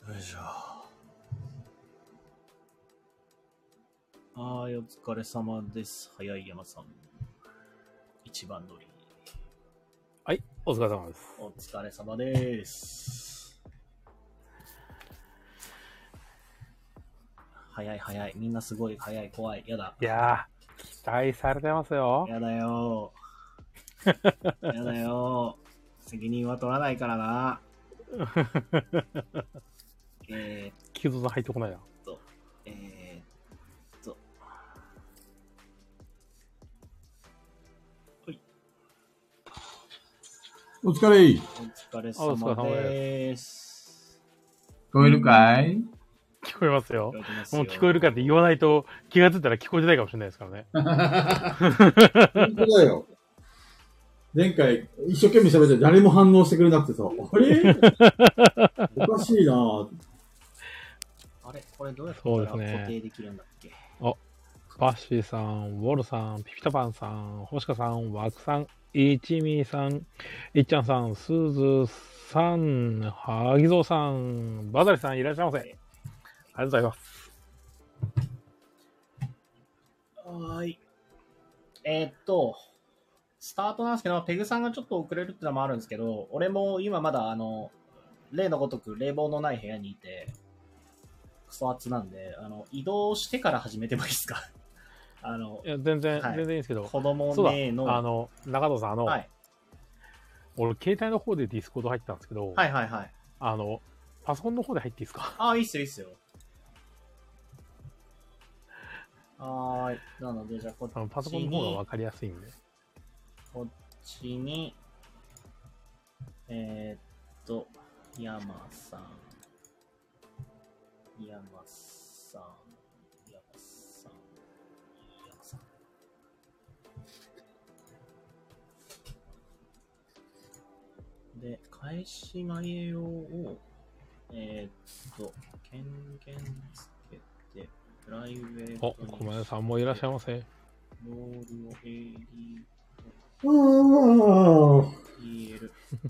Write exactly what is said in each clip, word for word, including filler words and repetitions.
よいしょ。はい、お疲れ様です。早い山さん。一番乗り。 はい、お疲れ様です。 お疲れ様です。早い早い。みんなすごい早い。怖い。やだ。 いやー、期待されてますよ。 やだよ。やだよ。責任は取らないからな。えーっキズさん入ってこないな。 と、えーっと。ほい。 お疲れ。 お疲れ様です。 聞こえるかい？ 聞こえますよ。 聞こえてますよ。 もう聞こえるかって言わないと気がついたら聞こえてないかもしれないですからね。 本当だよ。前回、一生懸命喋って誰も反応してくれなくてさ、あれおかしいなぁ。 あれこれどうやったそうですら固ね定できるんだっけ？ お、バッシーさん、ウォルさん、ピピタパンさん、星香さん、ワクさん、イチミさん、いっちゃんさん、スズさん、ハギゾウさん、バザリさんいらっしゃいませ。ありがとうございます。 はーい。えーっと、スタートなんですけど、ペグさんがちょっと遅れるってのもあるんですけど、俺も今まだあの、例のごとく冷房のない部屋にいて、クソ暑なんで、あの、移動してから始めてもいいですか？あの、 いや、全然、 はい全然いいんですけど。 子供そうだ、 ねの、 あの、中藤さん、あの、 はい、 俺、携帯の方でディスコード入ったんですけど、 はいはいはい。 あの、パソコンの方で入っていいですか？ ああ、いいっすよいいっすよ。はーい。なので、じゃあこっちに、 あのパソコンの方が分かりやすいんで。 こっちに、えー、っと、山さん、山さん、山さん、山さん。で、返し前用を、えー、っと、権限つけて、プライベートお、 に小林さんもいらっしゃいませ。 ロールを エーディーあ入れる。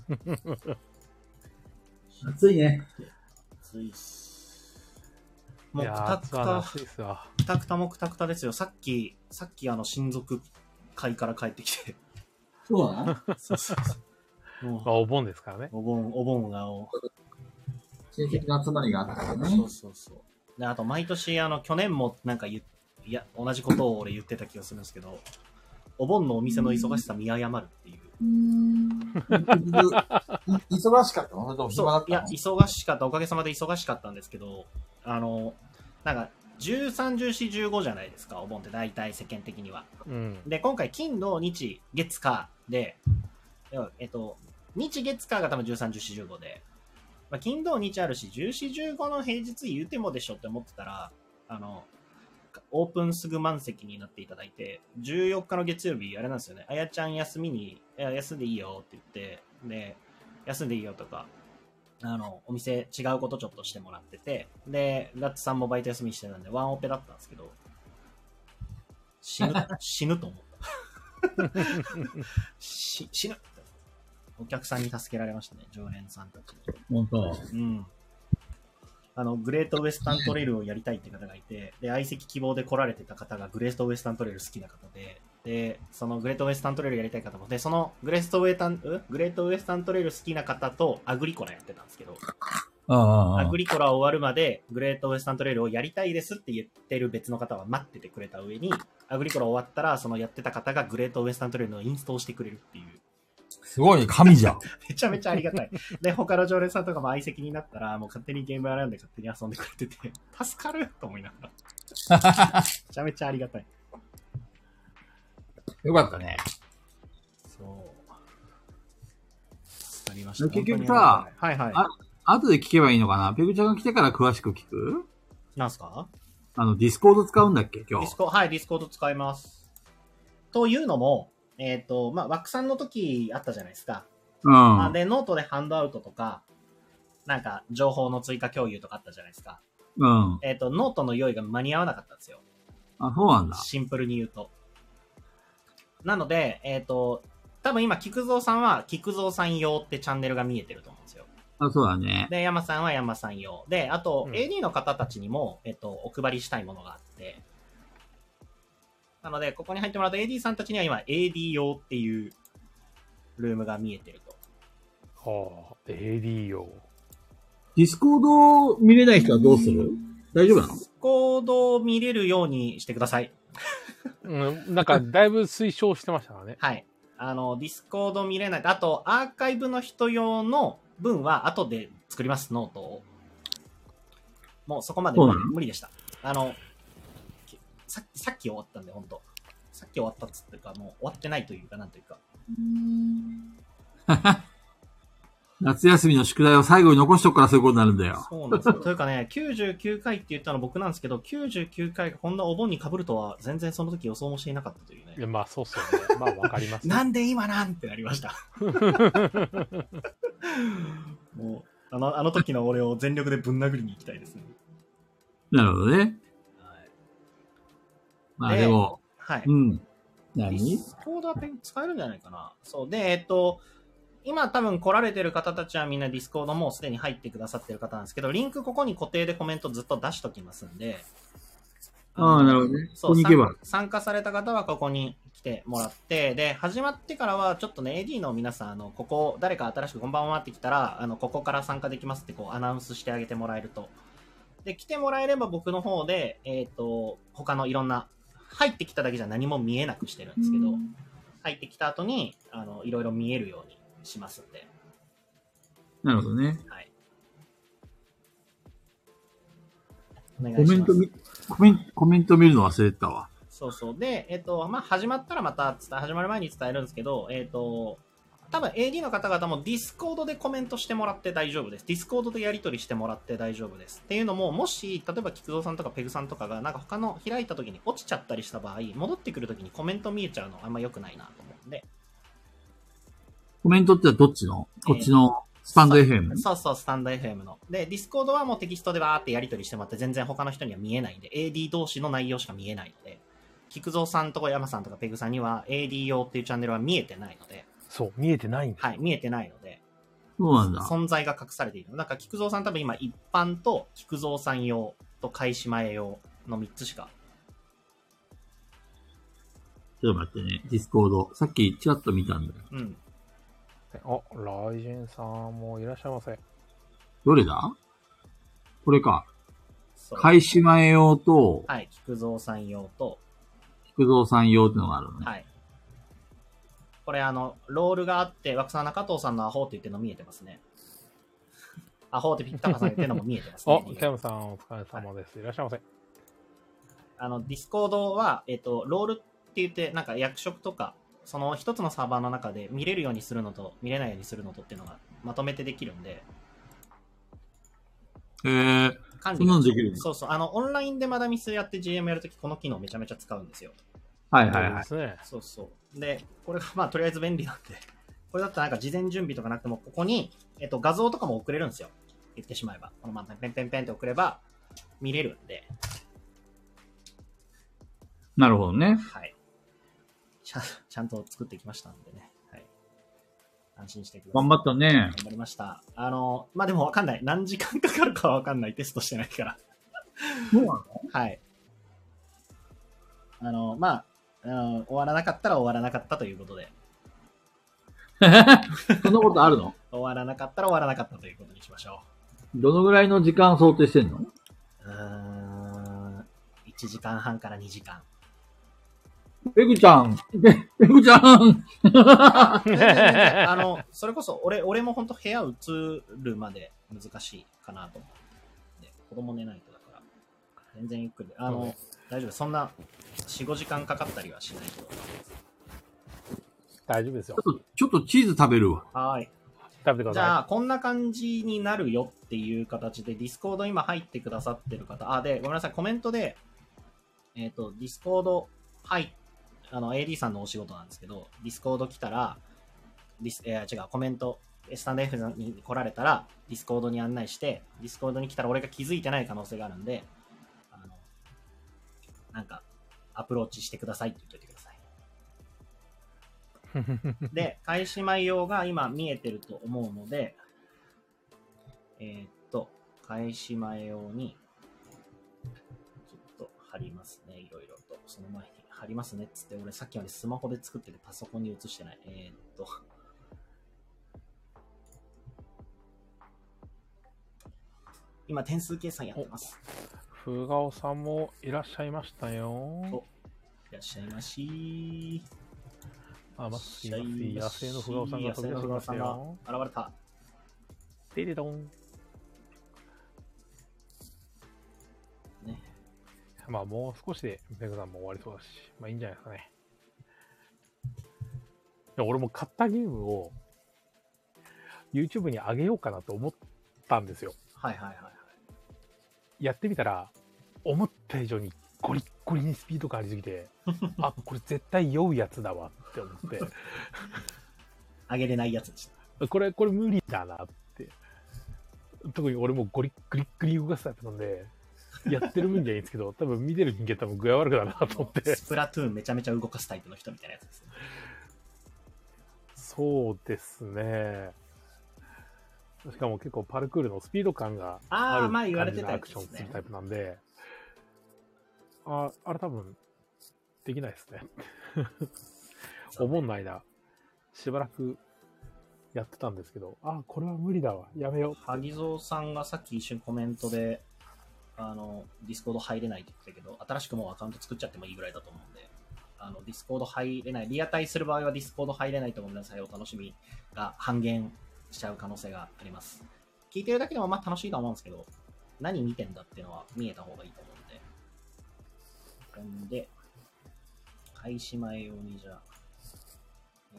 あ、暑いね。 暑いっす。もいうやー、 くたくた、 暑は暑いっすわ。 くたくたもくたくたですよ。さっき、さっきあの親族会から帰ってきて。 そうだな。 そうそうそう。もまあ、お盆ですからね。 う、お盆、お盆がお、 親戚の集まりがあったからね。 そうそうそう。で、あと毎年、あの、去年もなんか言いや、同じことを俺言ってた気がするんですけど、お盆のお店の忙しさ見誤るっていう。 忙しかったの？それとも暇だったの？ いや、忙しかった。おかげさまで忙しかったんですけど、あの、なんか、じゅうさん、じゅうよん、じゅうごじゃないですか、お盆って大体世間的には。 うん。 で、今回、金、土、日、月、火で、えっと、日、月、火が多分じゅうさん、じゅうよん、じゅうごで、まあ、金、土、日あるし、じゅうよん、じゅうごの平日言うてもでしょって思ってたら、あの、オープンすぐ満席になっていただいて、じゅうよっかの月曜日、あれなんですよね、あやちゃん休みに、いや、休んでいいよって言って、で、休んでいいよとか、あの、お店違うことちょっとしてもらってて、で、ガッツさんもバイト休みしてたんで、ワンオペだったんですけど、死ぬ、死ぬと思った。し死ぬお客さんに助けられましたね、常連さんたちに。 本当。 うん。あの、グレートウエスタントレイルをやりたいって方がいて、で、相席希望で来られてた方がグレートウエスタントレイル好きな方で、で、そのグレートウエスタントレイルやりたい方も、で、そのグレートウエタン、グレートウエスタントレイル好きな方とアグリコラやってたんですけど、 あアグリコラ終わるまでグレートウエスタントレイルをやりたいですって言ってる別の方は待っててくれた上に、アグリコラ終わったら、そのやってた方がグレートウエスタントレイルのインストをしてくれるっていう。 すごい、神じゃん。 めちゃめちゃありがたい。で、他の常連さんとかも相席になったら、もう勝手にゲーム選んで勝手に遊んでくれてて、助かると思いながら。めちゃめちゃありがたい。 よかったね。 そう。助かりました。 結局さ、 はいはい。 あ、後で聞けばいいのかな？ペグちゃんが来てから詳しく聞く？ なんすか？ あの、ディスコード使うんだっけ今日。 ディスコ、はい、ディスコード使います。というのも、えっと、まあ、ワックさんの時あったじゃないですか。 うん。 で、ノートでハンドアウトとか、なんか、情報の追加共有とかあったじゃないですか。 うん。 えっと、ノートの用意が間に合わなかったんですよ。 あ、そうなんだ。 シンプルに言うと。なので、えっと、多分今、菊蔵さんは、菊蔵さん用ってチャンネルが見えてると思うんですよ。 あ、そうだね。 で、山さんは山さん用。で、あと、 うんエーディー の方たちにも、えっと、お配りしたいものがあって、なので、ここに入ってもらった エーディー さんたちには今、エーディー 用っていうルームが見えてると。 はあ、エーディー 用。 ディスコード見れない人はどうする？大丈夫なの？ ディスコードを見れるようにしてください。 うん、なんか、だいぶ推奨してましたからね。 はい。あの、ディスコード見れない。あと、アーカイブの人用の分は後で作ります、ノートを。もうそこまで無理無理でした。あの、ささっき終わったんで、ほんと。さっき終わったっつっていうか、もう終わってないというか、なんというか。 夏休みの宿題を最後に残しとくからそういうことになるんだよ。 そうなんですよ。というかね、きゅうじゅうきゅうかいって言ったの僕なんですけど、きゅうじゅうきゅうかいがこんなお盆に被るとは全然その時予想もしていなかったというね。 いや、まあ、そうっすよね。まあ、わかります、ね。 なんで今なんてなりました。もう、あの、あの時の俺を全力でぶん殴りに行きたいですね。 なるほどね。 はい、 まあでも、 はい。 うん。 デ何？ ィスコードは使えるんじゃないかな。そう。で、えっと、今多分来られてる方たちはみんなディスコードもうすでに入ってくださってる方なんですけど、リンクここに固定でコメントずっと出しときますんで。 ああ、なるほどね。 そう、 ここに行けば。 参加された方はここに来てもらって、で、始まってからはちょっとね、エーディー の皆さん、あの、ここ、誰か新しくこんばんはって来たら、あの、ここから参加できますってこうアナウンスしてあげてもらえると。で、来てもらえれば僕の方で、えっと、他のいろんな、入ってきただけじゃ何も見えなくしてるんですけど、入ってきた後に、あの、いろいろ見えるようにしますんで。 なるほどね。 はい。お願いします。 コメント見、コメント、コメント見るの忘れてたわ。 そうそう。で、えっと、まあ、始まったらまた、始まる前に伝えるんですけど、えっと、多分 エーディー の方々もディスコードでコメントしてもらって大丈夫です。ディスコードでやり取りしてもらって大丈夫です。っていうのも、もし、例えば菊蔵さんとかペグさんとかが、なんか他の開いた時に落ちちゃったりした場合、戻ってくる時にコメント見えちゃうのあんま良くないなと思うんで。 コメントってどっちの？こっちのスタンド エフエム？ そうそう、スタンド エフエム の。で、ディスコードはもうテキストでバーってやり取りしてもらって全然他の人には見えないんで、エーディー 同士の内容しか見えないので、菊蔵さんとか山さんとかペグさんには エーディー 用っていうチャンネルは見えてないので、 そう、見えてないんです。 はい、見えてないので、 そうなんだ。 存在が隠されている。なんか菊蔵さん多分今一般と菊蔵さん用と開始前用のみっつしか。 ちょっと待ってね。ディスコード。さっきチラッと見たんだよ。 うん。 あ、ライジェンさんもいらっしゃいませ。 どれだ？これか。 そう開始前用と、 はい、菊蔵さん用と、 菊蔵さん用ってのがあるのね。 はい。これあの、ロールがあって、枠さん中藤さんのアホって言ってるの見えてますね。アホってピッタカさん言ってるのも見えてますあね。、 キャムさんお疲れ様です。いらっしゃいませ。 あの、ディスコードは、えっと、ロールって言って、なんか役職とか、その一つのサーバーの中で見れるようにするのと、見れないようにするのとっていうのがまとめてできるんで、 へー。 管そんなのできるんだ。 そうそう、あの、オンラインでマダミスやって ジーエム やるとき、この機能めちゃめちゃ使うんですよ。 はいはいはい。 ですね。 そうそう。で、これがまあ、とりあえず便利なんで、これだったらなんか事前準備とかなくても、ここに、えっと、画像とかも送れるんですよ。言ってしまえば。このままペンペンペンって送れば、見れるんで、 なるほどね。 はい。ちゃん、ちゃんと作ってきましたんでね。はい。安心してください。 頑張ったね。 頑張りました。あの、まあ、でもわかんない。何時間かかるかはわかんない。テストしてないから。 そうなの？ はい。あの、まあ、あの終わらなかったら終わらなかったということで。 そんなことあるの？ 終わらなかったら終わらなかったということにしましょどのぐらいの時間想定してんの？ う。うーん。いちじかんはんからにじかん。 ペグちゃんペ、ペグちゃんあ全然全然あの、それこそ俺、俺も本当部屋移るまで難しいかなと思う。で、子供寝ないとだから。全然ゆっくりで。あの、 うん大丈夫。そんなよん、ごじかんかかったりはしないと思い大丈夫ですよ。 ちょっと、ちょっとチーズ食べるわ。 ます。はーい。 食べてください。 じゃあ、こんな感じになるよっていう形で、ディスコード今入ってくださってる方、あ、で、ごめんなさい、コメントで、えっ、と、ディスコード、はい、あの、エーディー さんのお仕事なんですけど、ディスコード来たら、ディス、えー違う、コメント、スタンド F に来られたら、ディスコードに案内して、ディスコードに来たら俺が気づいてない可能性があるんで、あの、なんか、アプローチしてくださいって言っといてください。で、開始前用が今見えてると思うので、 えーっと、返し前用に、ちょっと貼りますね、いろいろと。その前に貼りますねっつって、俺さっきまでスマホで作っててパソコンに移してない。えーっと、今点数計算やってます。 ふがおさんもいらっしゃいましたよ。 お、いらっしゃいましあ、ますいません。野生のふがおさんが飛び出してきましたよ。 現れた。 デデドン。 ね。 まあもう少しでペグさんも終わりそうだし、まあいいんじゃないですかね。いや俺も買ったゲームを YouTube に上げようかなと思ったんですよ。 はいはいはいはい。 やってみたら、思った以上にゴリッゴリにスピード感ありすぎて、あ、これ絶対酔うやつだわって思って。 上げれないやつでした。 これ、これ無理だなって。特に俺もゴリッグリッグリ動かすタイプなんで、やってる分にはいいんですけど、多分見てる人間多分具合悪くなるなと思って。 スプラトゥーンめちゃめちゃ動かすタイプの人みたいなやつですね。 そうですね。しかも結構パルクールのスピード感がある感じのアクションするタイプなんで、あ、あれ多分できないですね。お盆の間、しばらくやってたんですけど、あ、これは無理だわ、やめよう。 萩蔵さんがさっき一瞬コメントで、あの、ディスコード入れないって言ってたけど、新しくもうアカウント作っちゃってもいいぐらいだと思うんで、あの、ディスコード入れない、リアタイする場合はディスコード入れないとごめんなさい、お楽しみが半減しちゃう可能性があります。聞いてるだけでもまあ楽しいと思うんですけど、何見てんだっていうのは見えた方がいいと思うんで。なんで、開始前用にじゃあ、え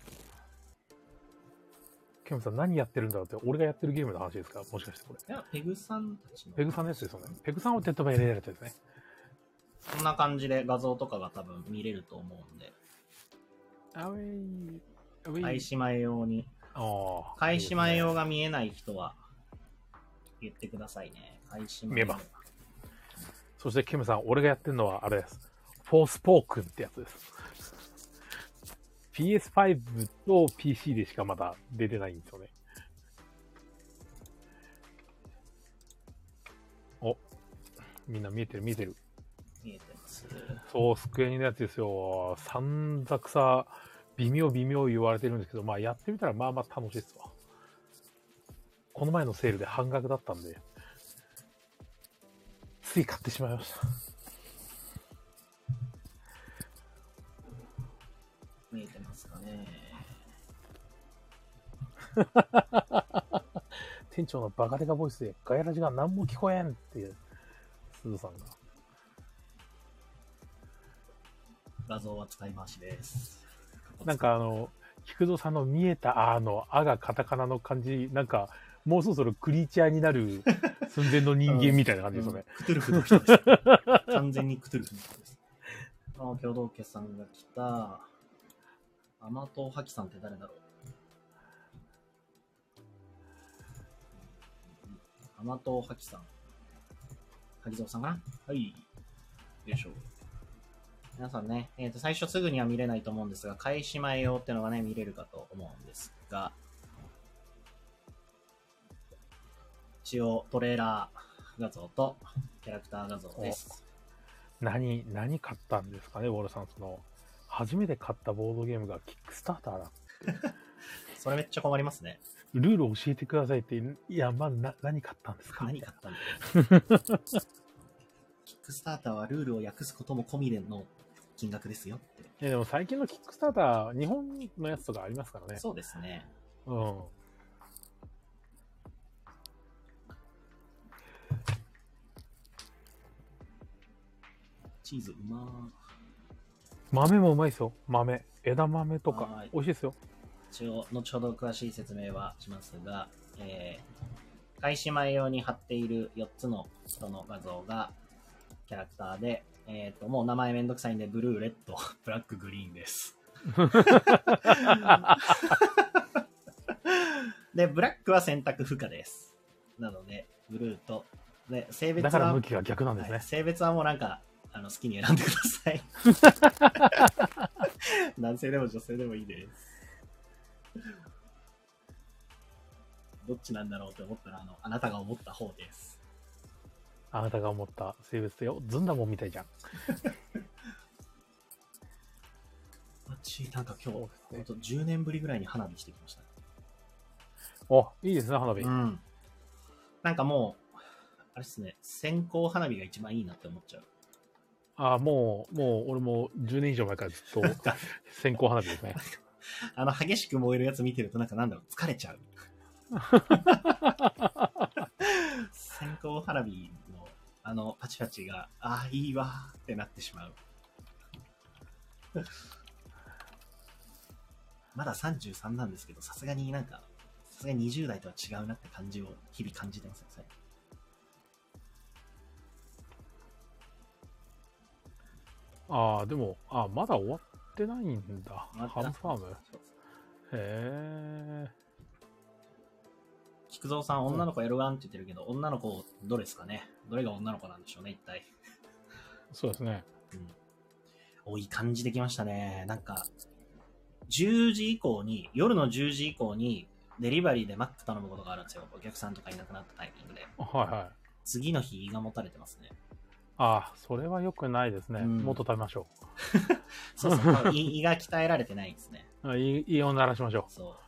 ケムさん何やってるんだろうって、俺がやってるゲームの話ですか、もしかしてこれ。 ー、いや、ペグさんたちの。 ペグさんのやつですよね。ペグさんをテッドバイ入れられたやつね。 そんな感じで画像とかが多分見れると思うんで。 アウェイ、アウェイ。 開始前用に。 ああ。 開始前用が見えない人は言ってくださいね。開始前用。 見えます。そしてケムさん、俺がやってるのはあれです。フォースポークンってやつです。ピーエスファイブ と ピーシー でしかまだ出てないんですよね。お、みんな見えてる見えてる。 見えてます。 そう、スクエニのやつですよ。散々さ、微妙微妙言われてるんですけど、まあやってみたらまあまあ楽しいですわ。この前のセールで半額だったんで、つい買ってしまいました。 見えてますかね。 店長のバカデカボイスでガヤラジが何も聞こえんっていうすずさんが。 画像は使い回しです。 なんかあの、菊蔵さんの見えたあの、あがカタカナの感じ、なんか、もうそろそろクリーチャーになる寸前の人間みたいな感じですよね。 クトゥルフの人です。完全にクトゥルフの人です。あ、共同家さんが来た。アマトハキさんって誰だろう。アマトハキさん。ハキゾウさんかな。はい。よいしょ。皆さんね、えっと、最初すぐには見れないと思うんですが、開始前用ってのがね、見れるかと思うんですが、一応トレーラー画像とキャラクター画像です。 何、何買ったんですかね、ウォルさん。その、初めて買ったボードゲームがキックスターターだって。 それめっちゃ困りますね。 ルール教えてくださいって、いや、まあ、な、何買ったんですか何買ったんだよ。キックスターターはルールを訳すことも込みでの金額ですよって。 いや、でも最近のキックスターター、日本のやつとかありますからね。 そうですね。 うん。 チーズうまー。 豆もうまいですよ。豆。枝豆とか。美味しいですよ。 一応、後ほど詳しい説明はしますが、えー、開始前用に貼っているよっつの人の画像がキャラクターで、えっと、もう名前めんどくさいんで、ブルー、レッド、ブラック、グリーンです。で、ブラックは選択不可です。なので、ブルーと、で、性別は、 だから向きが逆なんですね。 はい、性別はもうなんか、あの好きに選んでください。男性でも女性でもいいです。 どっちなんだろうって思ったら、あの、あなたが思った方です。 あなたが思った生物よ。ずんだもんみたいじゃん。 私、なんか今日、ほんとじゅうねんぶりぐらいに花火してきました。 お、いいですね、花火。 うん。なんかもう、あれですね、線香花火が一番いいなって思っちゃう。 ああ、もう、もう、俺もじゅうねん以上前からずっと線香花火ですね。 あの、激しく燃えるやつ見てると、なんかなんだろう、疲れちゃう。線香花火の、あの、パチパチが、ああ、いいわーってなってしまう。まださんじゅうさんなんですけど、さすがになんか、さすがににじゅう代とは違うなって感じを日々感じてますね。 ああ、でも、ああ、まだ終わってないんだ。ハムファーム。へえ。 菊蔵さん、女の子 エルワン って言ってるけど、うん、女の子どれですかね。どれが女の子なんでしょうね、一体。 そうですね。 うん。お、いい感じできましたね。なんか、じゅうじ以降に、夜のじゅうじ以降に、デリバリーでマック頼むことがあるんですよ。お客さんとかいなくなったタイミングで。 はいはい。 次の日、胃がもたれてますね。 ああ、それは良くないですね。うん、もっと食べましょう。 そうそう、胃が鍛えられてないんですね。 胃、胃を鳴らしましょう。 そう。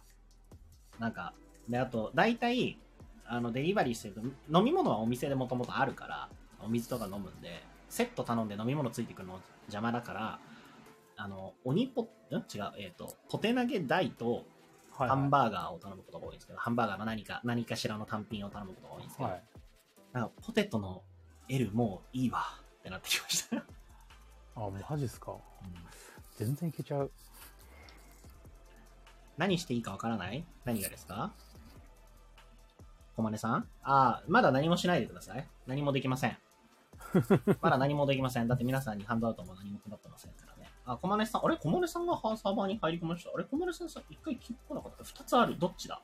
なんか、で、あと、大体、あの、デリバリーしてると、飲み物はお店でもともとあるから、お水とか飲むんで、セット頼んで飲み物ついてくるの邪魔だから、あの、鬼ポ、ん違う、えっ、ー、と、ポテ投げ大と、ハンバーガーを頼むことが多いんですけど、はいはい、ハンバーガーの何か、何かしらの単品を頼むことが多いんですけど、はい、なんかポテトの L もういいわってなってきました。 あ、マジっすか、うん。全然いけちゃう。 何していいかわからない？何がですか？小金さん？ああ、まだ何もしないでください。何もできません。まだ何もできません。だって皆さんにハンドアウトも何も配ってませんからね。あ、小金さん、あれ小金さんがサーバーに入り込みました。あれ小金さんさ、一回来なかった？二つある。どっちだ？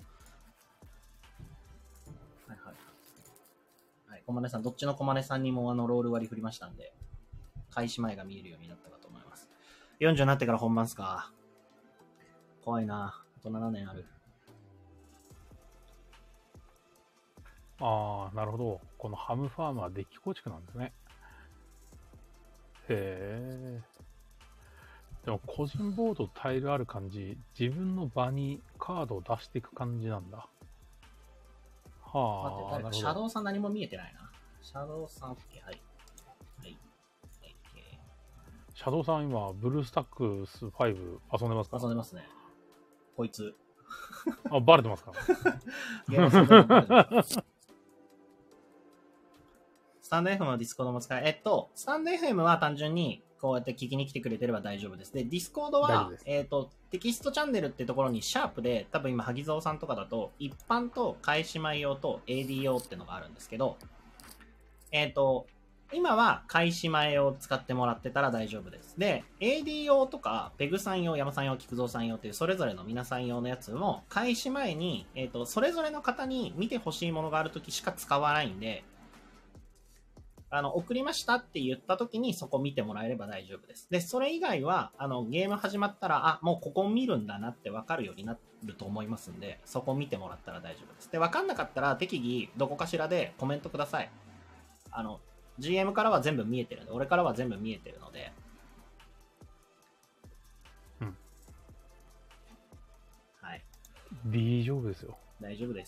はいはい。はい、小金さん、どっちの小金さんにもあのロール割り振りましたんで、開始前が見えるようになったかと思います。よんじゅうになってから本番っすか？怖いな。あとななねんある。 ああ、なるほど。このハムファームはデッキ構築なんですね。へえ。でも個人ボードタイルある感じ、自分の場にカードを出していく感じなんだ。はあ。 待って、シャドウさん何も見えてないな。シャドウさん、OK、はい。はい。はい、 シャドウさん今、ブルースタックスファイブ遊んでますか？ 遊んでますね。こいつ。 あ、バレてますか？ ゲーム遊んでバレてますか？スタンド エフエム のディスコードも使え、えっと、スタンド エフエム は単純にこうやって聞きに来てくれてれば大丈夫です。で、ディスコードは、えっと、テキストチャンネルってところにシャープで、多分今、萩蔵さんとかだと、一般と返し前用と エーディー 用ってのがあるんですけど、えっと、今は開始前を使ってもらってたら大丈夫です。で、エーディー 用とか、ペグさん用、山さん用、菊蔵さん用っていうそれぞれの皆さん用のやつも、開始前に、えっと、それぞれの方に見てほしいものがあるときしか使わないんで、あの、送りましたって言った時にそこ見てもらえれば大丈夫です。で、それ以外は、あの、ゲーム始まったら、あ、もうここ見るんだなって分かるようになると思いますんで、そこ見てもらったら大丈夫です。で、分かんなかったら適宜どこかしらでコメントください。あの、ジーエム からは全部見えてるんで、俺からは全部見えてるので。 うん。 はい。 大丈夫ですよ。 大丈夫です。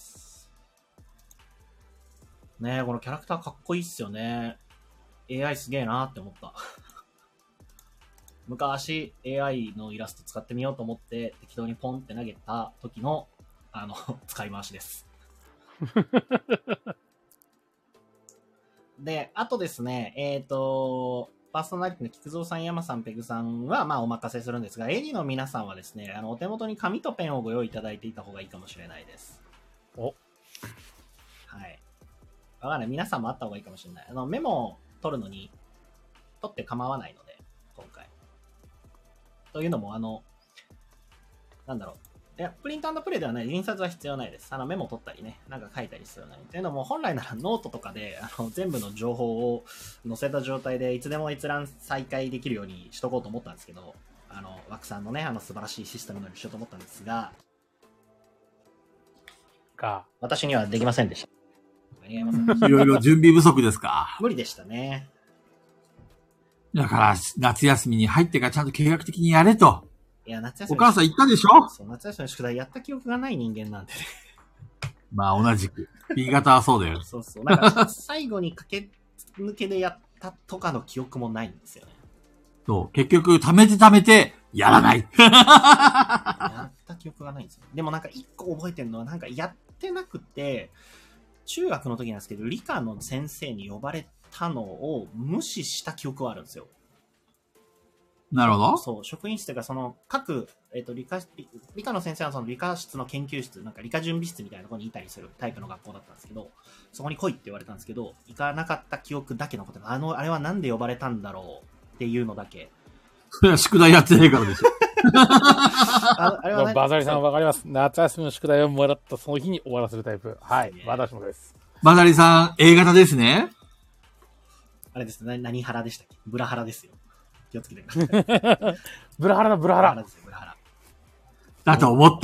ねえ、このキャラクターかっこいいっすよね。エーアイ すげえなーって思った。昔 エーアイ のイラスト使ってみようと思って適当にポンって投げた時の、あの、使い回しです。で、あとですね、えっと、パーソナリティの菊蔵さん、山さん、ペグさんは、まあ、お任せするんですが、エディの皆さんはですね、あの、お手元に紙とペンをご用意いただいていた方がいいかもしれないです。 お。 はい。わかんない。皆さんもあった方がいいかもしれない。あの、メモを取るのに、取って構わないので、今回。というのも、あの、なんだろう。いや、プリント&プレイではない。印刷は必要ないです。あの、メモ取ったりね、なんか書いたりするのに。というのも、本来ならノートとかで、あの、全部の情報を載せた状態で、いつでも閲覧再開できるようにしとこうと思ったんですけど、あの、枠さんのね、あの、素晴らしいシステムのようにしようと思ったんですが、 か。 私にはできませんでした。間に合いません。 いろいろ準備不足ですか。 無理でしたね。 だから、夏休みに入ってからちゃんと計画的にやれと。 いや、夏休み。 お母さん言ったでしょ？ そう、夏休みの宿題やった記憶がない人間なんでね。 まあ、同じく。B 型はそうだよ。 そうそう。なんか、最後に駆け抜けでやったとかの記憶もないんですよね。 そう。結局、貯めて貯めて、やらない。 やった記憶がないんですよ。でもなんか一個覚えてるのは、なんかやってなくて、中学の時なんですけど、理科の先生に呼ばれたのを無視した記憶はあるんですよ。 なるほど。 そう、職員室というか、その、各、えっと、理科、理科の先生はその理科室の研究室、なんか理科準備室みたいなところにいたりするタイプの学校だったんですけど、そこに来いって言われたんですけど、行かなかった記憶だけ残ってあの、あれはなんで呼ばれたんだろうっていうのだけ。 それは宿題やってないからですよ。 ああれは何バザリさんわかります。夏休みの宿題をもらったその日に終わらせるタイプ。はい。私もです。 バザリさん、A 型ですね。 あれですね。何腹でしたっけ？ブラハラですよ。気をつけてください。 ブラハラだ、ブラハラ。 ブラハラですよ、ブラハラ。 だと思った。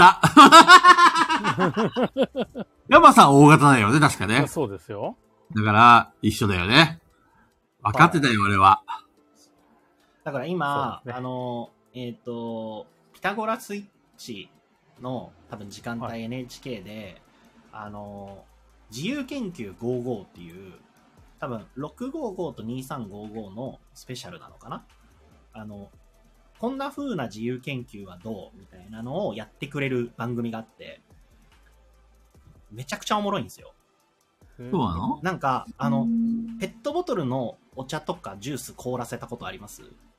山さん O 型だよね、確かね。 そうですよ。 だから、一緒だよね。分かってたよ、俺は。 だから今、 ね、 あの、えっ、ー、と、ピタゴラスイッチの多分時間帯 エヌエイチケー で、はい、あの、自由研究ごじゅうごっていう、多分ろくごーごーとにさんごーごーのスペシャルなのかな？あの、こんな風な自由研究はどうみたいなのをやってくれる番組があって、めちゃくちゃおもろいんですよ。 そうなの？ なんか、あの、ペットボトルのお茶とかジュース凍らせたことあります？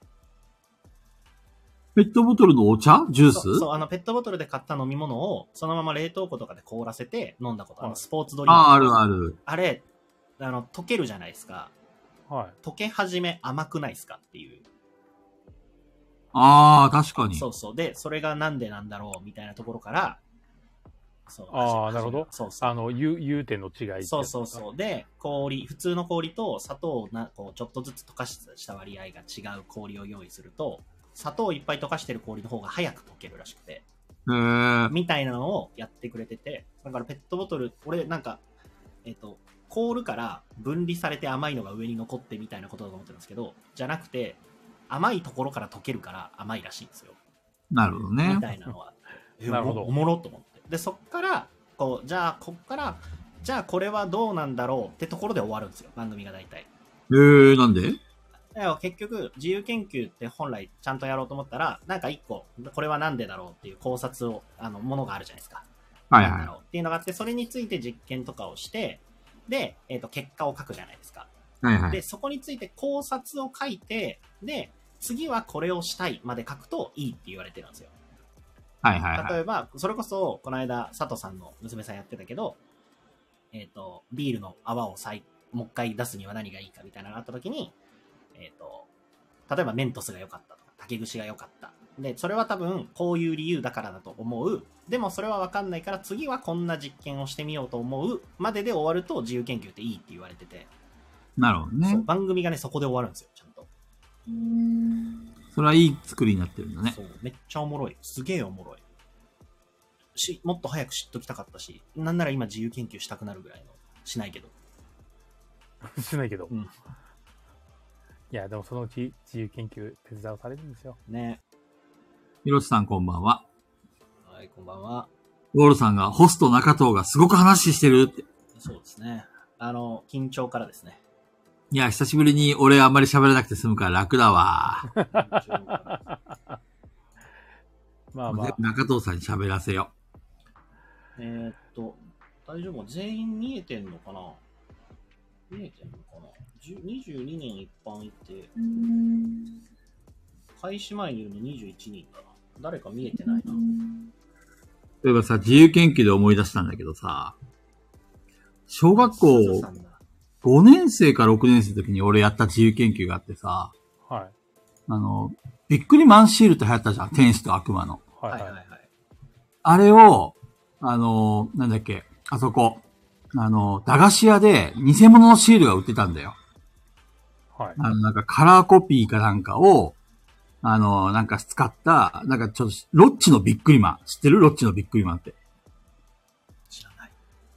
ペットボトルのお茶ジュース？ そうそう、あの、ペットボトルで買った飲み物を、そのまま冷凍庫とかで凍らせて飲んだこと、あの、スポーツドリンク。 ああ、あるある。 あれ、あの、溶けるじゃないですか。 はい。 溶け始め甘くないですかっていう。 ああ、確かに。 そうそう。で、それがなんでなんだろうみたいなところから、 そう。ああ、なるほど。 そうそう。 あの、融融点の違い。 そうそうそう。で、氷、普通の氷と砂糖をな、こう、ちょっとずつ溶かした割合が違う氷を用意すると、砂糖をいっぱい溶かしてる氷の方が早く溶けるらしくて。 へー。 みたいなのをやってくれてて、だからペットボトル、俺なんか、えっと、凍るから分離されて甘いのが上に残ってみたいなことだと思ってるんですけど、じゃなくて、甘いところから溶けるから甘いらしいんですよ。 なるほどね。 みたいなのは。 なるほど。 おもろっと思って。で、そっから、こう、じゃあ、こっから、じゃあこれはどうなんだろうってところで終わるんですよ、番組が大体。 えー、なんで？ 結局、自由研究って本来ちゃんとやろうと思ったら、なんか一個、これはなんでだろうっていう考察を、あの、ものがあるじゃないですか。 はいはい。 なんだろうっていうのがあって、それについて実験とかをして、で、えっと、結果を書くじゃないですか。 はいはい。 で、そこについて考察を書いて、で、次はこれをしたいまで書くといいって言われてるんですよ。 はいはいはい。 例えば、それこそ、この間、佐藤さんの娘さんやってたけど、えっと、ビールの泡を再、もう一回出すには何がいいかみたいなのがあった時に、えっと、例えばメントスが良かったとか、竹串が良かった。で、それは多分、こういう理由だからだと思う。でもそれは分かんないから、次はこんな実験をしてみようと思うまでで終わると自由研究っていいって言われてて。 なるほどね。 そう、番組がね、そこで終わるんですよ、ちゃんと。 それはいい作りになってるんだね。 そう、めっちゃおもろい。すげえおもろい。し、もっと早く知っときたかったし、なんなら今自由研究したくなるぐらいの、しないけど。 しないけど。 うん。 いや、でもそのうち自由研究手伝わされるんですよ。 ね。 ひろしさんこんばんは。 はい、こんばんは。 ウォールさんがホスト中藤がすごく話してるって。 そうですね。あの、緊張からですね。 いや、久しぶりに俺あんまり喋らなくて済むから楽だわ。 まあまあ。 中藤さんに喋らせよ。 えー、っと、大丈夫？全員見えてんのかな？見えてんのかな？にじゅうにねん一般いて、開始前にいるのにじゅういちにんだな。誰か見えてないな。 例えばさ、自由研究で思い出したんだけどさ、小学校ごねん生かろくねん生の時に俺やった自由研究があってさ、 はい。 あの、ビックリマンシールって流行ったじゃん。天使と悪魔の。 はいはいはい。 あれを、あの、なんだっけ、あそこ、あの、駄菓子屋で偽物のシールが売ってたんだよ。 はい。 あの、なんかカラーコピーかなんかを、あの、なんか使った、なんかちょっと、ロッチのビックリマン。知ってる？ロッチのビックリマンって。 知らない。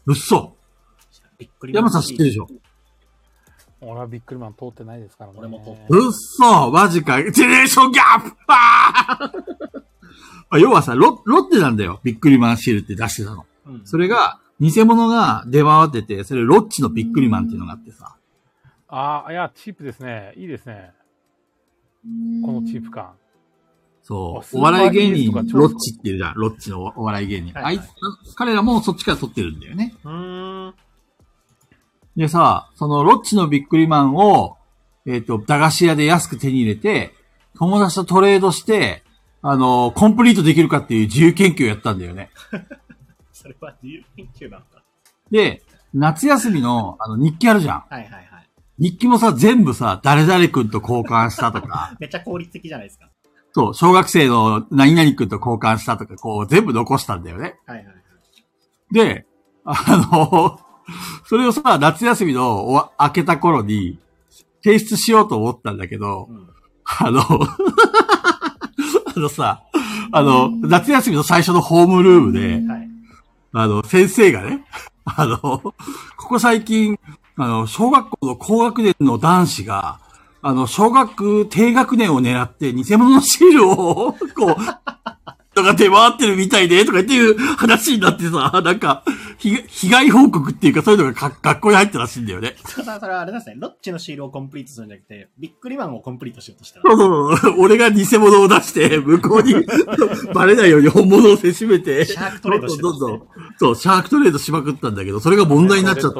うっそ。 びっくりマン。 山さん知ってるでしょ？ 俺はビックリマン通ってないですからね。 俺も通ってうっそマジか。ジェネレーションギャップあー要はさ、ロ、ロッテなんだよ。ビックリマンシールって出してたの。 うん、 それが、偽物が出回ってて、それロッチのビックリマンっていうのがあってさ。 ああ、いや、チープですね。いいですね。このチープ感。 そう。 スーお笑い芸人パーイーエスとか、超ロッチっていうじゃん。ロッチのお笑い芸人。 はいはいあいつ、彼らもそっちから撮ってるんだよね。 うーん。 でさ、そのロッチのビックリマンを、えっと、駄菓子屋で安く手に入れて、友達とトレードして、あの、コンプリートできるかっていう自由研究をやったんだよね。 それは自由研究なんだ。 で、夏休みの、あの、日記あるじゃん。 はいはいはい。 日記もさ、全部さ、誰々くんと交換したとか、 めっちゃ効率的じゃないですか。 そう、小学生の何々くんと交換したとか、こう、全部残したんだよね。 はいはいはい。 で、あの、それをさ、夏休みのお明けた頃に、提出しようと思ったんだけど、 うん、 あの、あのさ、あの、夏休みの最初のホームルームで、 はい、 あの、先生がね、あの、ここ最近、あの、小学校の高学年の男子が、あの、小学低学年を狙って偽物のシールを、こう、とか出回ってるみたいで、とかっていう話になってさ、なんか、被害報告っていうかそういうのがか学校に入ったらしいんだよね。 それはあれなんですね。ロッチのシールをコンプリートするんじゃなくて、ビックリマンをコンプリートしようとしたら。 そうそう。俺が偽物を出して、向こうにバレないように本物をせしめて、 シャークトレードしてどんどんどんどん、そう、シャークトレードしまくったんだけど、それが問題になっちゃって。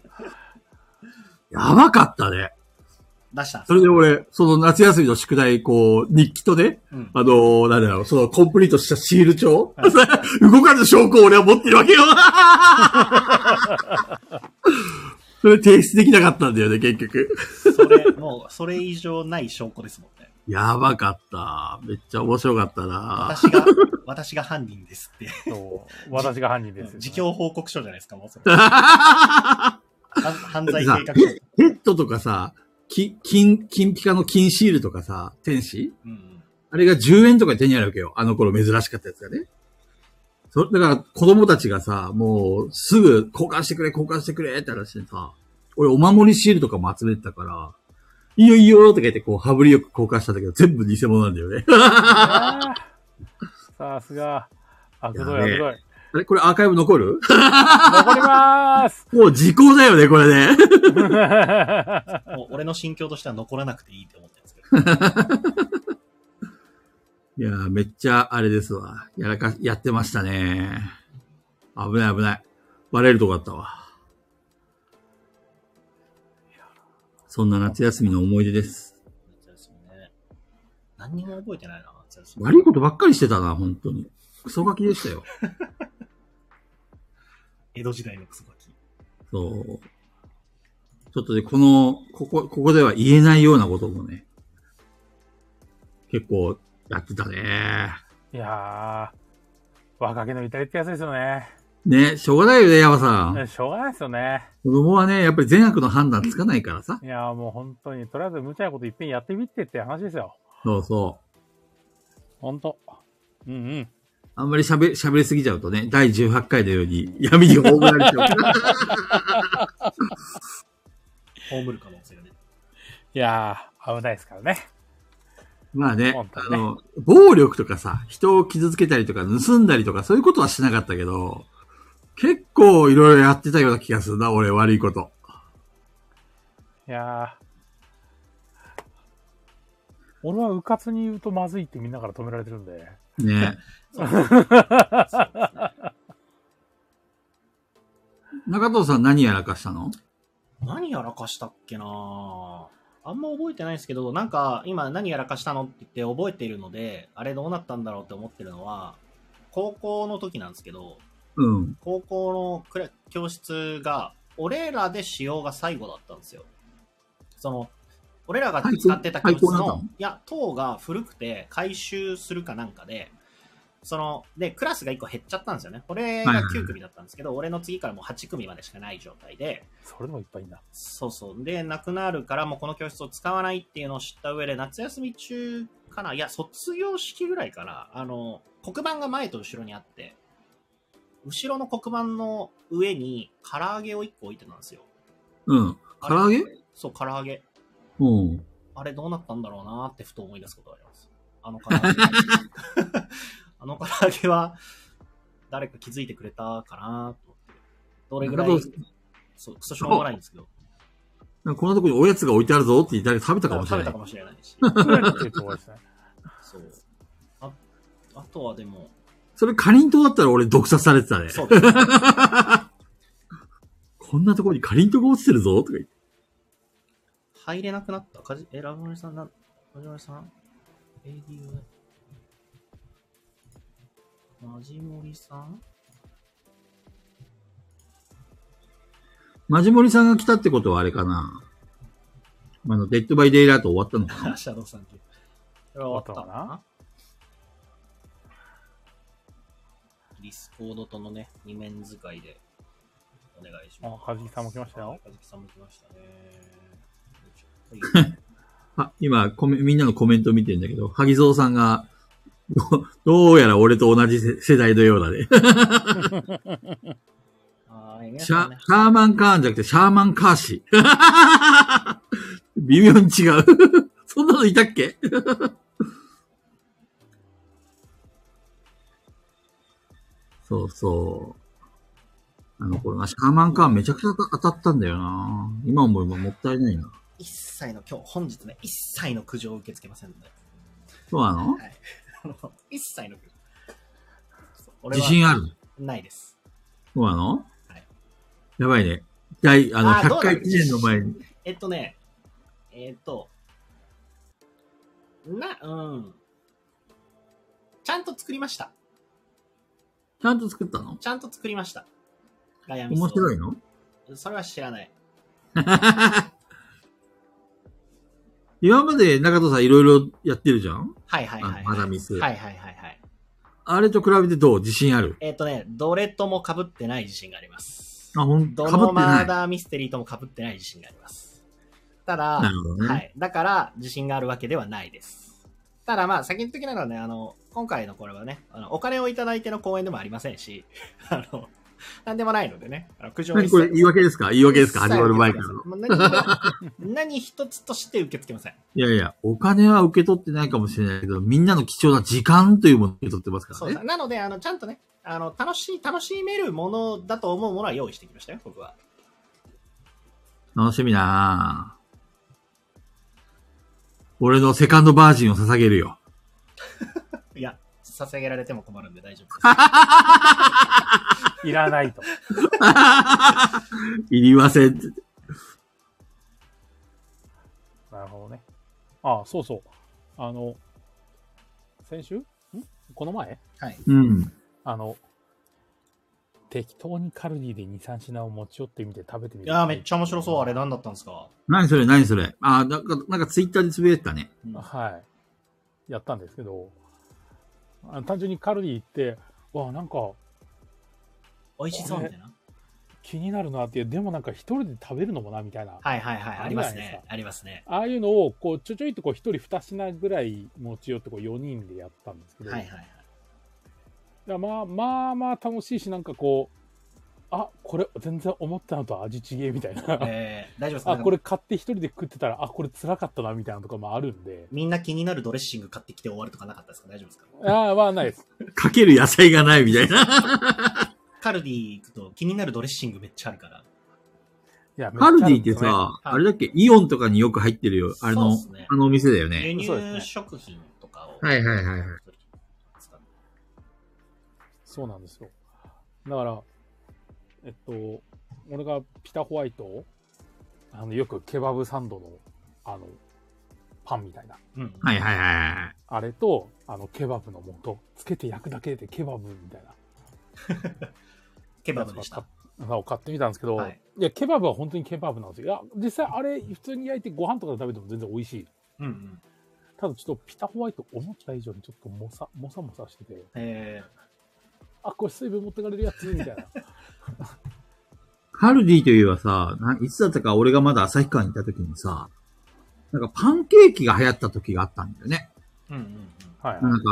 やばかったね。 出したんですそれで俺、その夏休みの宿題、こう、日記とね、うん、あの、なんだろう、そのコンプリートしたシール帳、はい、動かず証拠を俺は持ってるわけよ。それ提出できなかったんだよね、結局。 それ、もう、それ以上ない証拠ですもんね。 やばかった。めっちゃ面白かったな。 私が、私が犯人ですって。 そう。私が犯人です、ね。 自供報告書じゃないですか、もうそれ。犯罪計画書。 ヘッドとかさ、金、金、金ピカの金シールとかさ、天使、うんうん、あれがじゅうえんとかで手にあるわけよ。あの頃珍しかったやつがね。そだから子供たちがさ、もうすぐ交換してくれ、交換してくれって話でさ、俺お守りシールとかも集めてたから、いいよいいよとか言ってこう、羽振りよく交換したんだけど、全部偽物なんだよね。 さすが。あくどい、あくどい。 あれこれアーカイブ残る残りまーすもう時効だよね、これね。 もう俺の心境としては残らなくていいって思ってるんですけど。 いやー、めっちゃあれですわ。やらか、やってましたね。危ない危ない。バレるとこだったわ。そんな夏休みの思い出です。 夏休みね。何にも覚えてないな、夏休み。 悪いことばっかりしてたな、本当に。クソガキでしたよ。 江戸時代のクソガキ。 そう。ちょっとね、この、ここ、ここでは言えないようなこともね、結構やってたね。 いやー、若気の至りってやつですよね。 ね、しょうがないよね、山さん。 しょうがないですよね。 子供はね、やっぱり善悪の判断つかないからさ。 いやーもう本当に、とりあえず無茶なこといっぺんやってみてって話ですよ。 そうそう。 ほんと。うんうん。 あんまり喋、喋りすぎちゃうとね、だいじゅうはちかいのように闇に葬られちゃう。 葬る可能性がね。 いやー、危ないですからね。 まあね、 ねあの、暴力とかさ、人を傷つけたりとか盗んだりとかそういうことはしなかったけど、結構いろいろやってたような気がするな、俺悪いこと。 いやー、俺は迂闊に言うとまずいってみんなから止められてるんで。 ね中藤さん何やらかしたの？ 何やらかしたっけなぁ。あんま覚えてないんですけど、なんか今何やらかしたのって言って覚えているので、あれどうなったんだろうって思ってるのは、高校の時なんですけど、 うん。 高校のクラ教室が、俺らで使用が最後だったんですよ。その、俺らが使ってた教室の、いや、棟が古くて改修するかなんかで、その、で、クラスがいっこ減っちゃったんですよね。俺がきゅう組だったんですけど、俺の次からもうはち組までしかない状態で。 それでもいっぱいいんだ。 そうそう。で、なくなるからもうこの教室を使わないっていうのを知った上で、夏休み中かな、いや、卒業式ぐらいかな、あの、黒板が前と後ろにあって、 後ろの黒板の上に唐揚げをいっこ置いてたんですよ。 うん。唐揚げ？ そう、唐揚げ。 うん。 あれどうなったんだろうなーってふと思い出すことがあります。あの唐揚げ。あの唐揚げは、誰か気づいてくれたかなと思って。どれぐらい、そう、クソしょうもないんですけど。 こんなとこにおやつが置いてあるぞって言ったら食べたかもしれない。 食べたかもしれないし。そう。あ、あとはでも。 それかりんとうだったら俺毒殺されてたね。 そうですね。 こんなところにかりんとうが落ちてるぞとか言って。 入れなくなったかじ、え、ラブマリさんな、ラブマリさん エーディー マジモリさんマジモリさんが来たってことはあれかな。あの、デッドバイデイライト終わったのかな。 シャドウさん。終わったかな。ディスコードとのね、二面使いでお願いします。 あ、カジキさんも来ましたよ。 カジキさんも来ましたね。 あ、今コメ、みんなのコメント見てるんだけど、萩蔵さんが、どうやら俺と同じ世代のようだね。 あー、 シャ、シャーマンカーンじゃなくてシャーマンカーシー。微妙に違う。そんなのいたっけ？そうそう。あの頃な、シャーマンカーンめちゃくちゃ当たったんだよな。今思えばもったいないな。 一切の、今日、本日ね、一切の苦情を受け付けませんので。 そうなの？ はい。一切の苦情。 自信ある？ ないです。 そうなの？ はい。 やばいね。第、あの、ひゃっかい記念の前に。 えっとね、えっと、な、うん。ちゃんと作りました。 ちゃんと作ったの？ ちゃんと作りました。ガヤミス。面白いの？ それは知らない。 今まで中戸さんいろいろやってるじゃん？ はいはいはい、はい。 マダミス。 はいはいはいはい。 あれと比べてどう？自信ある？ えっとね、どれとも被ってない自信があります。 あ、ほんと？ どのマーダーミステリーとも被ってない自信があります。ただ、 なるほどね。 はい。だから自信があるわけではないです。ただまあ、先に的なのはね、あの、今回のこれはね、あのお金をいただいての講演でもありませんし、あの、なんでもないのでね。苦情何これ言い訳ですか？言い訳ですか？始まる前からの。 何, 何一つとして受け付けません。 いやいや、お金は受け取ってないかもしれないけど、みんなの貴重な時間というものを受け取ってますからね。 そうです。なので、あの、ちゃんとね、あの、楽しい、楽しめるものだと思うものは用意してきましたよ、僕は。 楽しみなぁ。俺のセカンドバージンを捧げるよ。 いや、捧げられても困るんで大丈夫です。 いらないと。 いりません。 なるほどね。ああ、そうそう。あの、先週んこの前はい。 うん。 あの、適当にカルディでに、さん品を持ち寄ってみて食べてみる。 いやーめっちゃ面白そう。あれ何だったんですか？ 何それ何それあー、なんか、なんかツイッターでつぶやいてたね。 うん、 はい。やったんですけど、あの単純にカルディ行って、わあ、なんか、 美味しそうみたいな。 気になるなっていう、でもなんか一人で食べるのもな、みたいな。 はいはいはい。ありますね。ありますね。 ああいうのを、こう、ちょちょいとこう、一人二品ぐらい持ち寄って、こう、よにんでやったんですけど。 はいはいはい。 いやまあまあまあ楽しいし、なんかこう、あ、これ全然思ったのと味違えみたいな。 えー、大丈夫ですか？ あ、これ買って一人で食ってたら、あ、これ辛かったなみたいなのとかもあるんで。 みんな気になるドレッシング買ってきて終わるとかなかったですか？大丈夫ですか？ ああ、まあないです。 かける野菜がないみたいな。 カルディ行くと気になるドレッシングめっちゃあるから。 いや、 カルディってさ、はい、あれだっけイオンとかによく入ってるよ。あれの、ね、あのお店だよね。 輸入食品とかを。 はいはいはいはい。 そうなんですよ。だから、えっと、俺がピタホワイトを、あの、よくケバブサンドの、あの、パンみたいな。 うん。 はいはいはいはい。 あれと、あの、ケバブの素、つけて焼くだけでケバブみたいな。 ケバブでした。 を買ってみたんですけど、はい、いや、ケバブは本当にケバブなんですよ。いや、実際あれ、普通に焼いてご飯とかで食べても全然美味しい。 うんうん。 ただちょっとピタホワイト思った以上にちょっともさ、もさもさしてて。 へー。 あ、これ水分持ってかれるやつみたいな。 カルディといえばさ、いつだったか俺がまだ旭川にいた時にさ、なんかパンケーキが流行った時があったんだよね。 うんうんうん。 はい、はい。 なんか、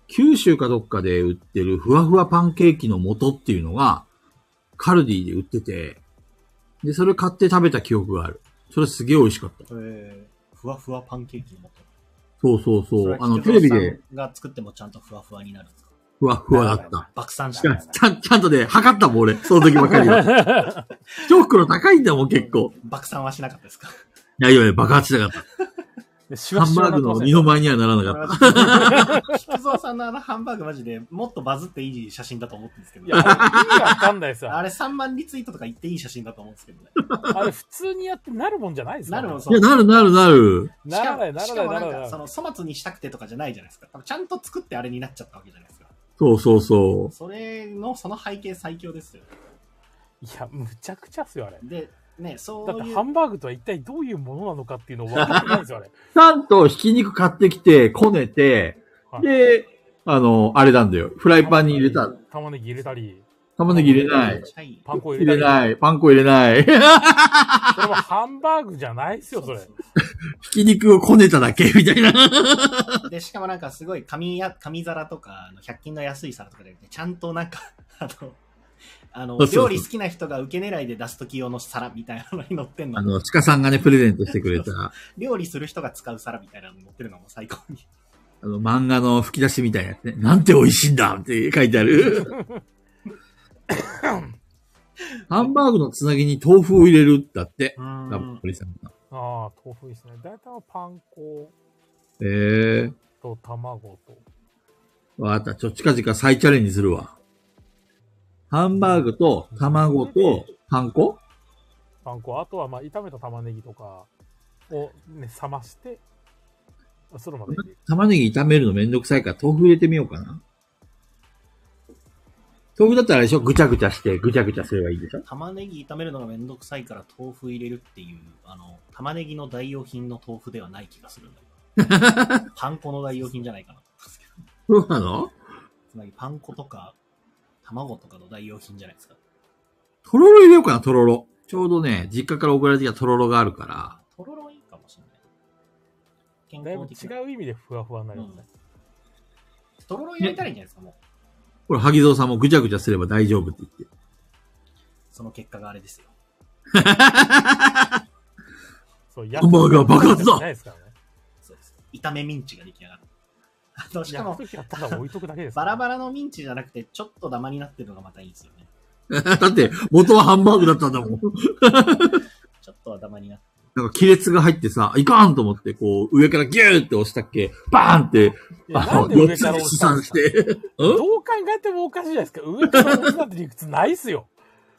九州かどっかで売ってるふわふわパンケーキの素っていうのが、カルディで売ってて、で、それ買って食べた記憶がある。それすげえ美味しかった。 えー、ふわふわパンケーキの素。そうそうそう。あの、テテレビレビで。 が作ってもちゃんとふわふわになるんですか？ ふわふわだった。 爆散しちゃん、ちゃんとね、測ったもん俺。その時ばかりは。一袋高いんだもん、結構。 爆散はしなかったですか？ いやいやいや、爆発しなかった。ハンバーグの二の前にはならなかった。 菊蔵さんのあのハンバーグマジでもっとバズっていい写真だと思ってるんですけど。 いや、あれ意味わかんないですよ。 あれさんまんリツイートとか言っていい写真だと思うんですけどね。 あれ普通にやってなるもんじゃないですか、 なるもん、そう。 いや、なるなるなる。 ならない、ならない、ならない。 その粗末にしたくてとかじゃないじゃないですか。多分ちゃんと作ってあれになっちゃったわけじゃないですか。 そうそうそう。 それの、その背景最強ですよ。 いや、むちゃくちゃっすよ、あれ。 で、ね、そうだってハンバーグとは一体どういうものなのかっていうのを分かってないんですよ、あれ。 ちゃんとひき肉買ってきて、こねて、はい、で、あの、あれなんだよ。フライパンに入れた。 玉ねぎ入れたり。 玉ねぎ入れない。 パン粉入れたり。 入れない。パン粉入れない。 それもハンバーグじゃないっすよ、それ。 ひき肉をこねただけみたいな。 で、しかもなんかすごい紙や、紙皿とか、ひゃく均の安い皿とかで、ちゃんとなんか、あの、あの、料理好きな人が受け狙いで出すとき用の皿みたいなのに乗ってんの。 あの、鹿さんがね、プレゼントしてくれた。 料理する人が使う皿みたいなの乗ってるのも最高に。 あの、漫画の吹き出しみたいなやつね。なんて美味しいんだって書いてある。ハンバーグのつなぎに豆腐を入れるだって。ラッポリさんが。 ああ、豆腐いいですね。だいたいパン粉。 ええー。 と卵と。 わかった。ちょ、近々再チャレンジするわ。ハンバーグと卵とパン粉パン粉。あとは、まあ、炒めた玉ねぎとかをね、冷まして、それまで。 玉ねぎ炒めるのめんどくさいから豆腐入れてみようかな。豆腐だったらあれでしょぐちゃぐちゃしてぐちゃぐちゃすればいいでしょ。 玉ねぎ炒めるのがめんどくさいから豆腐入れるっていう、あの、玉ねぎの代用品の豆腐ではない気がするんだけど。パン粉の代用品じゃないかなと思うんですけど。そうなの？ つまりパン粉とか、卵とかの代用品じゃないですか。 とろろ入れようかな、とろろ。ちょうどね、実家から送られてきたとろろがあるから。 とろろいいかもしれない。 健康的な。だいぶ違う意味でふわふわになりますね。 とろろ入れたらいいんじゃないですか、もう。 これ、萩蔵さんもぐちゃぐちゃすれば大丈夫って言って。 その結果があれですよ。 そう、 ハンバーガー爆発だ。 ないですからね。 そうです。炒めミンチが出来上がる。あと、しかも、 ただ置いとくだけです、 バラバラのミンチじゃなくて、ちょっとダマになってるのがまたいいんですよね。 だって、元はハンバーグだったんだもん。 ちょっとはダマになってる。なんか亀裂が入ってさ、いかんと思って、こう、上からギューって押したっけ、バーンって、あの、よっつで試算して。 どう考えてもおかしいじゃないですか。上から押すなんて理屈ないっすよ。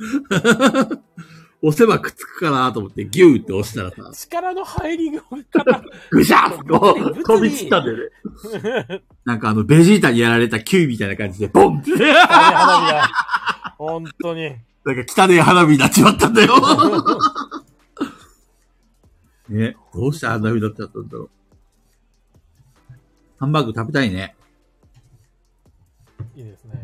押せばくっつくかなと思って、ギューって押したらさ。 力の入り方。 ぐしゃっとこう、飛び散ったんだよね。なんかあの、ベジータにやられたキューみたいな感じで、ボンって。 花火が。本当に。 なんか汚い花火になっちまったんだよ。ね、どうしてあんな風になっちゃったんだろう。ハンバーグ食べたいね。 いいですね。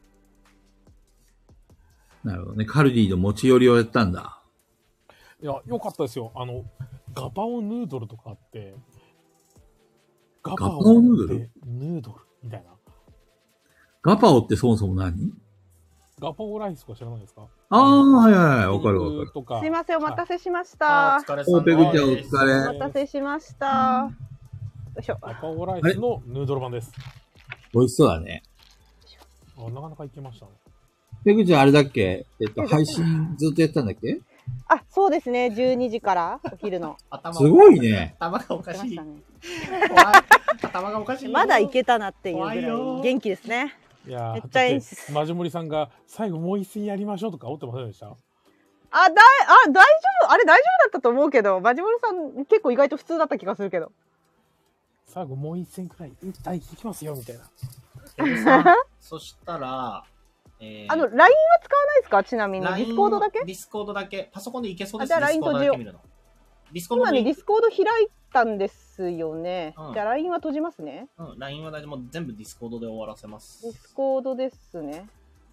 なるほどね。カルディの持ち寄りをやったんだ。 いや、よかったですよ。あの、ガパオヌードルとかあって、 ガパオヌードルヌードルみたいな。 ガパオってそもそも何？ ガパオライスとか知らないですか？ ああ、はいはいはい。わかるわかる。すいません、お待たせしました。 お疲れ様です。お疲れ。 お待たせしました。よいしょ。 ガパオライスのヌードル版です。 美味しそうだね。 あ、なかなかいけましたね。 ペグちゃんあれだっけ？えっと、配信ずっとやったんだっけ？ あ、そうですね。じゅうにじからお昼の。 すごいね。 頭がおかしい。 ね、 頭がおかしい。 まだいけたなっていうぐらい元気ですね。 いやめっちゃいいです。 マジモリさんが最後もう一戦やりましょうとか思ってませんでした？ あ、だい、あ、大丈夫。あれ大丈夫だったと思うけど、マジモリさん結構意外と普通だった気がするけど。 最後もう一戦くらい一体いきますよみたいな。 そしたら、 えー、あの、ラインは使わないですか？ちなみに。ディスコードだけ？ ディスコードだけ。パソコンでいけそうです。 じゃあ ライン 閉じよう。 ディスコード今ね、ディスコード開いたんですよね。うん、じゃあ ライン は閉じますね。 うん、ライン は大丈夫。もう全部ディスコードで終わらせます。 ディスコードですね。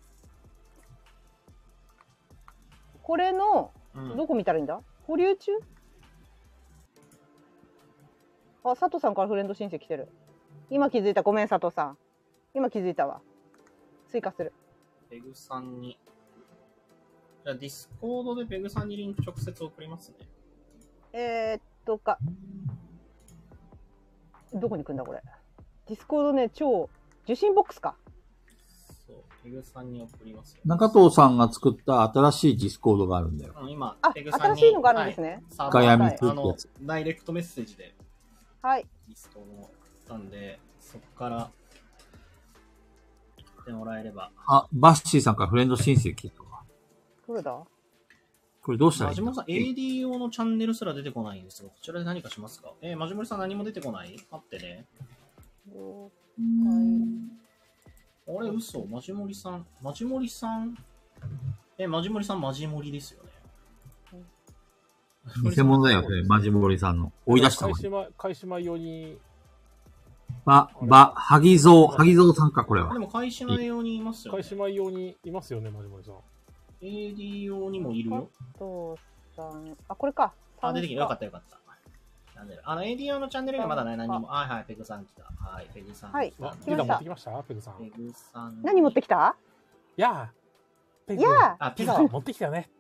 これの、うん、どこ見たらいいんだ？保留中？あ、佐藤さんからフレンド申請来てる。今気づいた。ごめん、佐藤さん。 今気づいたわ。追加する。 ペグさんに。じゃあ、ディスコードでペグさんにリンク直接送りますね。 えー、っとか。どこに行くんだこれ。ディスコードね、超、受信ボックスか。 そう、ペグさんに送りますよ。 中藤さんが作った新しいディスコードがあるんだよ。 うん、今、 あ、 ペグさんに新しいのがあるんですね。 はい、サーバガヤミーあのスってやつ。 ダイレクトメッセージではい。 ディスコードを送ったんで、そこからやってもらえれば。 あ、バッシーさんからフレンド申請来たわ。 どれだこれどうしたらいいの？ マジモリさん、エーディー 用のチャンネルすら出てこないんですが、こちらで何かしますか？えー、マジモリさん何も出てこない？待ってね。 了あれ、嘘。マジモリさん。マジモリさん。え、マジモリさん、マジモリですよね。 偽物だよ、それ。マジモリさんの。追い出したの開。始前、開始前用に、 ば、ば、はぎぞう、はぎぞうさんか、これはで。も、開始前用にいますよね。 開始前用にいますよね、マジモリさん。 エーディー 用にもいるよ。 とさん、あ、これか。 あ、出てきた。よかったよかった。チャンネルあの、エーディー 用のチャンネルがまだね、何も。はいはい、ペグさん来た。はい、ペグさん。 はいあ、 来ましたピザ持ってきましたペグさん。 ペグさん。 何持ってきたいやー、ペグいやあ、 ピピザ。 ザ持ってきたよね。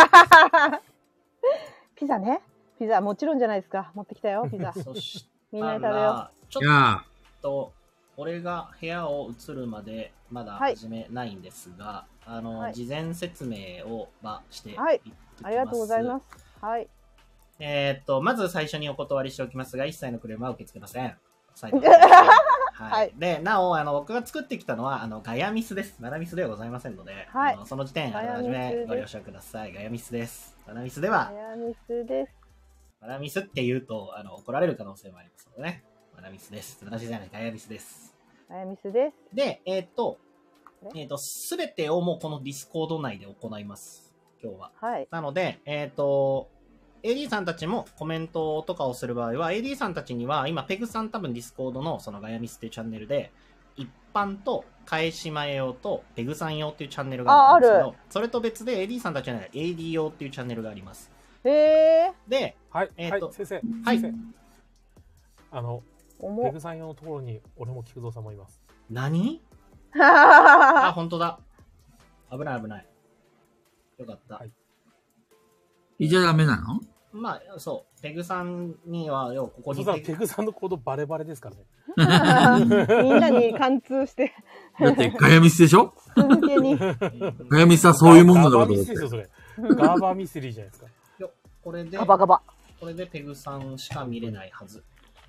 ピザね。ピザ、もちろんじゃないですか。持ってきたよ、ピザ。 そしみんなたで食べよら、ちょいやっと、俺が部屋を移るまでまだはい始めないんですが、あの、 はい事前説明を、まあ、していってきはいます。 ありがとうございます。はい。 えーっと、まず最初にお断りしておきますが、一切のクレームは受け付けません。最後はい、 はいで、なお、あの、僕が作ってきたのは、あの、ガヤミスです。マナミスではございませんので、 はいあのその時点、あらかじガヤミスですめご了承ください。ガヤミスです。マナミスではマ、ヤミスです。 マナミスって言うと、あの、怒られる可能性もありますのでね。マナミスです。私じゃない、ガヤミスです。 マヤミスです。 で、えーっとあ、れえーっと、すべてをもうこのディスコード内で行います。今日は。 はい。 なので、えっ、と、エーディー さんたちもコメントとかをする場合は、エーディー さんたちには、今、ペグさん多分ディスコードのそのガヤミスっていうチャンネルで、一般と返し前用とペグさん用っていうチャンネルがあるんですけああど、それと別で エーディー さんたちには エーディー 用っていうチャンネルがあります。 へえ。 で、 はい、 えーとはい、先生。 はい先生。あの、ペ重っグ。さん用のところに、俺も菊蔵さんもいます。 何あ、 は本当だ。危ない危ない。よかった。 はいいちゃダメなの？ まあ、そう。ペグさんには、要はここにそしたらペグさんのコードバレバレですからね。 みんなに貫通して、 だって、ガヤミスでしょ？ 続けに。 ガヤミスはそういうもんなんだろうと思ってガーバーミスですよ、それ。ガーバーミスリーじゃないですか。 よこれで、 ガバガバ。 これでペグさんしか見れないはず。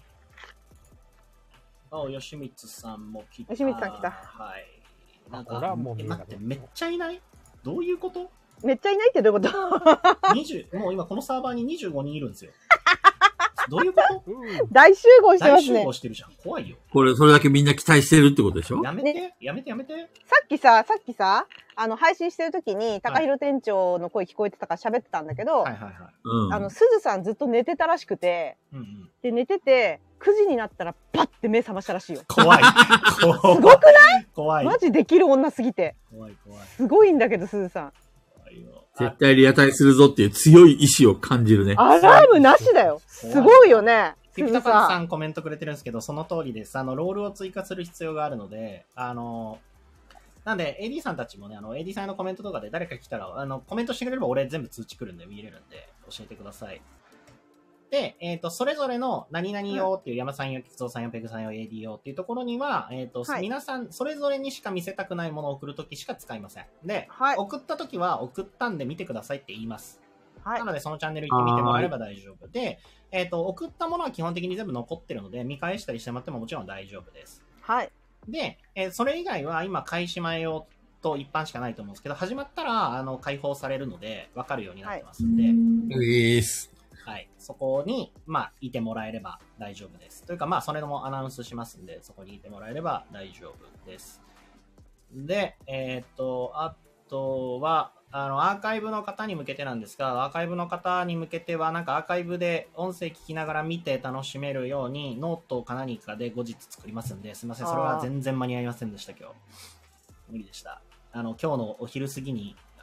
あ、吉光さんも来た。 吉光さん来たはい。なんほらか、 もう見えなくなったえ待って、めっちゃいないどういうことめっちゃいないってどういうこと ?にじゅう、もう今このサーバーににじゅうごにんいるんですよ。どういうことうん。 大集合してますね大集合。してるじゃん。怖いよ。 これ、それだけみんな期待してるってことでしょ？ やめて、やめてやめて。 さっきさ、さっきさ、あの、配信してる時に、高弘店長の声聞こえてたから喋ってたんだけど、 はいはいはい。 うん。 あの、すずさんずっと寝てたらしくて、 うんうん。 で、寝てて、くじになったらパッて目覚ましたらしいよ。 怖い。怖い。 すごくない怖い。 マジできる女すぎて。 怖い怖い。 すごいんだけど、すずさん。 怖いよ。 絶対リアタイするぞっていう強い意志を感じるね。 アラームなしだよ。すごいよね。 ピピすずさん。 タパンさんコメントくれてるんですけど、その通りです。あの、ロールを追加する必要があるので、あの、なんで、エーディー さんたちもね、あの、エーディー さんのコメントとかで誰か来たら、あの、コメントしてくれれば俺全部通知来るんで見れるんで、教えてください。で、えっ、と、それぞれの何々用っていう山さん用、菊蔵さん用、ペグさん用、エーディー 用っていうところには、えっ、と、 はい皆さん、それぞれにしか見せたくないものを送るときしか使いません。で、 はい送ったときは、送ったんで見てくださいって言います。 はいな。ので、そのチャンネル行ってみてもらえれば大丈夫で、えっ、と、送ったものは基本的に全部残ってるので、見返したりしてもらってももちろん大丈夫です。 はい。 で、えーそれ以外は今、開始前用と一般しかないと思うんですけど、始まったら、あの、開放されるので、わかるようになってますんで、 ういーす。 はい。そこに、まあ、いてもらえれば大丈夫です。というか、まあ、それもアナウンスしますんで、そこにいてもらえれば大丈夫です。で、えーっと、あとは、あの、アーカイブの方に向けてなんですが、アーカイブの方に向けては、なんかアーカイブで音声聞きながら見て楽しめるように、ノートか何かで後日作りますんで、すみません。それは全然間に合いませんでした、今日。無理でした。あの、今日のお昼過ぎに、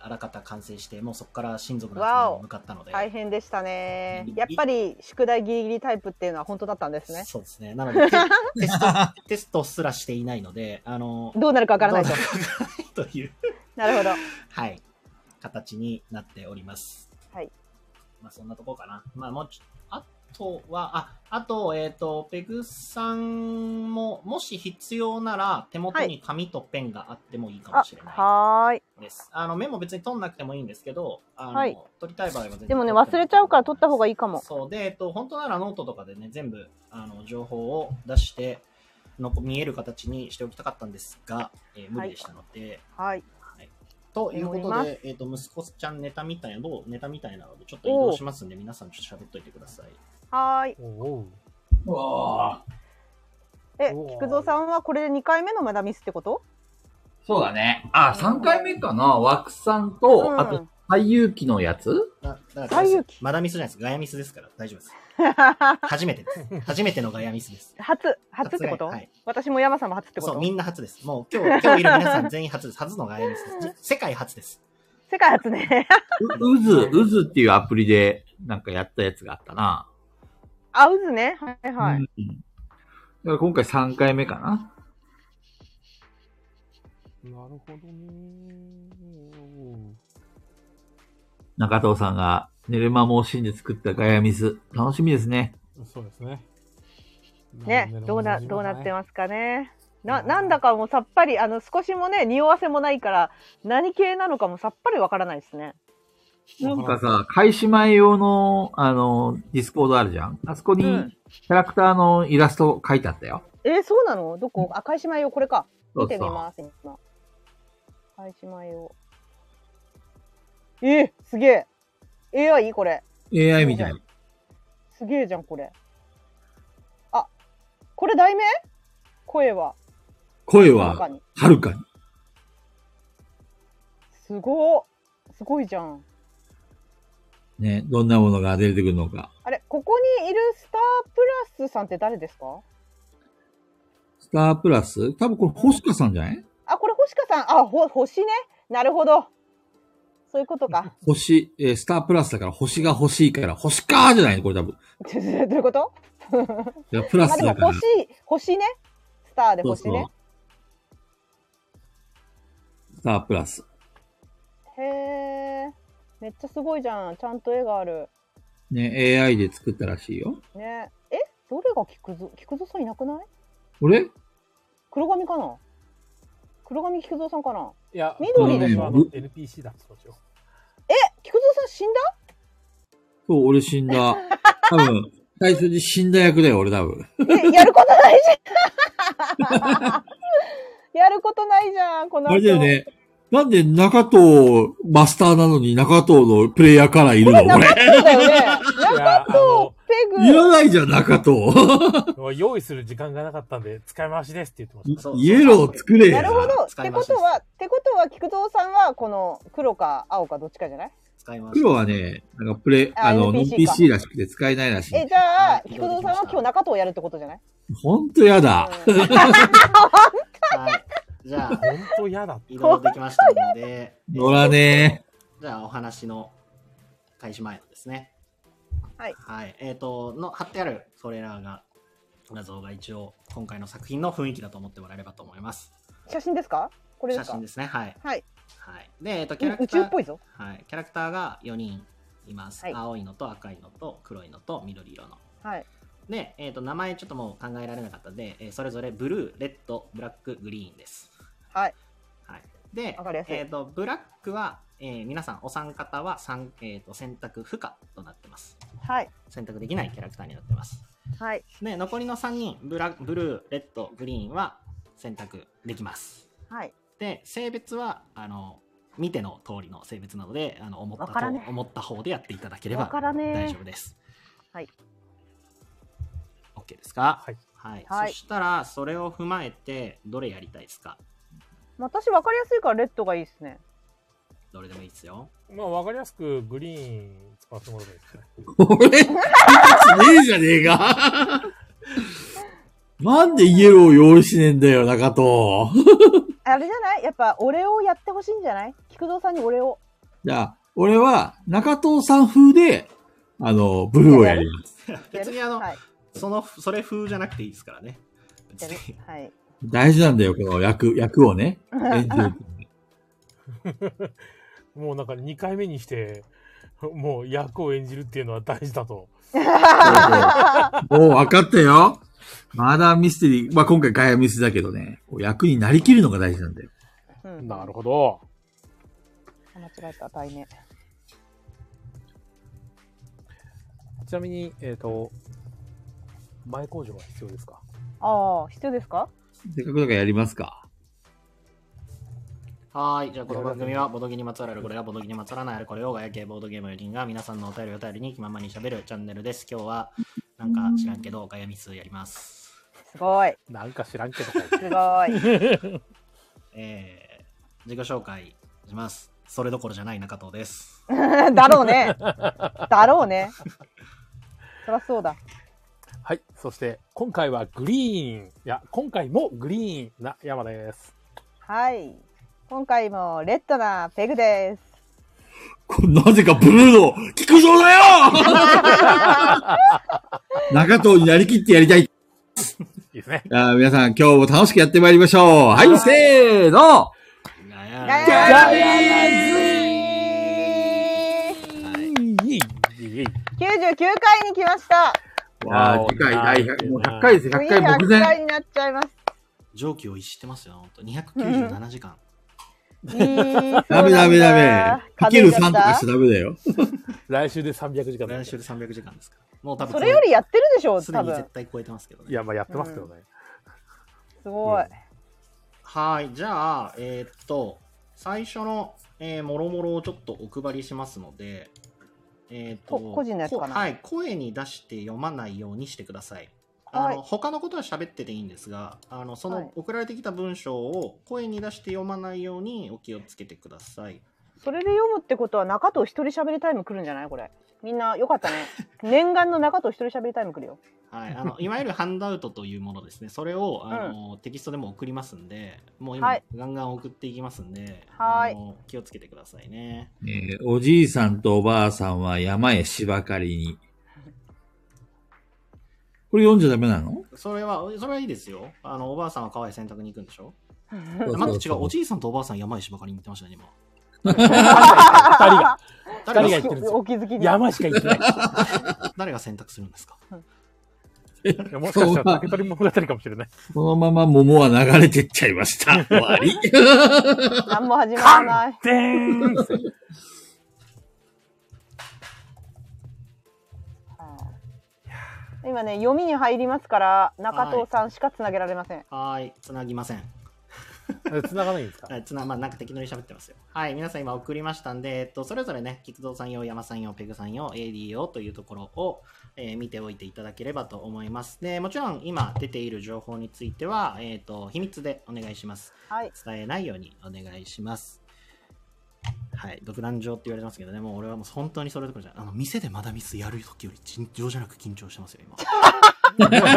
あらかた完成して、もうそこから親族の集まりに向かったので。 大変でしたね。やっぱり宿題ギリギリタイプっていうのは本当だったんですね。 そうですね。なので、テ, テ, ストテストすらしていないので、あの、 どうなるかわからないと。 どうなるかわからないという。 なるほど。 はい。形になっております。 はい。 まあそんなところかな。まあもうちょあとは、あ、あと、えっ、ー、と、ペグさんも、もし必要なら、手元に紙とペンがあってもいいかもしれないです。 はい。 あの、メモ別に取んなくてもいいんですけど、あの、はい、取りたい場合は全然。 でもね、忘れちゃうから取った方がいいかも。 そう。で、えっと、本当ならノートとかでね、全部、あの、情報を出して、の見える形にしておきたかったんですが、えー、無理でしたので、 はい。 はい。ということで、えっ、ー、と、息子ちゃんネタみたいな、どうネタみたいなので、ちょっと移動しますんで、皆さんちょっと喋っといてください。 はーい。 うわえ、菊蔵さんはこれでにかいめのマダミスってこと？ そうだね。あ、さんかいめかな。枠さんと、うん、あと、最遊記のやつ？ 最遊記。 マダミスじゃないです。ガヤミスですから、大丈夫です。初めてです。初めてのガヤミスです。 初、初ってこと？はい。私も山さんも初ってこと？ そう、みんな初です。もう今日、今日いる皆さん全員初です。初のガヤミスです。世界初です。 世界初ね。 うず、うずっていうアプリでなんかやったやつがあったな。 あ、うずね。はいはい。うん、 だから今回さんかいめかな。 なるほどね。 中藤さんが寝る間も惜しんで作ったガヤミス。楽しみですね。 そうですね。 ね、どうな、どうなってますかね。な、なんだかもうさっぱり、あの、少しもね、匂わせもないから、何系なのかもさっぱりわからないですね。 なんかさ、開始前用の、あの、ディスコードあるじゃん。あそこに、キャラクターのイラスト書いてあったよ。 うん、えー、そうなの？どこ？あ、開始前用、これか。見てみます、今。開始前用。えー、すげえ。エーアイ？ これ。 エーアイ みたいな。 すげえじゃん、これ。あ、これ題名？声は。 声は、はるかに。 すごー。すごいじゃん。 ね、どんなものが出てくるのか。 あれ、ここにいるスタープラスさんって誰ですか？ スタープラス？多分これ星香さんじゃない？ あ、これ星香さん。あ、ほ、星ね。なるほど。そういうことか。 星、えー、スタープラスだから星が欲しいから、星かーじゃないのこれ多分。 どういうこといや、プラスだから。 まあでも星、星ね。スターで星ね。そうそうスタープラス。 へー。めっちゃすごいじゃん。ちゃんと絵がある。 ね、エーアイ で作ったらしいよ。 ね。え、どれが菊蔵？菊蔵さんいなくない？ 俺？ 黒髪かな？黒髪菊蔵さんかな？ いや、 緑でしょ？ エルピーシー だそうですよ。 え、菊蔵さん死んだ？ そう、俺死んだ。多分、最初に死んだ役だよ、俺多分。 え、やることないじゃん。やることないじゃん、この後。 あれだよね。なんで中藤マスターなのに中藤のプレイヤーカラーいるの？これ。 中藤だよね。中藤、ペグ。 いらないじゃん、中藤。 用意する時間がなかったんで、使い回しですって言ってました。 イエロー作れや。 なるほど。ってことは、ってことは、菊蔵さんは、この黒か青かどっちかじゃない？ 使い回し。 黒はね、なんかプレイ、あの、ノン ピーシー らしくて使えないらしい。 え、じゃあ、菊蔵さんは今日中藤やるってことじゃない？ ほんとやだ。 ほんとやだ。 じゃあ、 本当嫌だ。 移動できましたので、 乗らねー。じゃあ、お話の開始前のですね。 はい。 はい。えっと、の、貼ってあるトレーラーが、画像が一応、今回の作品の雰囲気だと思ってもらえればと思います。 写真ですか？これですか？ 写真ですね。はい。 はい。 はい。で、えっと、キャラクター。宇宙っぽいぞ。 はい。キャラクターがよにんいます。はい、青いのと赤いのと黒いのと緑色の。 はい。 で、えっと、名前ちょっともう考えられなかったので、えー、それぞれブルー、レッド、ブラック、グリーンです。 はい。 はい、で、えっ、ー、と、ブラックは、えー、皆さん、お三方は、えー、と選択不可となってます。 はい。 選択できないキャラクターになってます。 はい。 で、残りのさんにん、ブラブルー、レッド、グリーンは選択できます。 はい。 で、性別は、あの、見ての通りの性別なので、あの思ったと思った方でやっていただければ大丈夫です。 はい。 OK ですか？ はい。 はい。はい、そしたら、それを踏まえて、どれやりたいですか？ 私分かりやすいからレッドがいいですね。 どれでもいいですよ。 まあ分かりやすくグリーン使ってもらえばいいですね。 俺、ねえじゃねえか。なんでイエロー用意しねえんだよ、中藤。 あれじゃない？やっぱ俺をやってほしいんじゃない？菊蔵さんに俺を。 じゃあ、俺は中藤さん風で、あの、ブルーをやります。 別にあの、はい、その、それ風じゃなくていいですからね。 はい。 大事なんだよ、この役、役をね。演じるもうなんかにかいめにして、もう役を演じるっていうのは大事だと。 そうそうもう分かったよ。マダーミステリー、まあ今回ガヤミスだけどね、役になりきるのが大事なんだよ。 うん、なるほど。 間違えた、題名。 ちなみに、えっと、前工場は必要ですか？ ああ、必要ですか？ せっかくだからやりますか。 はい。じゃあ、この番組は、ボドゲにまつわるこれがボドゲにまつわらないあるこれを、ガヤ系ボードゲームよにんが皆さんのお便りを頼りに気ままに喋るチャンネルです。今日は、なんか知らんけど、ガヤミスやります。 すごい。 なんか知らんけど。 すごい。 えー、自己紹介します。それどころじゃない中藤です。 だろうね。だろうね。そりゃそうだ。 はい。そして、今回はグリーン。いや、今回もグリーンな山です。 はい。今回もレッドなペグです。 これなぜかブルーの菊蔵だよ中藤になりきってやりたい。いいですね。 あ皆さん今日も楽しくやってまいりましょう。はい、はい、せーのガヤガヤきゅうじゅうきゅうかいに来ました。 わあ、次回だいひゃく、もうひゃっかいです。ひゃっかい目前。 ひゃっかいになっちゃいます。 上気を逸してますよ、ほんと。にひゃくきゅうじゅうななじかん。 ダメダメダメ。かけるさんとかしちゃダメだよ。 来週でさんびゃくじかん。 来週でさんびゃくじかんですから。もう多分それよりやってるでしょ、多分。 すでに絶対超えてますけどね。 いや、まあやってますけどね。うん、 すごい。うん、 はい。じゃあ、えー、っと、最初の、えー、もろもろをちょっとお配りしますので、えー、っと、 個人のやつかな。 はい。声に出して読まないようにしてください。あの、はい、他のことは喋ってていいんですが、あのその送られてきた文章を声に出して読まないようにお気をつけてください。 それで読むってことは中藤一人喋りタイム来るんじゃないこれ。みんなよかったね。念願の中藤一人喋りタイム来るよ。 はい、あのいわゆるハンドアウトというものですね。それをあの、うん、テキストでも送りますんで、もう今、はい、ガンガン送っていきますんで、はい、あの気をつけてくださいね。 えー、おじいさんとおばあさんは山へ芝刈りに。これ読んじゃダメなの？ それは、それはいいですよ。あの、おばあさんは川へ洗濯に行くんでしょ？まず違う、おじいさんとおばあさん山へ芝刈りに行ってましたね、今。 二人が。二人が言ってるんですよ。 お気づきに。 山しか行ってない。 誰が選択するんですか？ もしかしたら竹取物語かもしれない。 このまま桃は流れてっちゃいました。終わり。 何も始まらない。今ね、読みに入りますから、中藤さんしかつなげられません。 はい、つなぎません。 つながないんですか？ はい、つな、まあ、なんか適当に喋ってますよ。はい、皆さん今送りましたんで、えっと、それぞれね、菊蔵さん用、山さん用、ペグさん用、エーディー 用というところを、えー、見ておいていただければと思います。で、もちろん今出ている情報については、えっと、秘密でお願いします。 はい。 伝えないようにお願いします。はい、独壇場って言われてますけどね、もう俺はもう本当にそれどころじゃない。あの、店でまだミスやる時より尋常じゃなく緊張してますよ、今。 そんな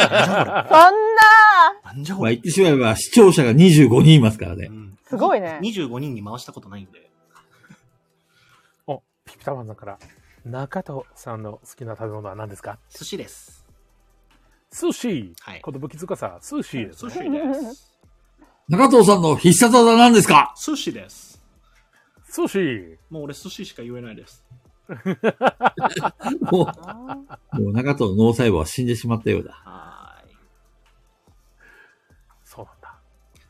なんじゃこれ。まあ言ってしまえば視聴者がにじゅうごにんいますからね。うん、 すごいね。 にじゅうごにんに回したことないんで。 お、ピピタマンさんから、中藤さんの好きな食べ物は何ですか？ 寿司です。 寿司。 はい。 小ぶきつかさ、寿司です、 ね。寿司です。 中藤さんの必殺技は何ですか？ 寿司です。 寿司。 もう俺寿司しか言えないです。 もう、もう中藤の脳細胞は死んでしまったようだ。 はい。 そうなんだ。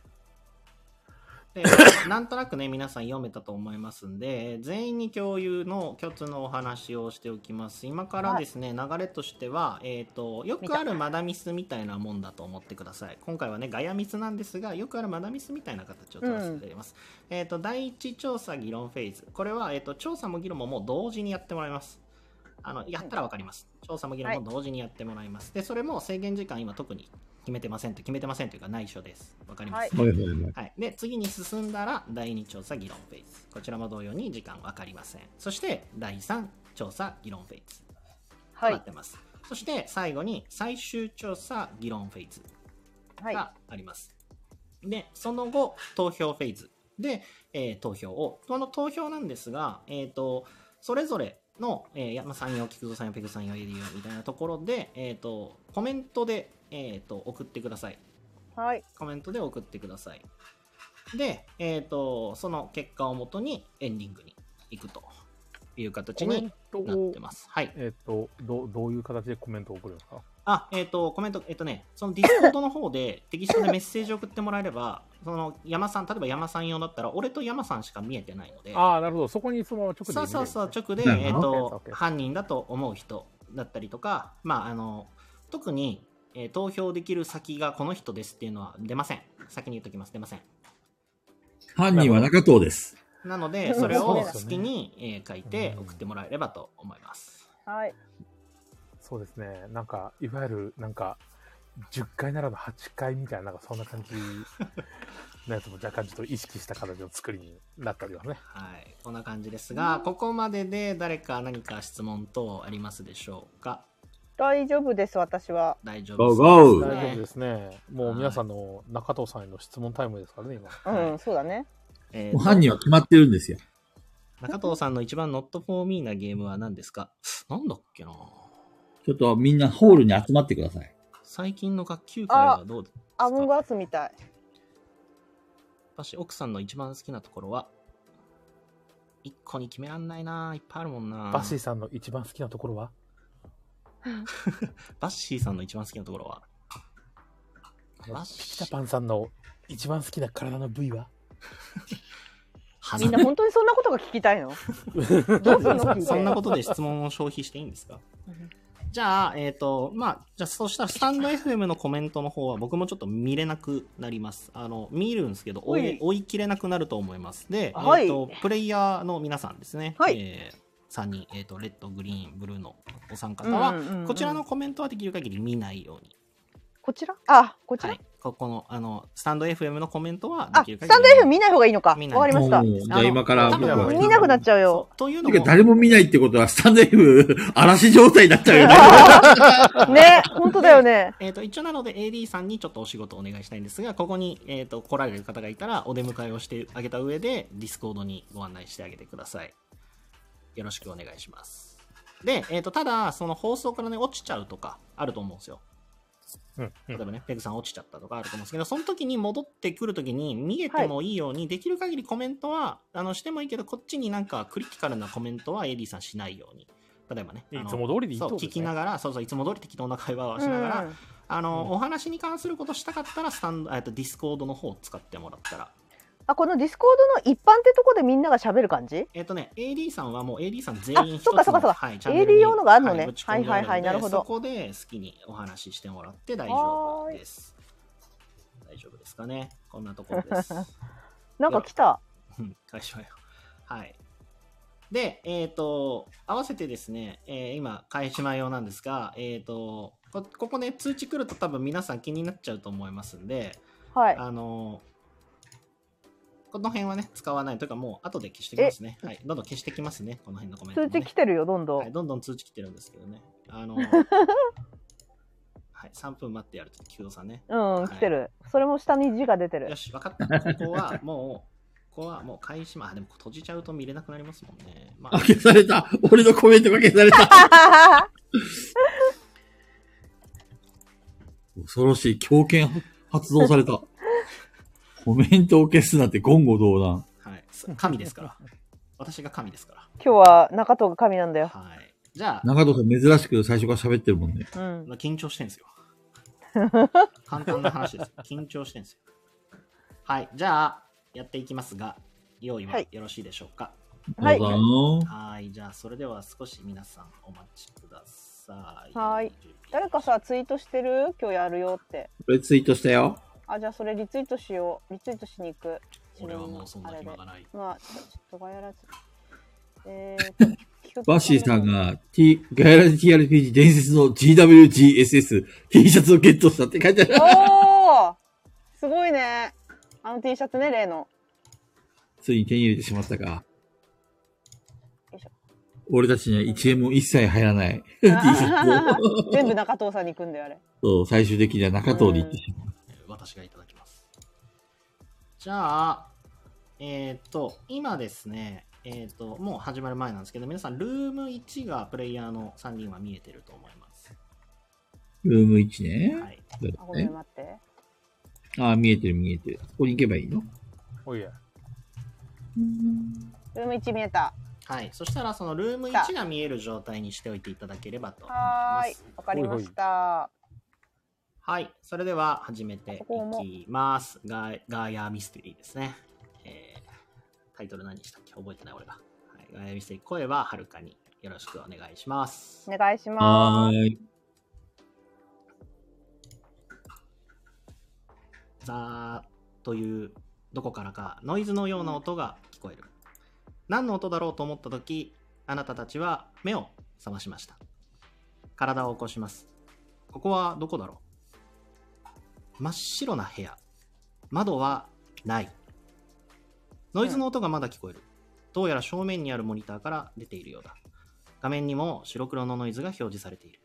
で、なんとなくね、皆さん読めたと思いますんで、全員に共有の共通のお話をしておきます。今からですね、はい、流れとしては、えっと、よくあるマダミスみたいなもんだと思ってください。今回はね、ガヤミスなんですが、よくあるマダミスみたいな形を取らせていただきます。うん、えっと、第一調査議論フェーズ。これは、えっと、調査も議論ももう同時にやってもらいます。あの、やったらわかります。調査も議論も同時にやってもらいます。はい、で、それも制限時間今特に決めてませんと、決めてませんというか内緒です。わかります、 はい、 はい。で、次に進んだら、だいに調査議論フェーズ。こちらも同様に時間わかりません。そして、だいさん調査議論フェーズ。となってます。はい、そして、最後に最終調査議論フェーズがあります。はい、で、その後、投票フェーズで、えー投票を、この投票なんですが、えっ、と、それぞれの、えー、山さん用、菊蔵さん用、ペグさん用、エディ用みたいなところで、えっ、と、コメントで、えっ、と、送ってください。 はい。 コメントで送ってください。で、えっ、と、その結果をもとにエンディングに行くという形コメンにトをなって、ます。はい。 えっ、とど、どういう形でコメントを送るんですか？ あ、えっ、と、コメント、えっ、とね、そのディスコードの方でテキストでメッセージを送ってもらえれば、その山さん、例えば山さん用だったら、俺と山さんしか見えてないので、 ああ、なるほど。そこにそのまま直で見れるんですね。 そうそうそう、直で、 なるほどえっ、 オッとケー、 犯人だと思う人だったりとか、まあ、あの、特に、えー投票できる先がこの人ですっていうのは出ません。先に言っときます。出ません。 犯人は中藤です。 なので、それを好そうですよねきに、えー書いて送ってもらえればと思います。 はい。 そうですね。なんか、いわゆる、なんか、じゅっかいならぬはちかいみたいな、なんかそんな感じのやつも若干ちょっと意識した形の作りになっておりますね。 はい。こんな感じですが、ここまでで誰か何か質問等ありますでしょうか？ 大丈夫です、私は。 大丈ゴー夫ゴーですね大丈夫ですね。もう皆さんの中藤さんへの質問タイムですからね、今。 うん、そうだね。 えーもう犯人は決まってるんですよ。 中藤さんの一番 not for me なゲームは何ですか？なんだっけな。 ちょっとみんなホールに集まってください。 最近の学級会はどうですか？ アモングアースみたい。 私、奥さんの一番好きなところは、一個に決めらんないな。いっぱいあるもんな。 バッシーさんの一番好きなところは？ バッシーさんの一番好きなところは、バッピシピタパンさんの一番好きな体の部位は？ 鼻みんな本当にそんなことが聞きたいの？どうすんの聞いてそんなことで質問を消費していいんですか？じゃあ、えっ、と、まあ、じゃあ、そしたら、スタンド エフエム のコメントの方は、僕もちょっと見れなくなります。あの、見るんですけど、追いはい追い切れなくなると思います。で、 はいえっ、と、プレイヤーの皆さんですね。 はいえーさんにん、えっ、と、レッド、グリーン、ブルーのお三方は、 うんうんうんうんこちらのコメントはできる限り見ないように。 こちらあ、こちら、 はい。ここの、あの、スタンド エフエム のコメントはあ、 できる限りスタンド エフエム 見ない方がいいのか。 見ないわかりました。 もうじゃあ今からあの見ない方がいい見なくなっちゃうよそ。うというのも、 てか誰も見ないってことは、スタンド F 嵐状態になっちゃうよね。 ね、本当だよね。 えっ、と、一応なので エーディー さんにちょっとお仕事をお願いしたいんですが、ここに、えっ、と、来られる方がいたら、お出迎えをしてあげた上で、ディスコードにご案内してあげてください。よろしくお願いします。で、えっ、と、ただ、その放送からね、落ちちゃうとか、あると思うんですよ。 うんうん例えばね、ペグさん落ちちゃったとかあると思うんですけど、その時に戻ってくる時に見えてもいいように、できる限りコメントは、あの、してもいいけど、こっちになんかクリティカルなコメントは エーディー さんしないように。例えばね、あのいつも通りでいいってそう、 ことですね聞きながら、そうそう、いつも通り適当な会話をしながら、 うんあの、 うんお話に関することしたかったら、スタンド、えっと、ディスコードの方を使ってもらったら。 あ、このディスコードの一般ってとこでみんなが喋る感じ？ えっとね、エーディー さんはもう エーディー さん全員一つあそっかそっかそっかはい、 エーディー 用のがあるのねぶち込んであるのではいはいはいなるほどそこで好きにお話ししてもらって大丈夫です。大丈夫ですかね。こんなところです。 なんか来た。 うん返しまよ。はい。で、えっ、と、合わせてですね、えー今、返しま用なんですが、えっ、とこ、ここね、通知来ると多分皆さん気になっちゃうと思いますんで、 はい。 あのこの辺はね、使わないというか、もう後で消してきますね。はい。どんどん消してきますね。この辺のコメントも、 通ね。 知来てるよ、どんどん。 はい。どんどん通知来てるんですけどね。あのはい。さんぷん待ってやると、菊野さんね。 うん、来てる。それも下に字が出てるよ。し、分かった。ここはもう、ここはもう開始、まあでも閉じちゃうと見れなくなりますもんね。まああ、、消された。俺のコメントが消された。恐ろしい強権発動された。コメントを消すなんて言語道断。 はい。神ですから。私が神ですか今日は中藤が神なんだら。 よ。 はい。じゃあ、 長藤さん珍しく最初から喋ってるもんね。 うん。 緊張してんすよ。簡単な話です。緊張してんすよ。はい。じゃあ、やっていきますが、用意ははいよろしいでしょうか。 はいどうぞはい。じゃあ、それでは少し皆さんお待ちください。 はい。誰かさ、ツイートしてる？今日やるよって。 これツイートしたよ。 あ、じゃあそれリツイートしよう。リツイートしに行く。 俺はもうそんな暇がない。 まあ、ちょちょっとガヤラジ。えーと、 バッシーさんが T、ガヤラジ ティーアールピージー 伝説の ジーダブリュージーエスエスT シャツをゲットしたって書いてある。 おーすごいね。あの T シャツね、例の。 ついに手に入れてしまったか。 よいしょ俺たちにはいちえんも一切入らない T シャツを。 全部中藤さんに行くんだよ、あれ。 そう、最終的には中藤で行ってしまう。 私がいただきます。じゃあ、 えっ、ー、と、今ですね、えっ、ー、と、もう始まる前なんですけど、皆さん、ルームいちがプレイヤーのさんにんは見えてると思います。 ルームいちね。 はい。 あ、ごめん、待って。 あ、見えてる見えてる。ここに行けばいいの？ おいや。 ルームいち見えた。 はい。そしたら、そのルームいちが見える状態にしておいていただければと思います。 はーい。わかりました。 はい。それでは始めていきます。ガー、ガーヤーミステリーですね。えー、タイトル何でしたっけ？覚えてない俺が。はい。ガーヤーミステリー、声ははるかによろしくお願いします。 お願いします。 はい。 ザーというどこからかノイズのような音が聞こえる。何の音だろうと思ったとき、あなたたちは目を覚ましました。体を起こします。ここはどこだろう？真っ白な部屋。窓はない。ノイズの音がまだ聞こえる。どうやら正面にあるモニターから出ているようだ。画面にも白黒のノイズが表示されている。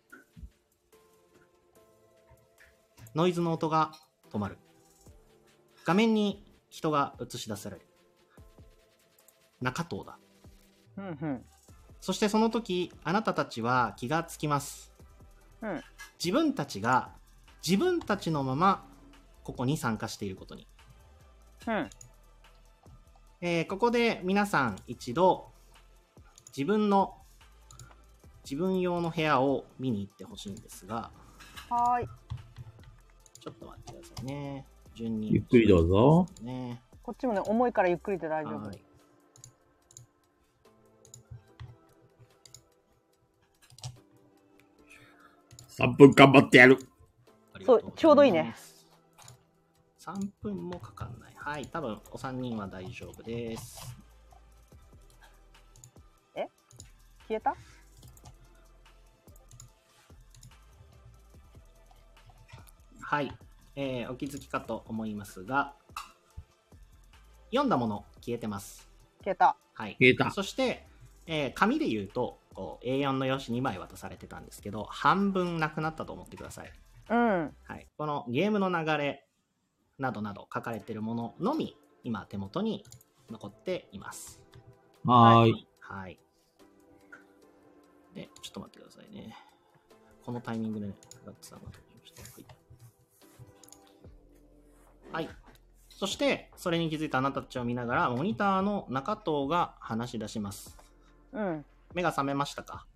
ノイズの音が止まる。画面に人が映し出される。中藤だ。 うんうん。 そしてその時、あなたたちは気がつきます。 うん。 自分たちが自分たちのままここに参加していることに。 うん。 えー、ここで皆さん一度自分の自分用の部屋を見に行ってほしいんですが。 はーい。 ちょっと待ってくださいね。順に。 ゆっくりどうぞ。 ね、こっちもね、重いからゆっくりで大丈夫。はい。 さんぷん頑張ってやる。 そう、ちょうどいいね。 さんぷんもかかんない。はい、多分おさんにんは大丈夫です。 え？消えた？ はい、えー、お気づきかと思いますが、読んだもの消えてます。 消えた。 はい。 消えた。 そして、えー、紙で言うとこう エーよん の用紙にまい渡されてたんですけど、半分なくなったと思ってください。 うん。 はい。このゲームの流れなどなど書かれているもののみ今手元に残っています。 はーい。 はい。で、ちょっと待ってくださいね。このタイミングで、ね、ガッツさんが登場した。はい。はい。そして、それに気づいたあなたたちを見ながら、モニターの中藤が話し出します。 うん。 目が覚めましたか？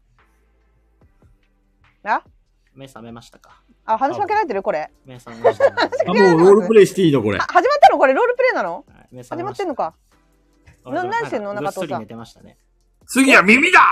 あ？ 目覚めましたか？ あ、話しかけられてるこれ。 目覚めましたか？ あ、もうロールプレイしていいのこれ。 始まったのこれロールプレイなの？ はい、 始まってんのか。な、何してんの中藤さん。ぐっすり寝てましたね。 次は耳だ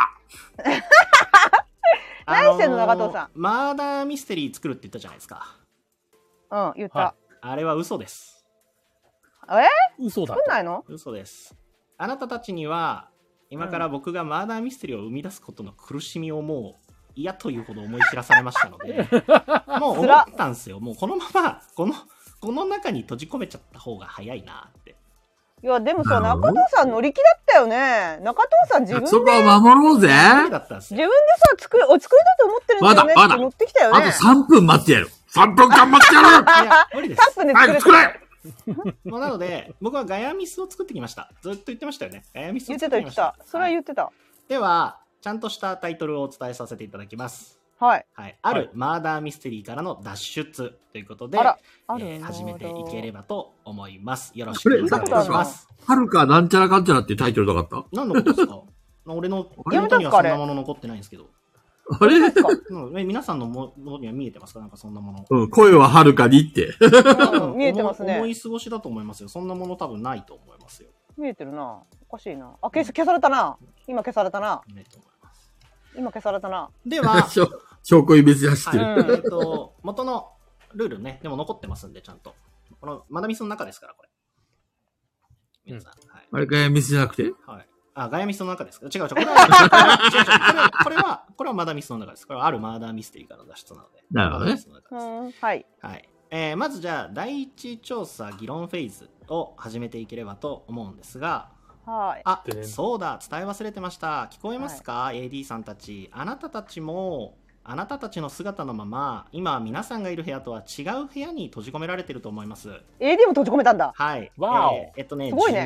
何してんの中藤さん。 マーダーミステリー作るって言ったじゃないですか。 うん、言った。 はい、あれは嘘です。 えー、 嘘だ。 作んないの？ 嘘です。あなたたちには今から僕がマーダーミステリーを生み出すことの苦しみをもう嫌というほど思い知らされましたのでもう思ったんですよ。もうこのままこのこの中に閉じ込めちゃった方が早いなって。 いやでもさ、中藤さん乗り気だったよね。中藤さん自分でそこは守ろうぜ。 自分でさ作るお作りだと思ってるんだよねって乗ってきたよね。 あとさんぷん待ってやる。さんぷん頑張ってやる。 いや無理です。 さんぷんで作る。 作れ。 もうなので僕はガヤミスを作ってきました。ずっと言ってましたよね。ガヤミスを作ってきました。言ってた言ってた。それは言ってた。はい、 ではちゃんとしたタイトルをお伝えさせていただきます。 はい。 はい、あるマーダーミステリーからの脱出ということで、 あらえー、始めていければと思います。よろしくお願いします。 はるかなんちゃらかんちゃらっていうタイトルなかった？ 何のことですか？俺の手元にはそんなもの残ってないんですけど。 あれ、 うん、え皆さんのものには見えてますか？なんかそんなもの。 うん、声ははるかにって。 うん、見えてますね。 思い過ごしだと思いますよ。そんなもの多分ないと思いますよ。 見えてるな。おかしいな。あ、消消されたな。今消されたな。 ないと思います。 今消されたな。 では、 証拠隠滅走ってる。 はい、えっと、元のルールね、でも残ってますんで、ちゃんと。このマダミスの中ですから、これ。皆さん。うん、はい、 あれ、ガヤミスじゃなくて？ はい。あ、ガヤミスの中ですか？違う違う。これは、これは、これはマダミスの中です。これはあるマーダーミステリーからの脱出なので。 なるほどね。 はい。 はい。えー、まずじゃあ、第一調査議論フェーズを始めていければと思うんですが、 はい。 あ、そうだ、伝え忘れてました。聞こえますか、はい、エーディー さんたち。あなたたちも、あなたたちの姿のまま、今皆さんがいる部屋とは違う部屋に閉じ込められていると思います。 エーディー も閉じ込めたんだ。 はい。 わお。 えー、えっとね、 すごいね。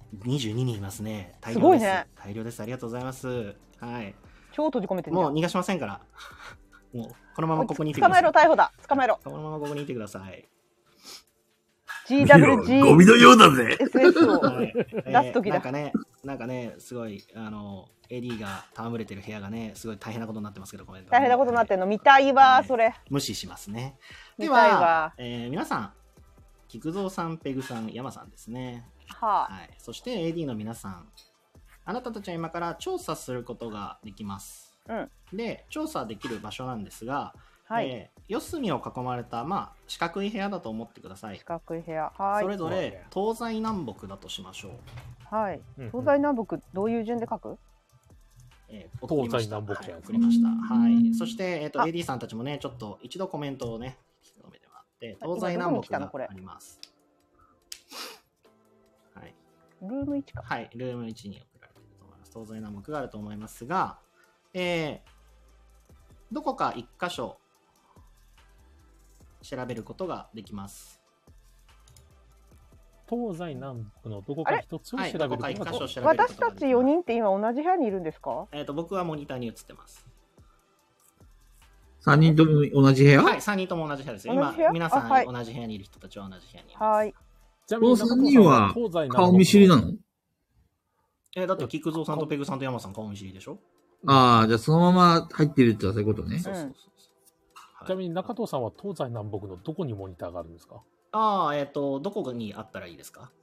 にじゅうににんいますね。大す量です。 ごいね。 大量です。ありがとうございます。はい。 超閉じ込めてるじゃん。 もう逃がしませんから。もう、このままここにいてく捕まえろ、 ださい。 逮捕だ。捕まえろ。 このままここにいてください。 ジーダブリュージー。 ゴミのようだぜ。 エスエス をはい出す時だ。 なんかね、なんかね、すごい、あの、エーディー が戯れてる部屋がね、すごい大変なことになってますけど、コメント、ね。 大変なことになってんの見たいわ、 はいそれ。 無視しますね。 見でたいわは、えー皆さん、菊蔵さん、ペグさん、山さんですね。 はあ。 はい。そして エーディー の皆さん、あなたたちは今から調査することができます。 うん。 で、調査できる場所なんですが、 はい。 えー四隅を囲まれた、まあ、四角い部屋だと思ってください四。角い部屋。はい。 それぞれ東西南北だとしましょう。 はい。 うんうん東西南北、どういう順で書く？ えー送りました東西南北じゃないですかはい送りました。はい。そして、えっ、と、 あエーディー さんたちもね、ちょっと一度コメントをね、引き止めてもらって、 あ東西今どこに南北が来たのこれあります。はい。 ルームいちか。 はい。ルームいちに送られていると思います。東西南北があると思いますが、えー、どこか一箇所、調べることができます。 東西南北のどこか一つを調はい。 べることどこか一が箇所調べることがで私きます。 たちよにんって今同じ部屋にいるんですか？ えっ、と、僕はモニターに映ってます。 さんにんとも同じ部屋、 はい。さんにんとも同じ部屋ですよ。今同じ部屋、 皆さん、 あはい同じ部屋にいる人たちは同じ部屋にいます。 はい。 ちなこのさんにんは顔見知りなの？ えーだって、菊蔵さんとペグさんと山さん顔見知りでしょ？ ああ、じゃあそのまま入ってるってのはそういうことね。 そうそうそうそう。 ちなみに中藤さんは東西南北のどこにモニターがあるんですか？ ああ、えっ、と、どこにあったらいいですか？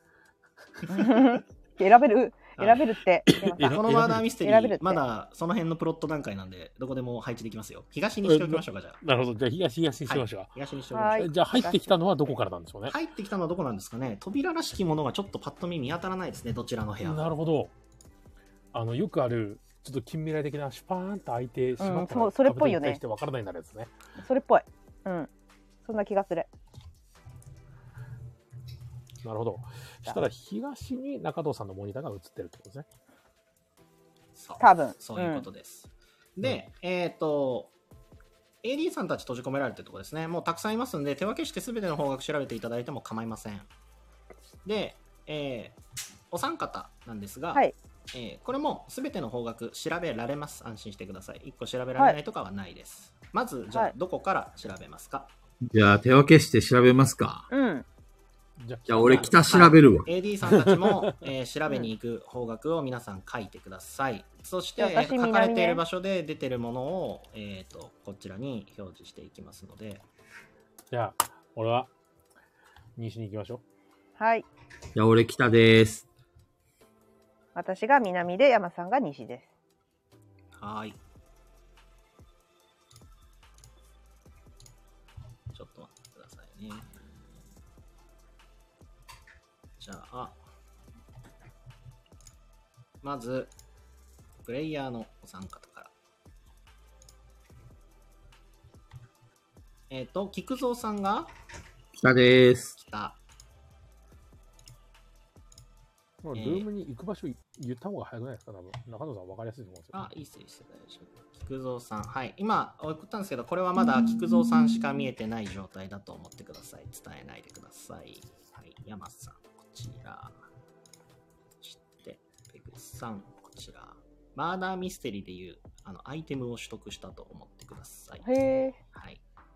選べる選べるって。 えこのマーダーミステリー、 選べるってまだその辺のプロット段階なんで、どこでも配置できますよ。東にしておきましょうか、じゃなるほど。じゃあ東、東にしあ。 ましょうか。 東にしておきましょう。 はいじゃあ入ってきたのはどこからなんでしょうね。 入ってきたのはどこなんですかね？扉らしきものがちょっとパッと見見当たらないですね、どちらの部屋も。 なるほど。あの、よくある、ちょっと近未来的なシュパーンと開いてしまったら、 うんそうそれっぽいよね壁に対してわからないなるやつね。 それっぽい。うん。そんな気がする。 なるほど。そしたら東に中藤さんのモニターが映ってるってことですね。 そう多分そういうことです。で、えっ、と、エーディー さんたち閉じ込められてるところですね。もうたくさんいますんで、手分けして全ての方角調べていただいても構いません。で、えーお三方なんですが、 はい。 えーこれも全ての方角調べられます。安心してください。いっこ調べられないとかはないです。まず、じゃあ、 はいどこから調べますか？ じゃあ手分けして調べますか。 うん。 じゃじゃあ俺北調べるわ。 エーディー さんたちも、えー調べに行く方角を皆さん書いてください。そして、 じゃあ私えー書かれてい南ねる場所で出てるものを、えー、とこちらに表示していきますので、 じゃあ、俺は西に行きましょはい。 じゃあ俺北です。 私が南で山さんが西です。 はーい。ちょっと待ってくださいね。じゃあ、まず、プレイヤーのお三方から。えっ、と、菊蔵さんが北です。 北。 う。もうルえーームに行く場所言った方が早くないですか？多分中藤さん分かりやすいと思うんですよ。 あ、いいっすよ、いいっすよ、大丈夫。菊蔵さん。はい。今、送ったんですけど、これはまだ菊蔵さんしか見えてない状態だと思ってください。伝えないでください。はい。山さん、こちら。そして、ペグさん、こちら。マーダーミステリーでいう、あの、アイテムを取得したと思ってください。 へえ。 はい。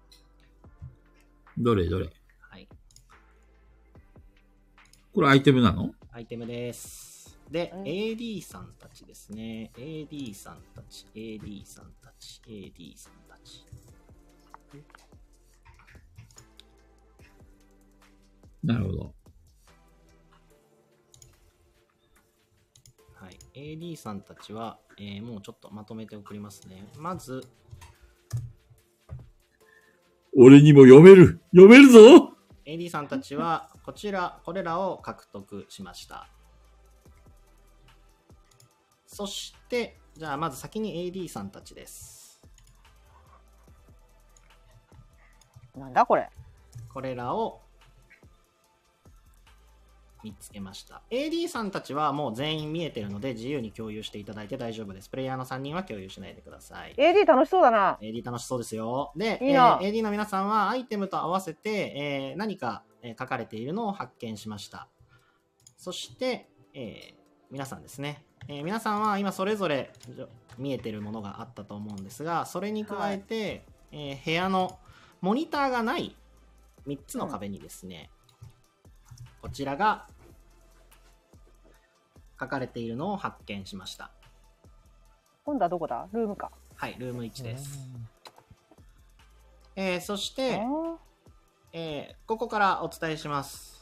どれどれはい。 これアイテムなの？ アイテムです。で、 うんエーディー さんたちですね。エーディー さんたち、エーディー さんたち、エーディー さんたち。 なるほど。 はい。エーディー さんたちは、えーもうちょっとまとめて送りますね。まず、 俺にも読める読めるぞ。 エーディー さんたちは、こちら、これらを獲得しました。そして、じゃあまず先に エーディー さんたちです。 なんだこれ。 これらを見つけました。エーディー さんたちはもう全員見えてるので自由に共有していただいて大丈夫です。プレイヤーのさんにんは共有しないでください。 エーディー 楽しそうだな。 エーディー 楽しそうですよ。で、 いいなえー エーディー の皆さんはアイテムと合わせて、えー何か、えー書かれているのを発見しました。そして、 えー、皆さんですね、えー、皆さんは今それぞれ見えてるものがあったと思うんですが、それに加えて、はい、えー、部屋のモニターがないみっつの壁にですね、うん、こちらが書かれているのを発見しました。 今度はどこだ？ルームか。 はい、ルームいちです。えー、そして、えー、ここからお伝えします。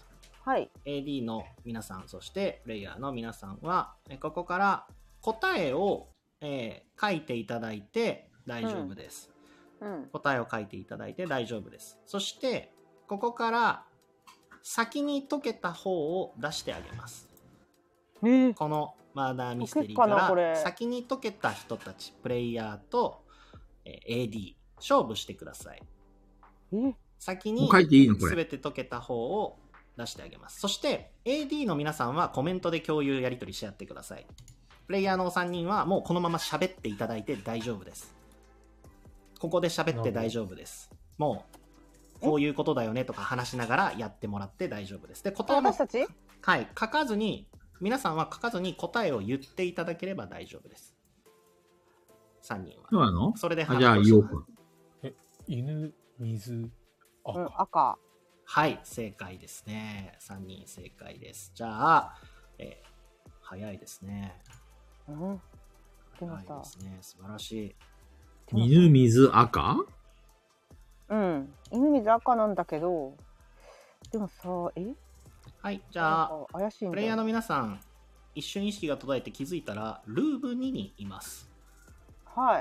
はい。 エーディー の皆さん、そしてプレイヤーの皆さんは、えー、ここから答えを、えー、書いていただいて大丈夫です、 うんうん。 答えを書いていただいて大丈夫です。そして、ここから先に解けた方を出してあげます。 えー、 このマーダーミステリーから先に解けた人たち、プレイヤーと エーディー 勝負してください。先に全て解けた方を出してあげます。そして エーディー の皆さんはコメントで共有やり取りし合ってください。プレイヤーのさんにんはもうこのまま喋っていただいて大丈夫です。ここで喋って大丈夫です。もうこういうことだよねとか話しながらやってもらって大丈夫です。で、答えも、 私たち？ はい、書かずに、皆さんは書かずに答えを言っていただければ大丈夫です。さんにんは。 そうなの？ それで話しじゃあ言おうか。 え、犬、水、赤。 うん、赤。 はい、正解ですね。さんにん正解です。じゃあ、えー、早いですね。 うん。 早いですね。素晴らしい。 犬、水、赤？ うん。犬、水、赤なんだけど、でもさ、え？ はい、じゃあ、 怪しいんだ。 プレイヤーの皆さん、一瞬意識が途絶えて気づいたら、ルームににいます。 はい。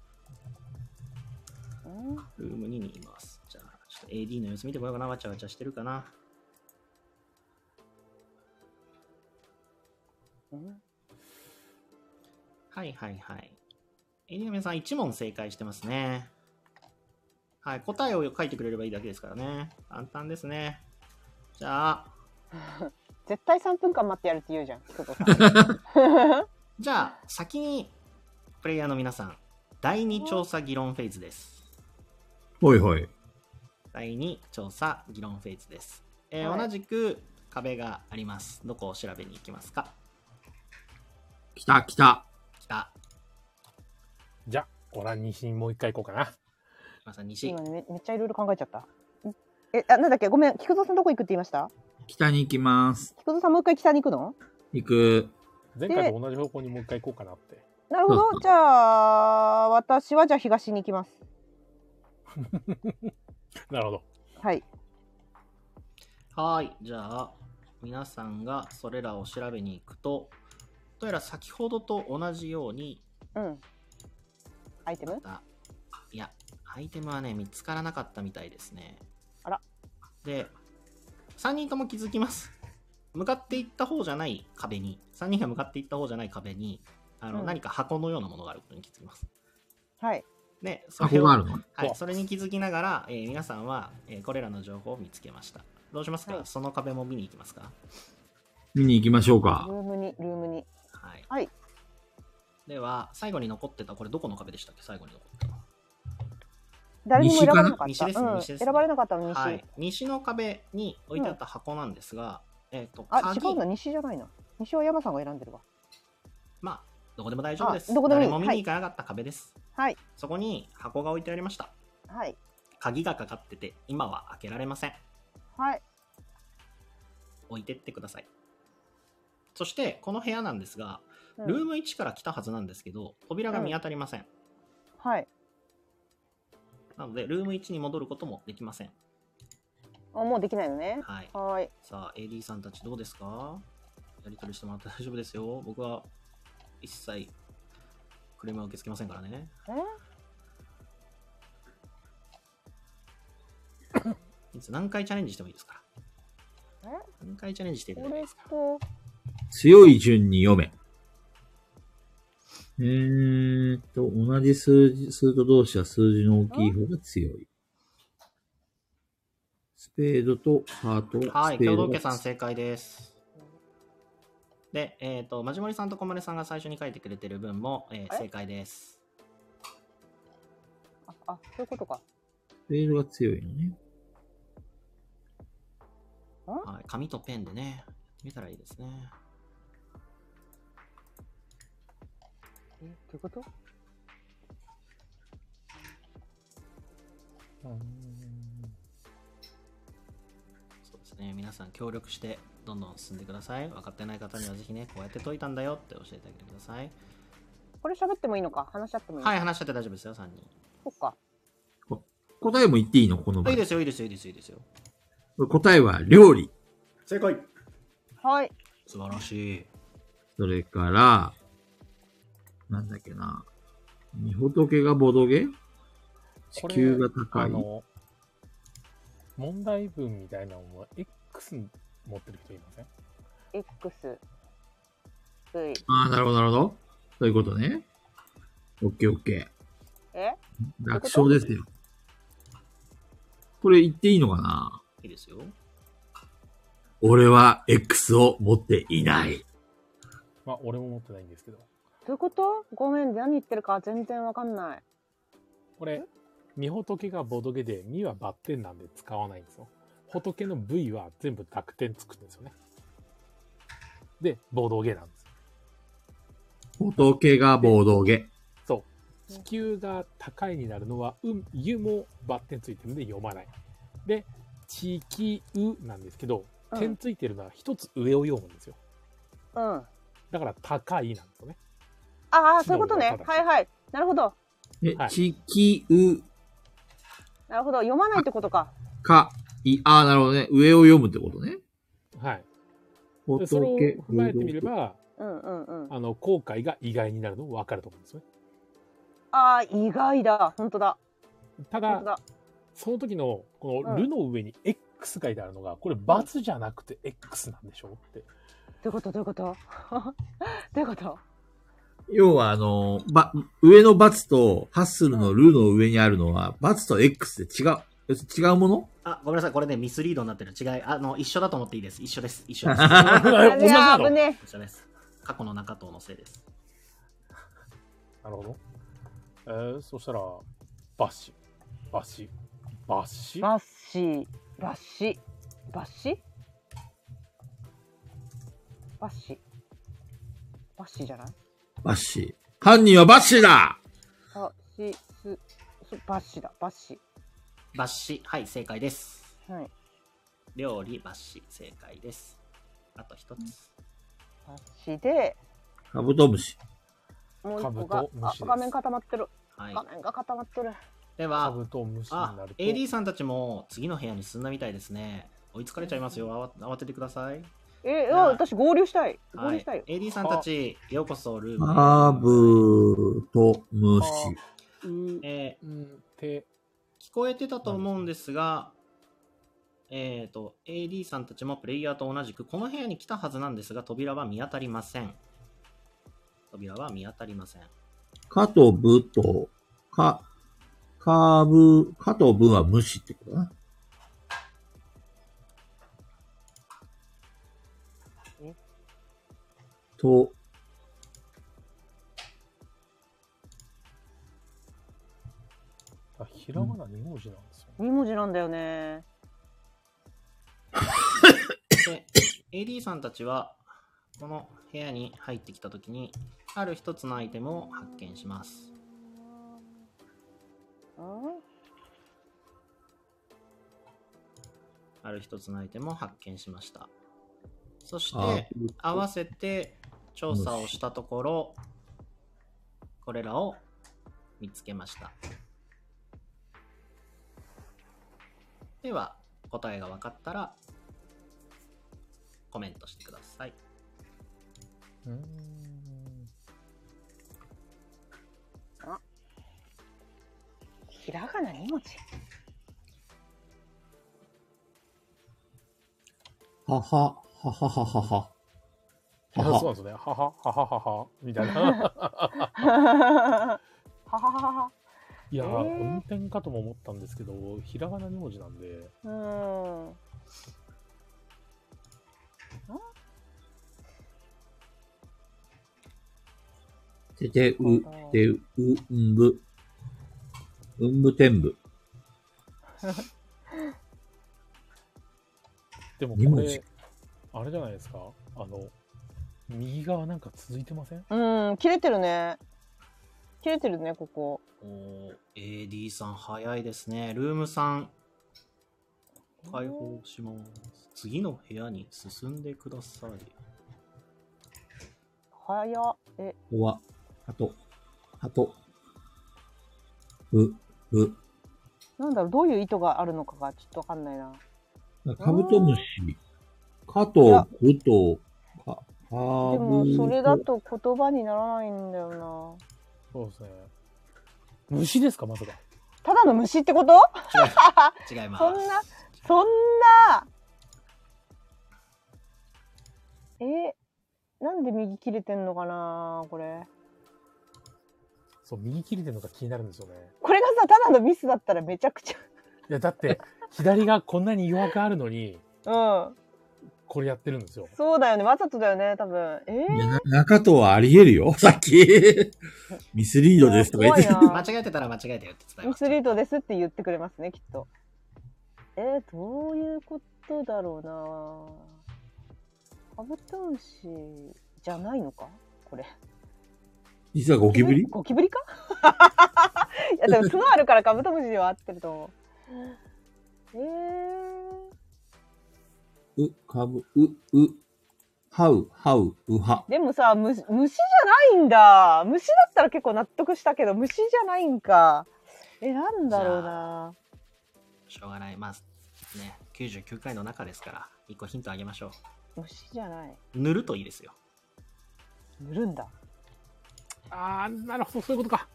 ルームににいます。じゃあ、ちょっと エーディー の様子見てこようかな。わちゃわちゃしてるかな。 うんはいはいはい。エーディー の皆さんいち問正解してますね。はい、答えを書いてくれればいいだけですからね。簡単ですね。じゃあ。 絶対さんぷんかん待ってやるって言うじゃん。 じゃあ、先に、プレイヤーの皆さん、だいに調査議論フェーズです。 ほいほい。 だいに調査議論フェーズです。えーはい、 同じく壁があります。どこを調べに行きますか？ 来た来た。 来た。 じゃあ、俺は西にもう一回行こうかな。 まさに西。 今 め, めっちゃいろいろ考えちゃった。え、あ、なんだっけ、ごめん、菊蔵さんどこ行くって言いました？ 北に行きます。 菊蔵さんもう一回北に行くの？ 行く。 前回と同じ方向にもう一回行こうかなって。 なるほど。じゃあ、私はじゃあ東に行きます。 なるほど。 はい。 はい。じゃあ、皆さんがそれらを調べに行くと、どうやら先ほどと同じように、 うん。アイテム？ いや、アイテムはね、見つからなかったみたいですね。 あら。 で、さんにんとも気づきます。向かっていった方じゃない壁に、さんにんが向かっていった方じゃない壁に、あの、うん、何か箱のようなものがあることに気づきます。 はい。 で、 それを、はい、 それに気づきながら、えー、皆さんは、えー、これらの情報を見つけました。どうしますか？はい、その壁も見に行きますか？ 見に行きましょうか。 ルームに、ルームに。 はい。 はい、 では、最後に残ってた、これどこの壁でしたっけ？最後に残ってたの。 誰にも選ばれなかった。 西ですね、西ですね。 選ばれなかったの西。 はい。西の壁に置いてあった箱なんですが、うん、えっ、ー、と、 あ、違うな、西じゃないな。西は山さんが選んでるわ。 まあ、どこでも大丈夫です。 どこでもいい。 誰も見に行かなかった壁です。 はい。 そこに箱が置いてありました。 はい。 鍵がかかってて、今は開けられません。 はい。 置いてってください。そして、この部屋なんですが、うん、ルームいちから来たはずなんですけど、扉が見当たりません。うん、 はい。 なので、ルームいちに戻ることもできません。 あ、もうできないのね。 はい。 はい。 さあ、エーディー さんたちどうですか？やり取りしてもらって大丈夫ですよ。僕は一切クレームは受け付けませんからね。え何回チャレンジしてもいいですから。え何回チャレンジしていただけますか？ 強い順に読め。えーっと、同じ数字、数と同士は数字の大きい方が強い。スペードとハート。 はい、共同家さん正解です。で、えっ、ー、と、まじもりさんとこまねさんが最初に書いてくれてる分も、えー、正解です。 あ、あ、そういうことか。 スペードが強いのね。 はい、紙とペンでね、見たらいいですね。 え、どういうこと？ うーん。 そうですね。皆さん協力してどんどん進んでください。分かってない方にはぜひね、こうやって解いたんだよって教えてあげてください。 これ喋ってもいいのか、話し合ってもいいのか。 はい、話しちゃって大丈夫ですよ、さんにん。 そっか。 答えも言っていいのこの場合。 いいですよ、いいですよ、いいですよ、いいですよ。 答えは料理。 正解。 はい。 素晴らしい。 それから、なんだっけな。みほとけがボドゲ地球が高い。 あの、問題文みたいなのを X 持ってる人いません？ X、V。 ああ、なるほど、なるほど。そういうことね。オッケーオッケー。 え？ 楽勝ですよ。これ言っていいのかな？ いいですよ。 俺は X を持っていない。 まあ、俺も持ってないんですけど。 どういうこと？ごめん、何言ってるか全然わかんない。 これ、みほとけがボドゲで、みはバッテンなんで使わないんですよ。仏の V は全部濁点つくんですよね。で、ボドゲなんです。 仏がボドゲ。 そう。地球が高いになるのは、うん、ゆもバッテンついてるんで読まない。で、地球なんですけど、 うん点ついてるのは一つ上を読むんですよ。 うん。 だから高いなんですよね。 ああ、そういうことね。はいはい。なるほど。 え、 はい地球なるほど。読まないってことか。 か、い、ああ、なるほどね。上を読むってことね。 はい。 仏でそれを踏まえてみれば、 うんうんうん。 あの、後悔が意外になるのも分かると思うんですよね。 ああ、意外だ。本当だ。 ただ、 本当だ。 その時の、この、 うんるの上に X 書いてあるのが、これ、×じゃなくて X なんでしょうって。 どういうことどういうことどういうこと要は、あの、ば、上の×と、ハッスルのルの上にあるのは、×と X で違う、要するに違うもの？ あ、ごめんなさい。これね、ミスリードになってる。違い。あの、一緒だと思っていいです。一緒です。一緒です。 いや、 同じなの危ね一緒です。過去の中藤のせいです。 なるほど。えー、そしたら、バッシ、バッシ、バッシえ。バッシ、バッシ、バッシバッシ。バッシじゃない？ バッシー。犯人はバッシーだ！ バッシ、ス、スバッシだ。バッシ。 バッシ。はい、正解です。 はい。 料理、バッシ。正解です。あと一つ。 バッシで、 カブトムシ。 もう一カブ個がト、ムシですあ画面固まってる。 はい画。面が固まってる。 でカは、 ブトムシにあなる、と。 エーディー さんたちも次の部屋に進んだみたいですね。追いつかれちゃいますよ。慌慌ててください。 えー、 ああ私合流したい。合はい流したいよ。。 エーディー さんたち、ようこそルームへ。 カブトムシ。 う、 えん、て、 ー聞こえてたと思うんですが、えっ、と、エーディー さんたちもプレイヤーと同じくこの部屋に来たはずなんですが、扉は見当たりません。扉は見当たりません。 カとブと、か、カブ、カとブは虫ってことだな。 えと、 あ、ひらがなに文字なんですよ。 に文字なんだよね。 で、エーディー さんたちは、この部屋に入ってきたときに、ある一つのアイテムを発見します。 うんある一つのアイテムを発見しました。そしあて、合わせて調査をしたところ、これらを見つけました。では、答えが分かったら、コメントしてください。 うーん。 ひらがなに文字。 はは、ははははは。 あははそうなんですね。はは、はははは、みたいな。 はははは。 いやー、 えー運転かとも思ったんですけど、ひらがなに文字なんで、 うーん。 ててう、てう、うんぶ。うんぶてんぶ。 でもに文字これ、あれじゃないですか。あの、右側なんか続いてません？ うん、切れてるね。 切れてるね、ここ。 おー エーディー さん早いですね。ルームさん開放します。次の部屋に進んでください。 早っ。え、 ここは、ハト、ハト、う、う、 なんだろう、どういう意図があるのかがちょっとわかんないな。 カブトムシ、カとブと、か、カでも、それだと言葉にならないんだよな。 そうですね。虫ですか、まさか。 ただの虫ってこと？ 違います。 そんな、そんな、え、なんで右切れてんのかなこれ。 そう、右切れてるのが気になるんですよね。 これがさ、ただのミスだったらめちゃくちいや、だって、左がこんなに余白あるのに、 ゃ、うん。 これやってるんですよ。 そうだよね。わざとだよね、多分。えー、 いや、な中藤はあり得るよ、さっき。ミスリードですとか言って。 怖いな間違えてたら間違えてよって伝えます。 ミスリードですって言ってくれますね、きっと。えー、どういうことだろうな。カブトムシじゃないのかこれ。 実はゴキブリゴキブリかいや、でも角あるからカブトムシは合ってると思う。えー。 う、かぶ、う、う、はう、はう、うは。 でもさ、虫、虫じゃないんだ。虫だったら結構納得したけど、虫じゃないんか。え、なんだろうな。 しょうがない。まあ、ね、きゅうじゅうきゅうかいの中ですから、一個ヒントあげましょ虫じゃない。 う。塗るといいですよ。 塗るんだ。 あー、なるほど、そういうことか。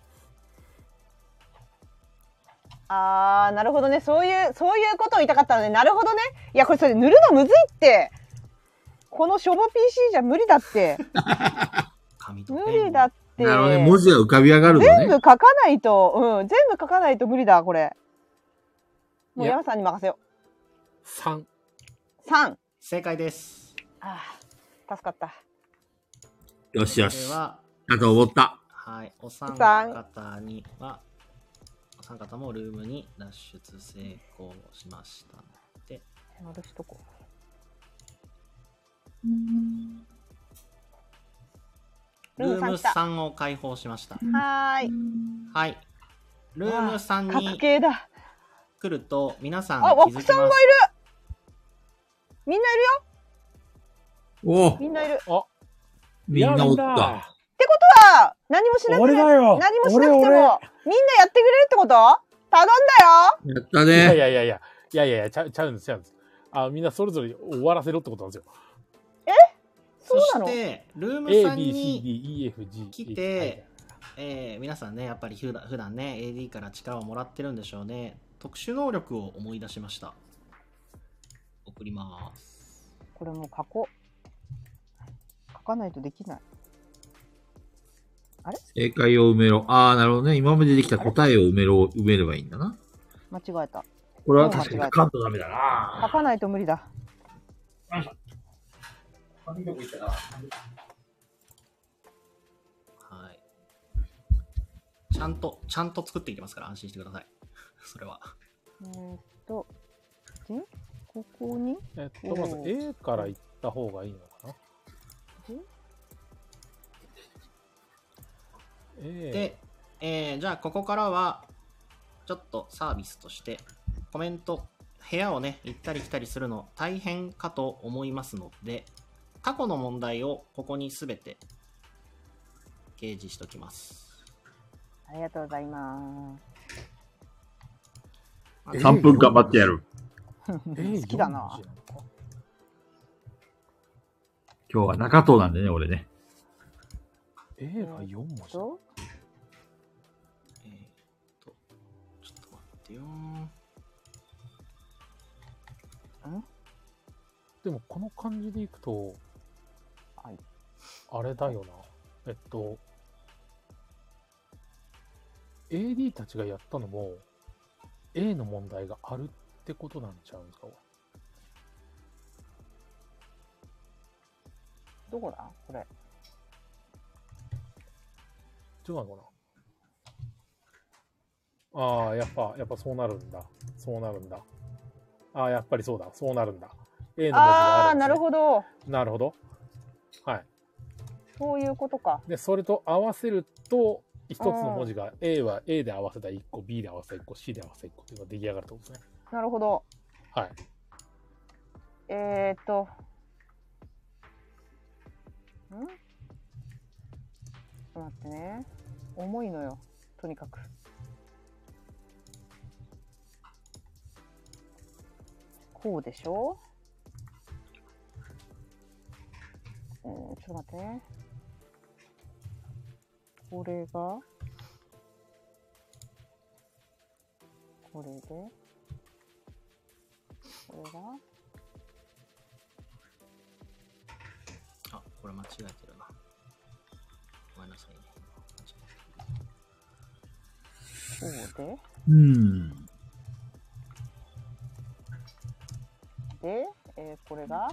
あー、なるほどね。そういう、そういうことを言いたかったのね。なるほどね。いや、これそれ塗るのむずいって。このしょぼ ピーシー じゃ無理だって。 紙とペン無理だって。 なるほどね。文字が浮かび上がるのね。 全部書かないと、うん、全部書かないと無理だ、これ。もういや山さんに任せよさん。 う。さん。 正解です。 あー、助かった。 よしよし。 では、 だと思った。 はい、お三方には、お三方もルームに脱出成功しましたので、 戻しとこう。 ルームルームさん来た。 さんを開放しました。 はーい。 はい。ルームさん角に形だ。 来ると、皆さんあ、 気づきます。 枠さんがいる。みんないるよ。 おお、 みんないる。ってあ、 みんなおった。 ことは、何もしなくて、 俺だよ何もしなくても、みん俺俺なやってくれるってこと頼んだよ。 やったいやいね。 やいやいや、いやいやいや、ちゃう、ちゃうんです、ちゃうんです。あ、みんなそれぞれ終わらせろってことなんですよ。 そうそなの？ して、ルーム A, さん B, C, に D, E, F, G. 来て、えー皆さんね、やっぱり普段普段ね、エーディー から力をもらってるんでしょうね。特殊能力を思い出しました。送ります。 これもう書こう。書かないとできない。あれ？ 正解を埋めろ。ああ、なるほどね。今までできた答えを埋めろ、埋めればいいんだな。 間違えた。 これは確かに書かんとダメだ書な。 かないと無理だ。 紙どこ行ったな。 はい。ちゃんと、ちゃんと作っていきますから安心してください。それは。 えーっと、で、ここにえっと、まず A から行った方がいいのかな。A、 で、えーじゃあここからは、ちょっとサービスとして、コメント、部屋をね、行ったり来たりするの大変かと思いますので、過去の問題をここにすべて掲示しておきます。 ありがとうございまさんぷん頑張ってやる。 す。 A 好きだな。 今日は中藤なんでね、俺ね。 A がよん文字。 とえーっと、ちょっと待ってよー。 でもこの感じでいくと、 はい、 あれだよな。えっと、エーディー たちがやったのも A の問題があるってことなんちゃうんですか？ どこだこれ。 違うのかな。ああ、やっぱ、やっぱそうなるんだ。そうなるんだ。ああ、やっぱりそうだ。そうなるんだ。A の文字がああー、 あるんですね、 なるほど。 なるほど。はい。 そういうことか。 で、それと合わせると、 一つの文字が A は A で合わせたらいっこ、B で合わせたらいっこ、C で合わせたらいっこっていうのが出来上がるってことですね。 なるほど。 はい。 えーっと。んちょっと待ってね。重いのよ。とにかく。こうでしょ。うん、ちょっと待ってね。これが、これで、これが、 あ、これ間違えてるな。ごめんなさいね。 こうで、 うん。 で、えー、これが、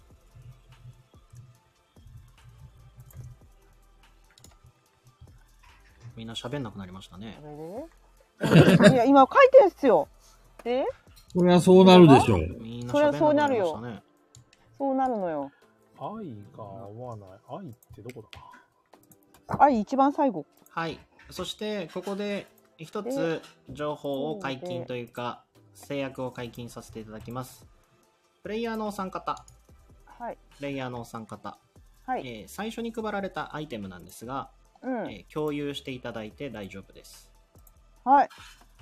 みんな喋んなくなりましたね。 これで、いや、今書いてるんですよ。で、 これはそうなるでしょう。 みんなそれはそうなるよ喋んくなりましたね。 そうなるのよ。 愛が合わない。愛ってどこだあ、一番最後。 はい。そして、ここで一つ情報を解禁というか、制約を解禁させていただきます。プレイヤーのお三方、 はい。 プレイヤーのお三方、 はい。 えー最初に配られたアイテムなんですが、 うん。 えー共有していただいて大丈夫です。 はい。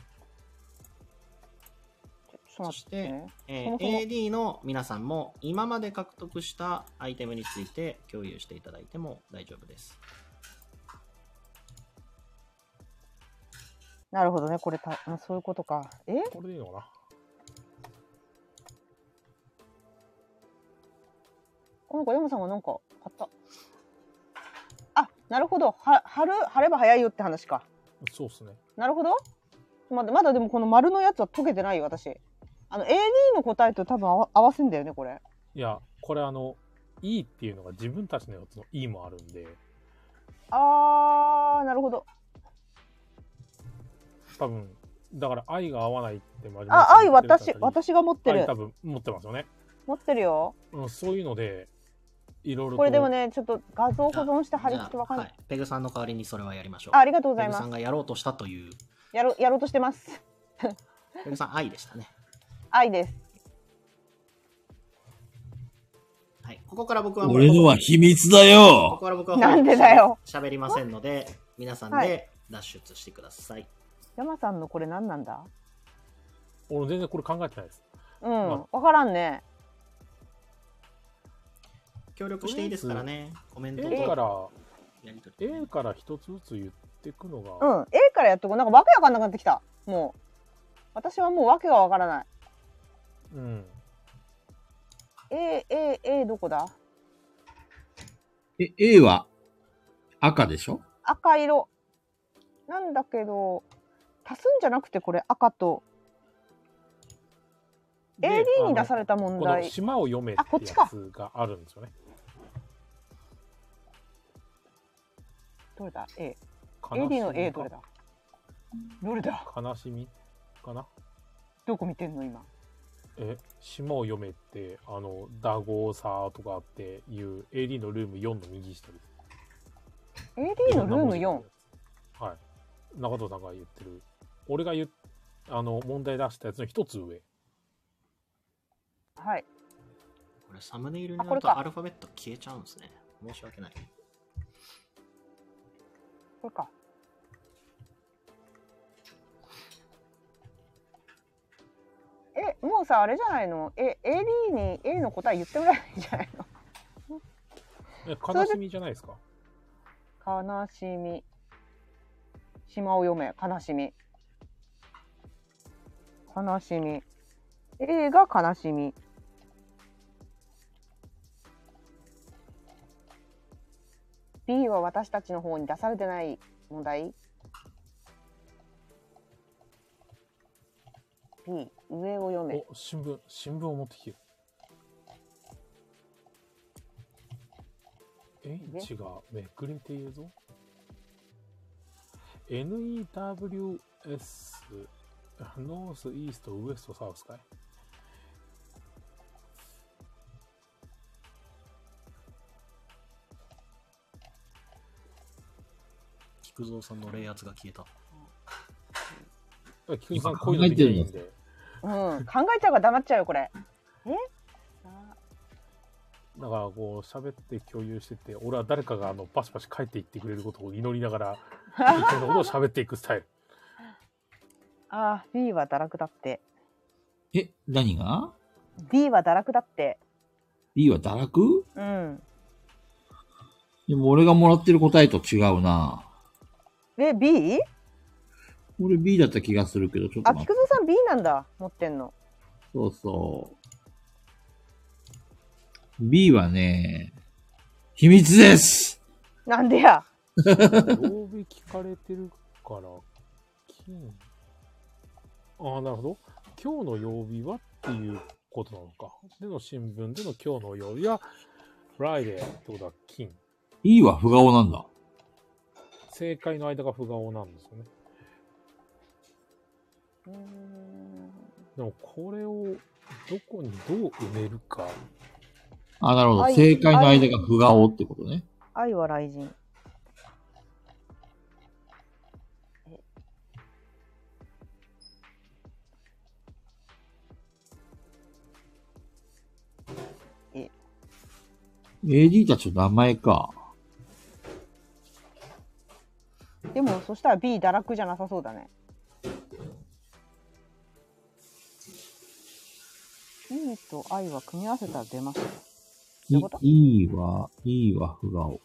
ちょっとそ待ってしてね。、 えーそもそもエーディー の皆さんも今まで獲得したアイテムについて共有していただいても大丈夫です。 なるほどね。これた、あ、そういうことか。えこれでいいのかな。 なんか山さんがなんか買った。あ、なるほど。は、貼る、貼れば早いよって話か。 そうっすね。 なるほど。まだ、まだでもこの丸のやつは解けてないよ、私。あの、エーディー の答えと多分合わ合わせんだよね、これ。 いや、これあの、E っていうのが自分たちのやつの E もあるんで、 あー、なるほど。 多分、だから愛が合わないってマジあ、愛、私、 愛私が持ってる多。分持ってますよね。 持ってるよ。 うん、そういうので、いろいろと。 これでもね、ちょっと画像保存して貼りじゃあ付けわかんない。 はい、ペグさんの代わりにそれはやりましょう。 あ、ありがとうございペグさんます。 がやろうとしたという、 やろ、やろうとしてます。 ペグさん愛でしたね。 愛です。 はい、ここから僕は俺のは秘密だこよこ。から僕はなんでだよ。 喋りませんので、皆さんはいで脱出してください。 山さんのこれ何なんだ。 俺全然これ考えてないです。 うん、 まわからんね。 協力していいですからね。コメント A かとら、 やり取り。 A から一つずつ言っていくのうが、 ん、A からやっとこう。なんかわけわかんなくなってきた。もう。私はもうわけがわからない。 うん。 A、A、A どこだ。 え、A は赤でしょ？ 赤色。なんだけど、足すんじゃなくてこれ赤と。 でエーディー に出されれた問この題。 島を読めってあこっちかやつがあるんですよね。 どれだ ?A。エ悲しみーディー の A どれだ。どれだ。 悲しみかな。 どこ見てんの今。 え、島を読めって、あの、ダゴーサーとかあっていう エーディー のルームよんの右下です。 エーディー のルームよん。 はい。中藤さんが言ってる。俺が言っあの、問題出したやつの一つ上。 はい。 これサムネイルになるとあこれかアルファベット消えちゃうんですね。申し訳ない。 これか。え、もうさ、あれじゃないの。え、エーディー に A の答え言ってもらえないんじゃないの。 え、悲しみじゃないですか。 悲しみ。島を読め。悲しみ。悲しみ。A が悲しみ。B は私たちの方に出されてない問題。B、上を読め。 お、新聞、新聞を持ってきてる。H がめくれているぞ。エヌイーダブリューエス、ノース、イースト、ウエスト、サウスかい。 聞菊蔵さんの冷圧が消えた。 菊蔵さんこういうのできないんで。 うん、考えちゃうから黙っちゃうよこれ。え？ だからこう喋って共有してて、俺は誰かがあのパシパシ帰っていってくれることを祈りながら一定のことを喋っていくスタイル。 ああ、B は堕落だって。 え、何が？ B は堕落だって。 B は堕落？ うん。 でも俺がもらってる答えと違うな。 え、B？ 俺 B だった気がするけど、ちょっとあ、 待って。 菊蔵さん B なんだ、持ってんの。 そうそう。B はね、秘密です。 なんでや。 曜日聞かれてるから、金。ああ、なるほど。今日の曜日はっていうことなのか。での新聞での今日の曜日は、フライデーってことは金。 E は不顔なんだ。 正解の間が不顔なんですよね。 うーん。 でもこれをどこにどう埋めるか。 あ、なるほど。正解の間が不顔ってことね。 愛は雷神。え。 エーディー たちの名前か。 でも、そしたら B 堕落じゃなさそうだね。E と I は組み合わせたら出ますよ。どういうこと？ E は、E は不顔。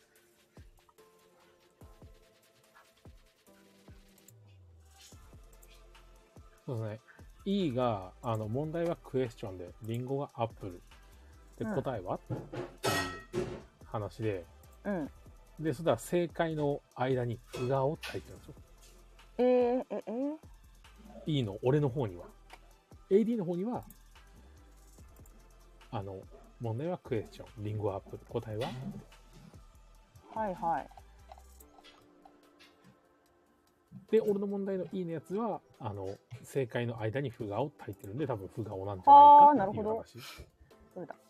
そうですね。E が、あの、問題はクエスチョンで、リンゴがアップル。で、 うん答えはっていう話で、 うん。 で、そしたら正解の間に不顔って入ってるんですよ。 えー、え、えー、 E の俺の方には。エーディー の方には、あの、問題はクエスチョン、リンゴアップル、答えははいはい。 で、俺の問題の E のやつは、あの、正解の間に不顔って入ってるんで、多分不顔なんじゃないかっていう話。 どれだ？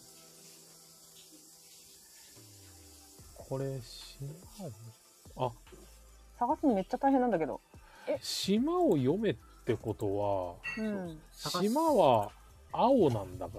これ、島を、あ、 探すのめっちゃ大変なんだけど。 島を読めってことは、 うん。 島は青なんだから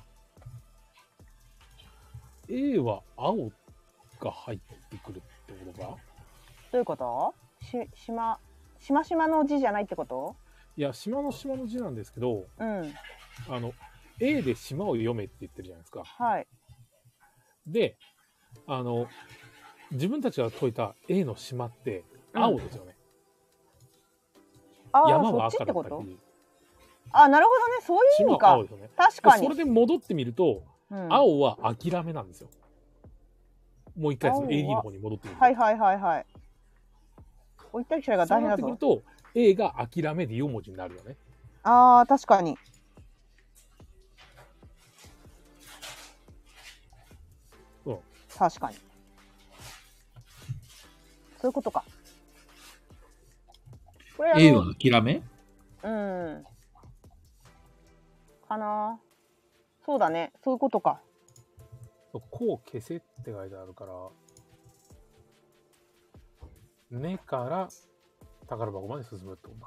、A は青が入ってくるってことか？ どういうこと？し、島、しましまの字じゃないってこと？ いや、島の島の字なんですけど、 うん。 あの、A で島を読めって言ってるじゃないですか。 はい。 で、あの、自分たちが解いた A の島って青ですよね。 ああ、 山そは赤だったっちってこと？ り。 あ、なるほどね。そういう意島味か。 は青ですよね。 確かに。 それで戻ってみると、 うん、 青は諦めなんですよ。もう一回その エーディー の方に戻ってみると。 はいはいはいはい。こういったりしたら大変だぞ。 そうなってくると A が諦めでよん文字になるよね。 ああ、確かに。 うん。 確かに。そういうことか。これ A は諦め？ うん。かな。そうだね。そういうことか。 こう消せって書いてあるから、根から宝箱まで進むってことだ。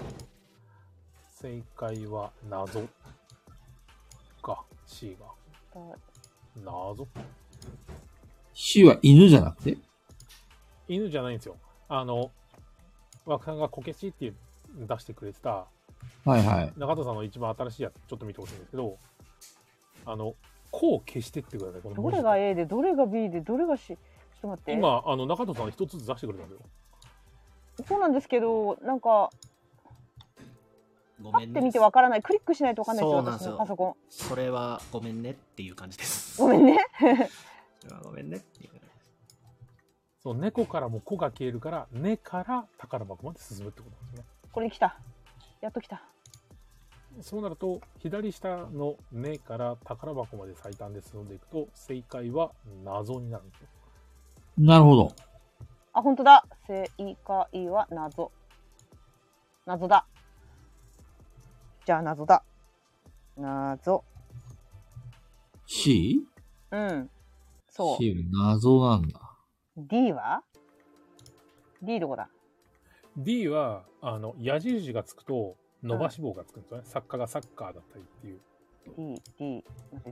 正解は謎か、C が。謎 C は犬じゃなくて？ 犬じゃないんですよ。あの、枠さんがこけしっていう出してくれてた、 はいはい。 中田さんの一番新しいやつ、ちょっと見てほしいんですけど、あの、こう消してってください。このどれが A で、どれが B で、どれが C。ちょっと待って。 今、あの、中田さん一つずつ出してくれたんですよ。 そうなんですけど、なんか、 ごめんね。 パッて見てわからない。クリックしないとわかんないですよ、 そうなんですよ私のパソコン。 それはごめんねっていう感じです。 ごめんね。 それはごめんねっていう感じです。 そう、猫からも子が消えるから、根から宝箱まで進むってことなんですね。 これに来た。やっと来た。 そうなると、左下の根から宝箱まで最短で進んでいくと、正解は謎になるんですよ。 なるほど。 あ、本当だ。正解は謎。謎だ。じゃあ謎だ。謎。 C？ うん。そう。 C は謎なんだ。 D は D どこだ？ D は、あの、矢印がつくと、伸ばし棒がつくんですよね。作家がサッカーだったりっていう。 D、D、待って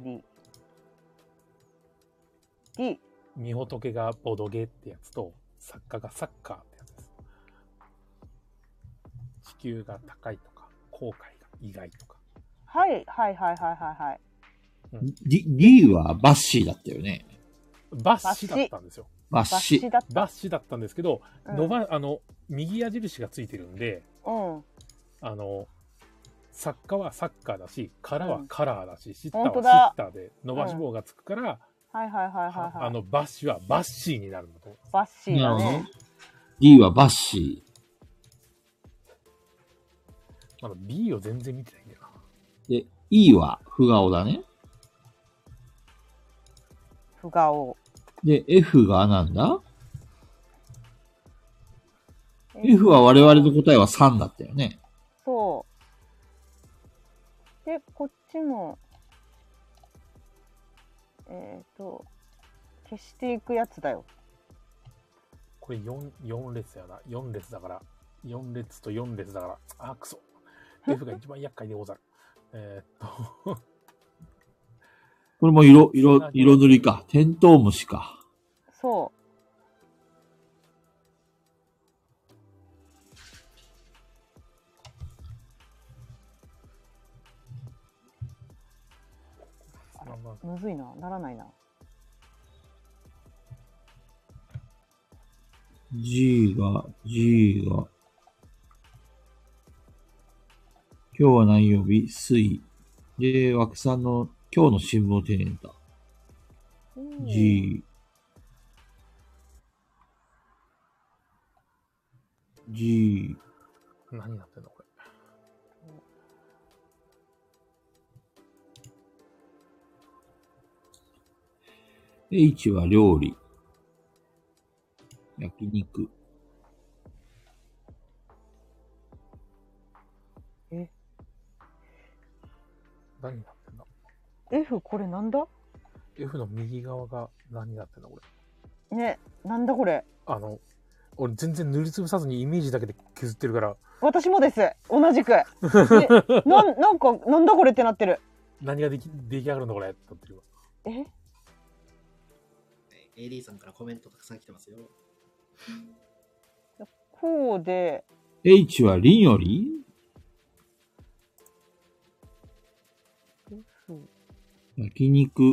D。D。 みほとけがボドゲってやつと、作家がサッカーってやつです。地球が高いとか、後悔が意外とか。 はい、はい、はい、はい、はいはい。 D、D はバッシーだったよね。 バッシだったんですよ。 バッシー。 バッシだった。 バッシだったんですけど、 うん伸ば、あの、右矢印がついてるんで、 うん。 あの、作家はサッカーだし、カラはカラーだし、シッターは本当だシッターで伸ばし棒がつくから、 はいはいはいはいはい。 あの、バッシはバッシーになるんだと思う。 バッシーだね。 D はバッシまだ B を全然見てないんだよな。 ー。で、E は不顔だね。 不顔。 で、F がなんだ？ F は我々の答えはさんだったよね。 そうで、こっちもえっ、ー、と消していくやつだよ。 これ 4, 4列やな。よん列だから。よん列とよん列だから。あ、くそ。F が一番厄介でござる。えーっと。 これも色、色、色塗りか。テントウムシか。 そう。むずいな。ならないな。 G が、G が、今日は何曜日？水。で、枠さんの今日の新聞を手に入れた。G、G、 何なってんのこれ。 H は料理。焼肉。 え何になってんだ？ F これなんだ？ F の右側が何になってんだこれ。 ね、なんだこれ。 あの、俺全然塗りつぶさずにイメージだけで削ってるから。 私もです。同じく。ね、ななんかなんだこれってなってる。 何ができ出来上がるのこれってなってるわ。 え？ エーディー さんからコメントたくさん来てますよ。 こうで H はりより？ F 焼肉。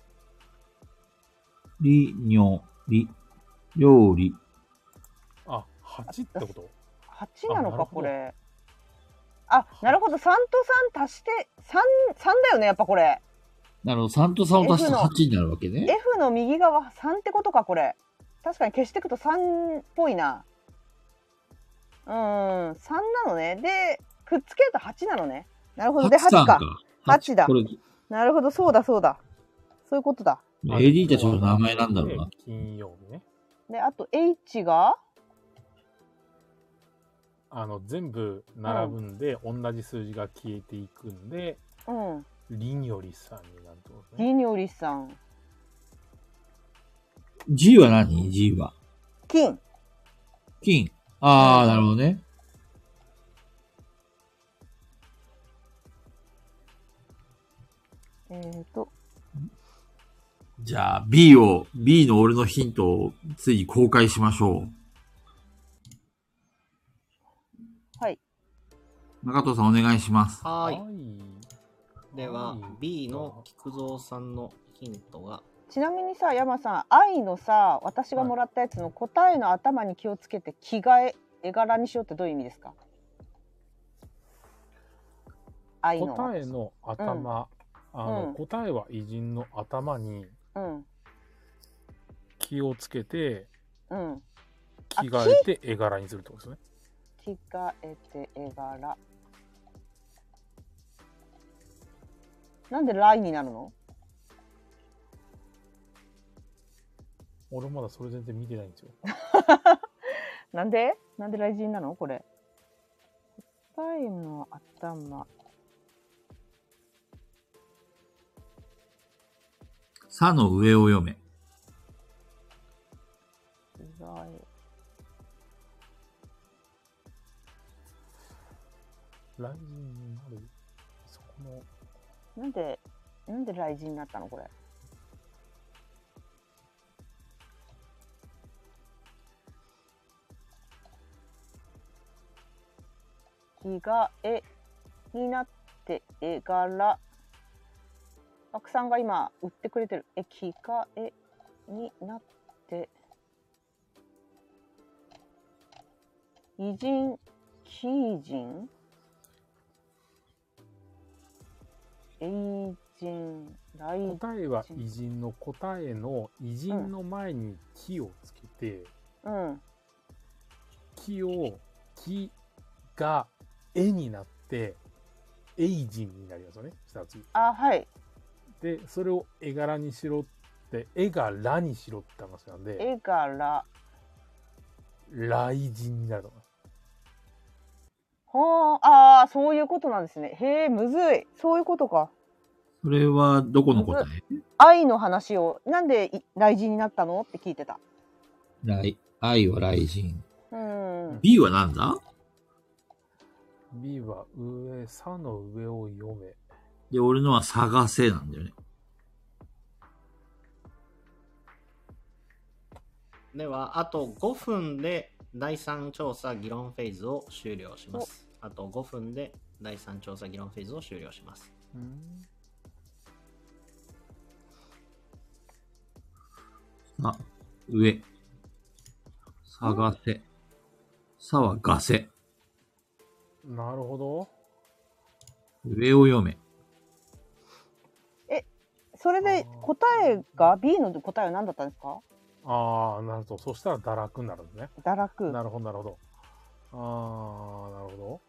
りにょり。料理。 あ、はちってこと？ はちなのかこれ。あ、なるほど。さんとさん足してさん、さんだよねやっぱこれ。 なるほど。さんとさんを足してはちになるわけね。 F の右側さんってことかこれ。確かに消していくとさんっぽいな。うーん、さんなのね。で、くっつけるとはちなのね。なるほど。で、はちか。はちだ。なるほど、そうだそうだ。そういうことだ。 エーディー たちの名前なんだろうな。 金曜日ね。 で、あと H があの、全部並ぶんで、うん、同じ数字が消えていくんで、 うん。 りによりさんになるってことね。りによりさん。 G は何？ G は。 金。 金。あー、なるほどね。 えーと。 じゃあ、B を、B の俺のヒントをついに公開しましょう。 はい。 中藤さんお願いします。 はい。では、B の菊蔵さんのヒントが。 ちなみにさ、山さん、愛のさ、私がもらったやつの答えの頭に気をつけて着替え、絵柄にしようってどういう意味ですか？愛の答えの頭、うん、あの、うん、答えは偉人の頭に気をつけて、うん、着替えて絵柄にするってことですね。 着替えて絵柄。なんで来になるの？ 俺まだそれ全然見てないんですよ。 なんでなんで来人なのこれ。答えの頭。 さの上を読め。 雷神になる。そこの。 なんで、なんで雷神になったのこれ。着替えになって絵柄。バクさんが今売ってくれてる。え、着替えになって。偉人、奇人偉人、雷答えは偉人の答えの偉人の前に木をつけて、 うん。 木を、木が絵になって、エイジンになりますよね。したら次。 あ、はい。 で、それを絵柄にしろって、絵がラにしろって話なんで、 絵柄。 雷神になると思います。 はあ、ああ、そういうことなんですね。へえ、むずい。そういうことか。 それはどこの答え？ 愛の話を、なんでい雷神になったのって聞いてた。 来愛は雷神。 うん。 B はなんだ？ B は上、さの上を読め。 で、俺のは探せなんだよね。 では、あとごふんでだいさん調査議論フェーズを終了します。あとごふんでだいさん調査議論フェーズを終了します。 うんあ、上。探せ。さはがせ。 なるほど。 上を読め。 それで答えが B の答えは何だったんですか？ ああ、なるほど。そしたら堕落になるんですね。 堕落。 なるほど、なるほど。ああ、なるほど。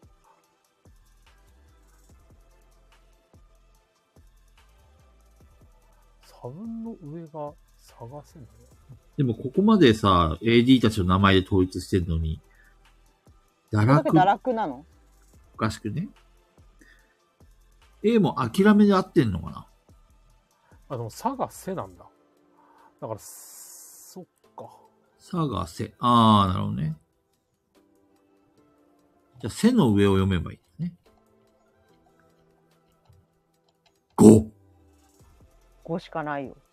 差分の上が探せない。 でもここまでさ、エーディー たちの名前で統一してるのに、堕落、 堕落なの？ おかしくね？ A も諦めで合ってんのかな？ あ、でも、さがせなんだ。だから、そっか。 さがせ。あー、なるほどね。じゃあ、せの上を読めばいいね。ご。 ごしかないよ。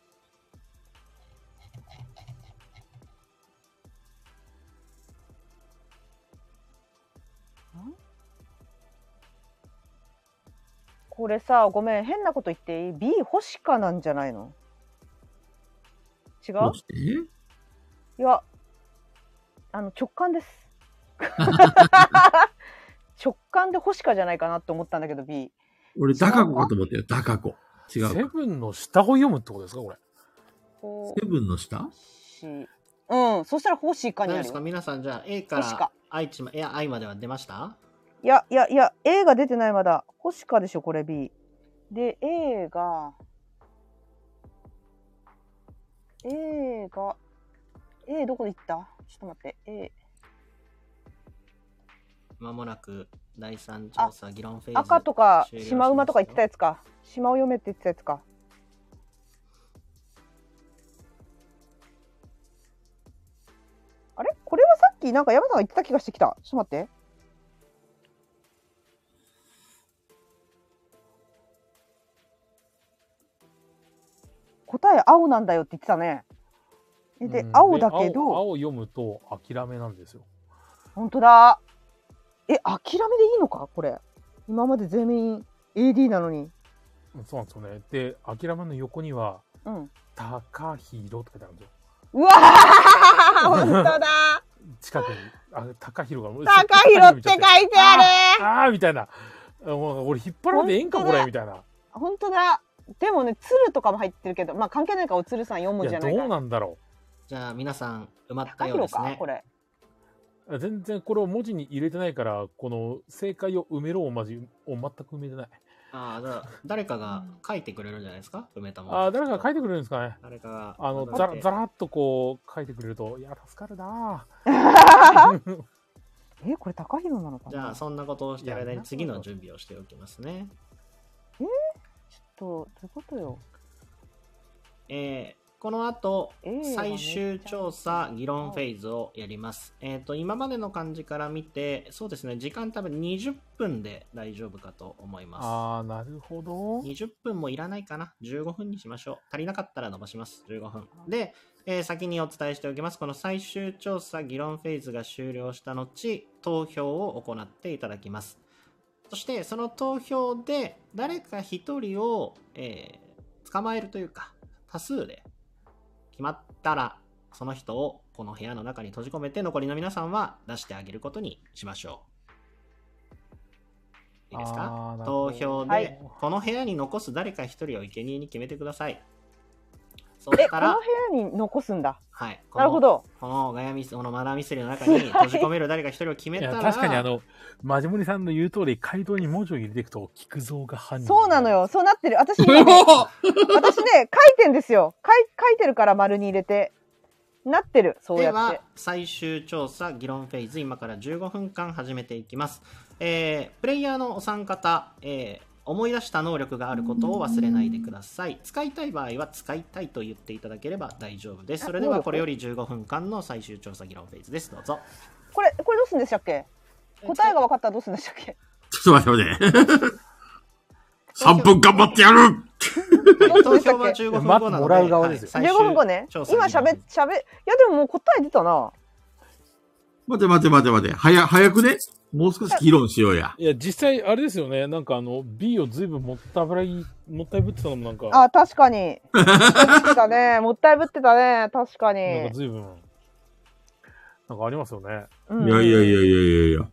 これさ、ごめん、変なこと言っていい？ B 星かなんじゃないの？違う？ どうして？ いや、あの、直感です。直感で星かじゃないかなって思ったんだけど、B。 俺、ダカコかと思ったよ、ダカコ。違うか。 セブンの下を読むってことですか、これ。 セブンの下？ うん、そしたら星かになるよ。 何ですか皆さん、じゃあ A から愛知ま、いや、愛までは出ました？ いや、いや、いや、A が出てないまだ。星かでしょ、これ B。で、A が、A が、A どこで行った？ちょっと待って、A。 まもなくだいさん調査議論フェーズ。 赤とか、シマウマとか言ってたやつか。シマを読めって言ってたやつか。あれ？これはさっきなんか山さんが言ってた気がしてきた。ちょっと待って。答え青なんだよって言ってたね。で、うん、青だけど青。青読むと諦めなんですよ。 本当だ。え、諦めでいいのかこれ。今まで全員 エーディー なのに。 そうなんですよね。で、諦めの横には、 うん、 高弘って書いてあるんですよ。 うわー本当だ近くに。あ、高弘が。 高弘って書いてあるああーみたいな。俺引っ張られてええんかこれみたいな。 本当だ。でもね、鶴とかも入ってるけど、まあ関係ないからお鶴さんよん文字じゃないか。 いや、どうなんだろう。じゃあ皆さん埋まったようですね。 これ。 全然これを文字に入れてないから、この正解を埋めろをまじを全く埋めてない。 ああ、だから誰かが書いてくれるんじゃないですか、埋めたもの。 ああ、誰かが書いてくれるんですかね。 誰かが。 あの、ざら、ざらっとこう書いてくれると、いや、助かるなえ、これ高弘なのかな。 じゃあ、そんなことをしてる間に次の準備をしておきますね。 えー、ちょっと、どういうことよ。 えー、 この後、 A がめっちゃ最終調査議論フェーズをやります。えっと、今までの感じから見て、そうですね、時間多分にじゅっぷんで大丈夫かと思います。 あー、なるほど。 にじゅっぷんもいらないかな。じゅうごふんにしましょう。足りなかったら伸ばします。じゅうごふん。で、えー先にお伝えしておきます。この最終調査議論フェーズが終了した後、投票を行っていただきます。そして、その投票で誰か一人を、えー捕まえるというか、多数で決まったら、その人をこの部屋の中に閉じ込めて、残りの皆さんは出してあげることにしましょう。いいですか？投票で、 はい、 この部屋に残す誰か一人を生贄に決めてください。そえ、 したら、 この部屋に残すんだ。 はい、このなるほど。 このガヤミス、このマナーミステリーの中に閉じ込める誰か一人を決めいや、 たら、 確かにあの、マジモリさんの言う通り、回答に文字を入れていくと、菊蔵が犯人。 そうなのよ。そうなってる。私今ね、私ね、書いてんですよ。書い書いてるから丸に入れて。なってる。そうやって。 では、最終調査議論フェーズ、今からじゅうごふんかん始めていきます。えー、プレイヤーのお三方、えー、思い出した能力があることを忘れないでください。使いたい場合は使いたいと言っていただければ大丈夫です。それではこれよりじゅうごふんかんの最終調査議論フェーズです。どうぞ。 これ、これどうするんでしたっけ？答えが分かったらどうするんでしたっけ？ ちょっと待って待って。さんぷん頑張ってやる。 投票はじゅうごふんごなので、 もらう側ですよ。 じゅうごふんごね。今しゃべ、しゃべ、いやでももう答え出たな。 待て待て待て待て。はや、早くね。もう少し議論しようや。 いや、実際、あれですよね。なんかあの、B をずいぶんもったぶらい、もったいぶってたのもなんか。 あ、確かに。もったいぶってたね。もったいぶってたね。確かに。 なんかずいぶん、なんかありますよね。 うん、 いやいやいやいやいやいや。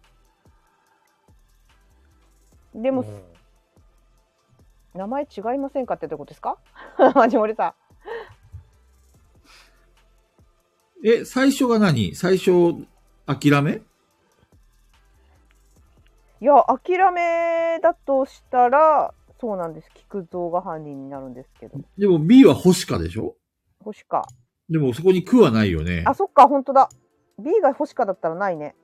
でも、うん、名前違いませんかってどういうことですか？マジモリさん。え、最初が何？最初、諦め？ いや、諦めだとしたら、そうなんです。菊蔵が犯人になるんですけど。 でも B は星かでしょ？ 星か。 でもそこに苦はないよね。 あ、そっか、ほんとだ。B が星かだったらないね。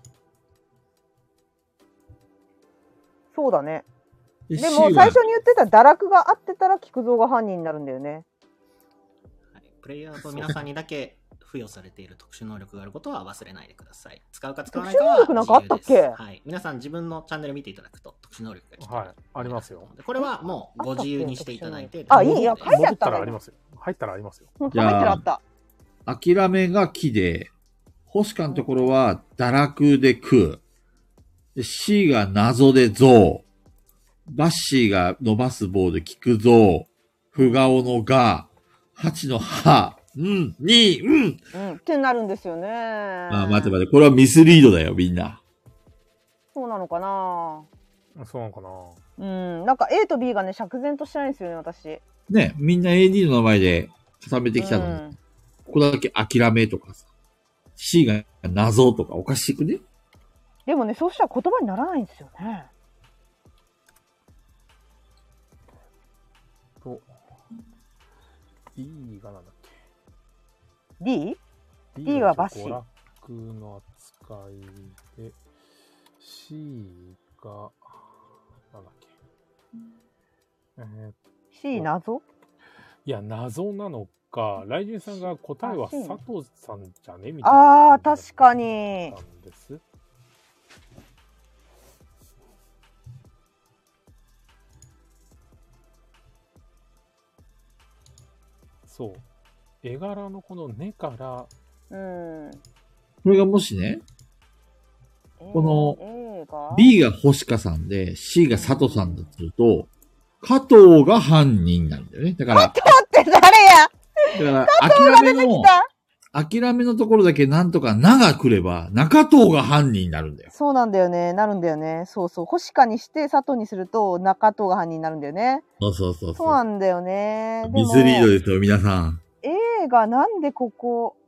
そうだね。でも最初に言ってた堕落があってたら菊蔵が犯人になるんだよね。 はい、プレイヤーと皆さんにだけ付与されている特殊能力があることは忘れないでください。使うか使わないかは自由です。特殊能力なんかあったっけ？はい、皆さん自分のチャンネル見ていただくと特殊能力が来てる。はい、 ありますよ。 これはもうご自由にしていただいて。 あ、いいや、書いてあったらありますよ。入ったらありますよ。 じゃあ、諦めが木で、星かのところは堕落で空。で C が謎で象。バッシーが伸ばす棒で菊蔵。不顔のが。八の歯。うん、に、うん。 うん。ってなるんですよね。 ああ、待って待って。これはミスリードだよ、みんな。 そうなのかな？ そうなのかな？ うん。なんか A と B がね、釈然としてないんですよね、私。 ね、みんな エーディー の名前で固めてきたのに。うん、ここだけ諦めとかさ。C が謎とかおかしくね？ でもね、そうしたら言葉にならないんですよね。 と、D がなんだっけ？ D？ D, D がバッシー。 娯楽の扱いで、C が、なんだっけ？えー、 C 謎？ いや、謎なのか、ライジンさんが答えは佐藤さんじゃねみたいな。 ああ、確かに。 そう。絵柄のこの根から、 うん。 これがもしね、この B が星香さんで C が佐藤さんだとすると、加藤が犯人になるんだよね。だから。 加藤って誰や？ だから、諦めの、諦めのところだけなんとかなが来れば、中藤が犯人になるんだよ。 そうなんだよね。なるんだよね。そうそう。星香にして佐藤にすると中藤が犯人になるんだよね。 そうそうそうそう。 そうなんだよね。 ミスリードですよ、皆さん。 A がなんでここ、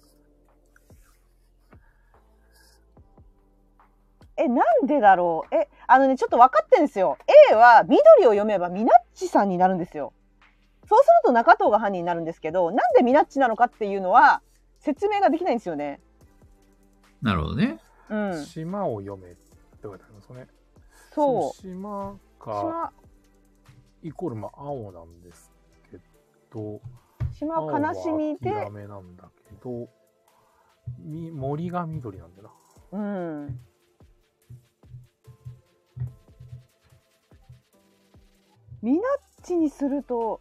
え、なんでだろう。え、あのね、ちょっと分かってるんですよ。A は緑を読めばミナッチさんになるんですよ。そうすると中藤が犯人になるんですけど、なんでミナッチなのかっていうのは説明ができないんですよね。 なるほどね。 うん。 島を読めって書いてありますよね。 そう。 島がイコールまあ青なんですけど。 島は悲しみで。 青は諦めなんだけど、み森が緑なんだな。 うん。みなっちにすると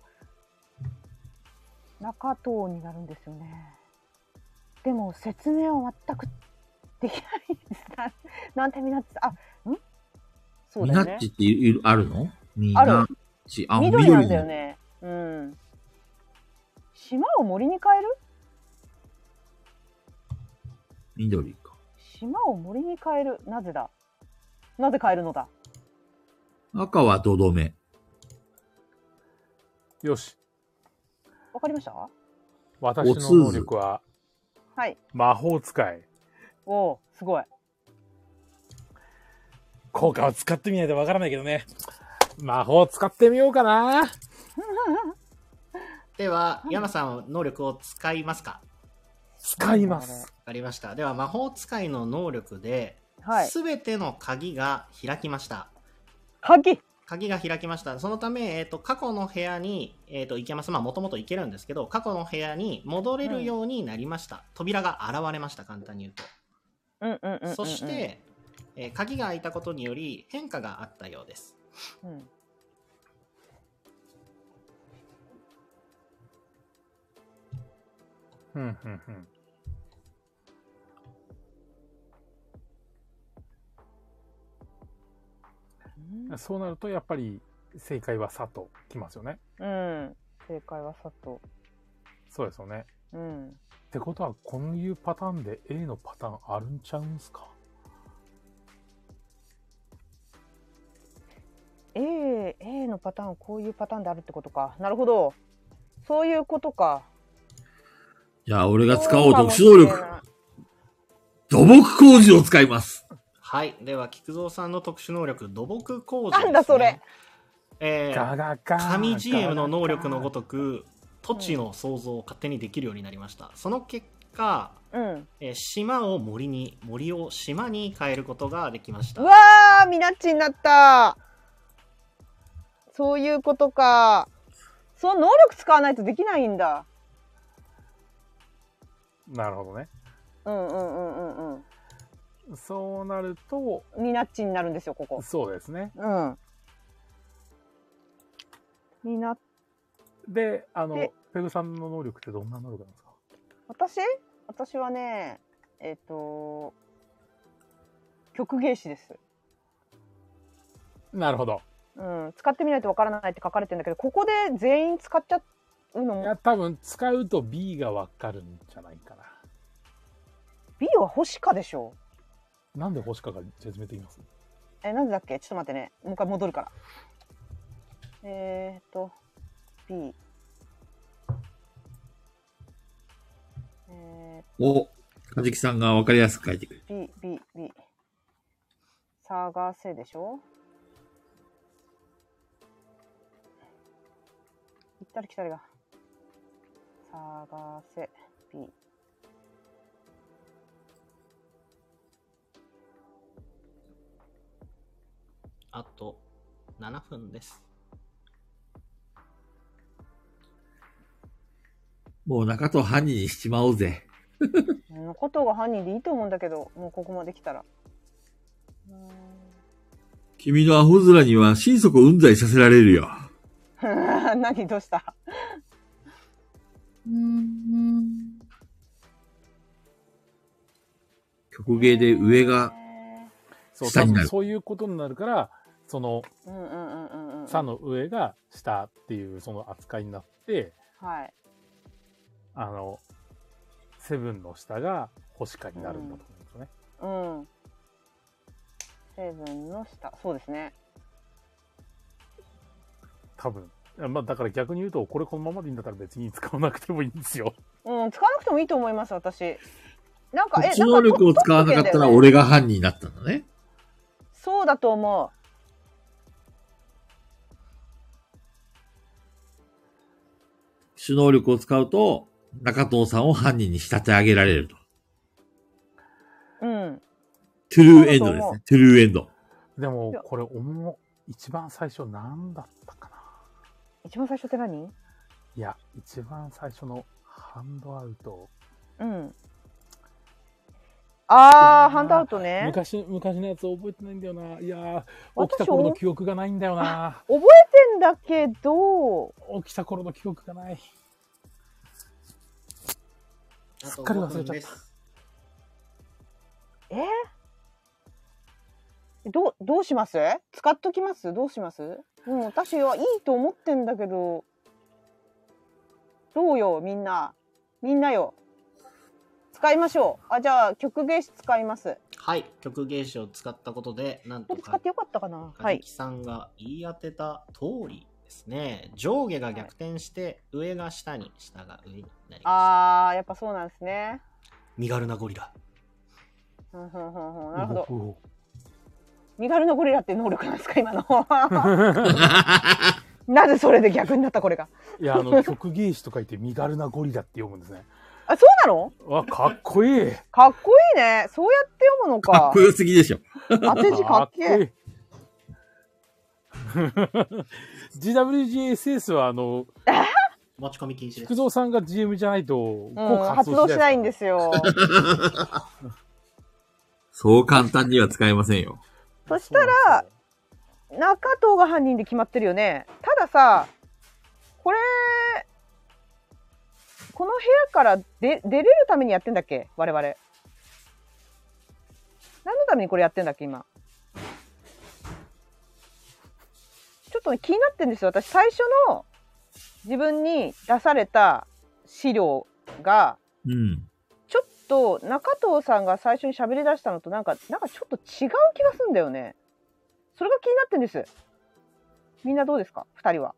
中藤になるんですよね。でも説明は全くできないです。なんてみなっち、あ、んそうだよね。 みなっちっているあるの？みあるなっち。あ、 緑なんだよね。うん。島を森に変える？ 緑か。 島を森に変える。なぜだ？なぜ変えるのだ？ 赤はどどめ。 よし。 わかりました？ 私の能力は、 はい。 魔法使い。 おお、すごい。 効果を使ってみないとわからないけどね。魔法を使ってみようかな。 では、山さん、能力を使いますか？ 使います。 わかりました。では、魔法使いの能力で、すべ、はい、ての鍵が開きました。 鍵鍵が開きました。そのため、えっと、過去の部屋に、えっと、行けます。まあ、もともと行けるんですけど、過去の部屋に戻れるようになりました。うん、扉が現れました。簡単に言うと。 うんうんうんうんうん、 そして、えー、鍵が開いたことにより変化があったようです。うんふんふんふん。そうなるとやっぱり正解は佐藤きますよね。 うん。正解は佐藤。 そうですよね。 うん。 ってことはこういうパターンで A のパターンあるんちゃうんすか？ A、A のパターンこういうパターンであるってことか。なるほど。そういうことか。 じゃあ俺が使おう特殊能力。土木工事を使います。 はい。では、菊蔵さんの特殊能力、土木工事です、ね。 なんだそれ。 えー、神 ジーエム の能力のごとく、土地の創造を勝手にできるようになりました。その結果、うんえー、島を森に、森を島に変えることができました。 うわー、ミナッチになった。そういうことか。その能力使わないとできないんだ。 なるほどね。 うんうんうんうんうん。 そうなるとミナッチになるんですよここ。 そうですね。 うん。ミナで、あのペグさんの能力ってどんな能力なんですか？ 私？私はね、えっと曲芸師です。 なるほど。 うん、使ってみないとわからないって書かれてるんだけど、ここで全員使っちゃうのも。 いや多分使うと B がわかるんじゃないかな。 B は星かでしょ。 なんで星かが説明できます？ え、なんでだっけ？ちょっと待ってね。もう一回戻るから。えーっと、B。 えー、お、かじきさんがわかりやすく書いてくれる。 B、B、B。探せでしょ？行ったり来たりが。探せ、B。 あとななふんです。 もう中藤犯人にしちまおうぜ。 中藤が犯人でいいと思うんだけど、もうここまで来たら。うーん君のアホ面には心底うんざりさせられるよ。 何どうしたうん曲芸で上が下になる。 そういうことになるから、そのさの上が下っていうその扱いになって、 はい、 あのセブンの下が星下になるんだと思うんですよね。 うん、うん、セブンの下、そうですね。 多分。まあだから逆に言うと、これこのままでいいんだったら別に使わなくてもいいんですよ。 うん、使わなくてもいいと思います、私。なんか、 え、特殊能力を使わなかったら俺が犯人になったんだね。 そうだと思う。 特殊能力を使うと、中藤さんを犯人に仕立て上げられると。 うん。 トゥルーエンドですね。トゥルーエンド。 でも、これ、おも、一番最初何だったかな。 一番最初って何？ いや、一番最初のハンドアウト。 うん。あー、ハンドアウトね。 昔、昔のやつ覚えてないんだよな。いやー、起きた頃の記憶がないんだよな。 覚えてんだけど、 起きた頃の記憶がない。すっかり忘れちゃった。 えー、どう、どうします？使っときます？どうします？うん、私はいいと思ってんだけど、どうよ、みんな。みんなよ。使いましょう。あ、じゃあ、曲芸師使います。 はい、曲芸師を使ったことで、なんとか、 使ってよかったかな。 かじきさんが言い当てた通りですね。上下が逆転して、はい、上が下に、下が上になりました。 あー、やっぱそうなんですね。 身軽なゴリラ。 うんうんうんうん、なるほど。身軽なゴリラっていう能力なんですか、今の。なぜそれで逆になったこれが。 いや、あの、曲芸師と書いて身軽なゴリラって読むんですね。 あ、そうなの？ わ、かっこいい。 かっこいいね。そうやって読むのか。 かっこよすぎでしょ。 当て字かっけえ。 ジーダブリュージーエスエス はあの、 持ち込み禁止です。 菊蔵さんが ジーエム じゃないと、 うん、発動しないんですよ。 そう簡単には使えませんよ。 そしたら、中藤が犯人で決まってるよね。たださ、これ、この部屋から出、出れるためにやってんだっけ我々。何のためにこれやってんだっけ今。ちょっと、ね、気になってんですよ。私、最初の自分に出された資料が、 うん、 ちょっと中藤さんが最初に喋り出したのとなんか、なんかちょっと違う気がするんだよね。それが気になってんです。みんなどうですか二人は。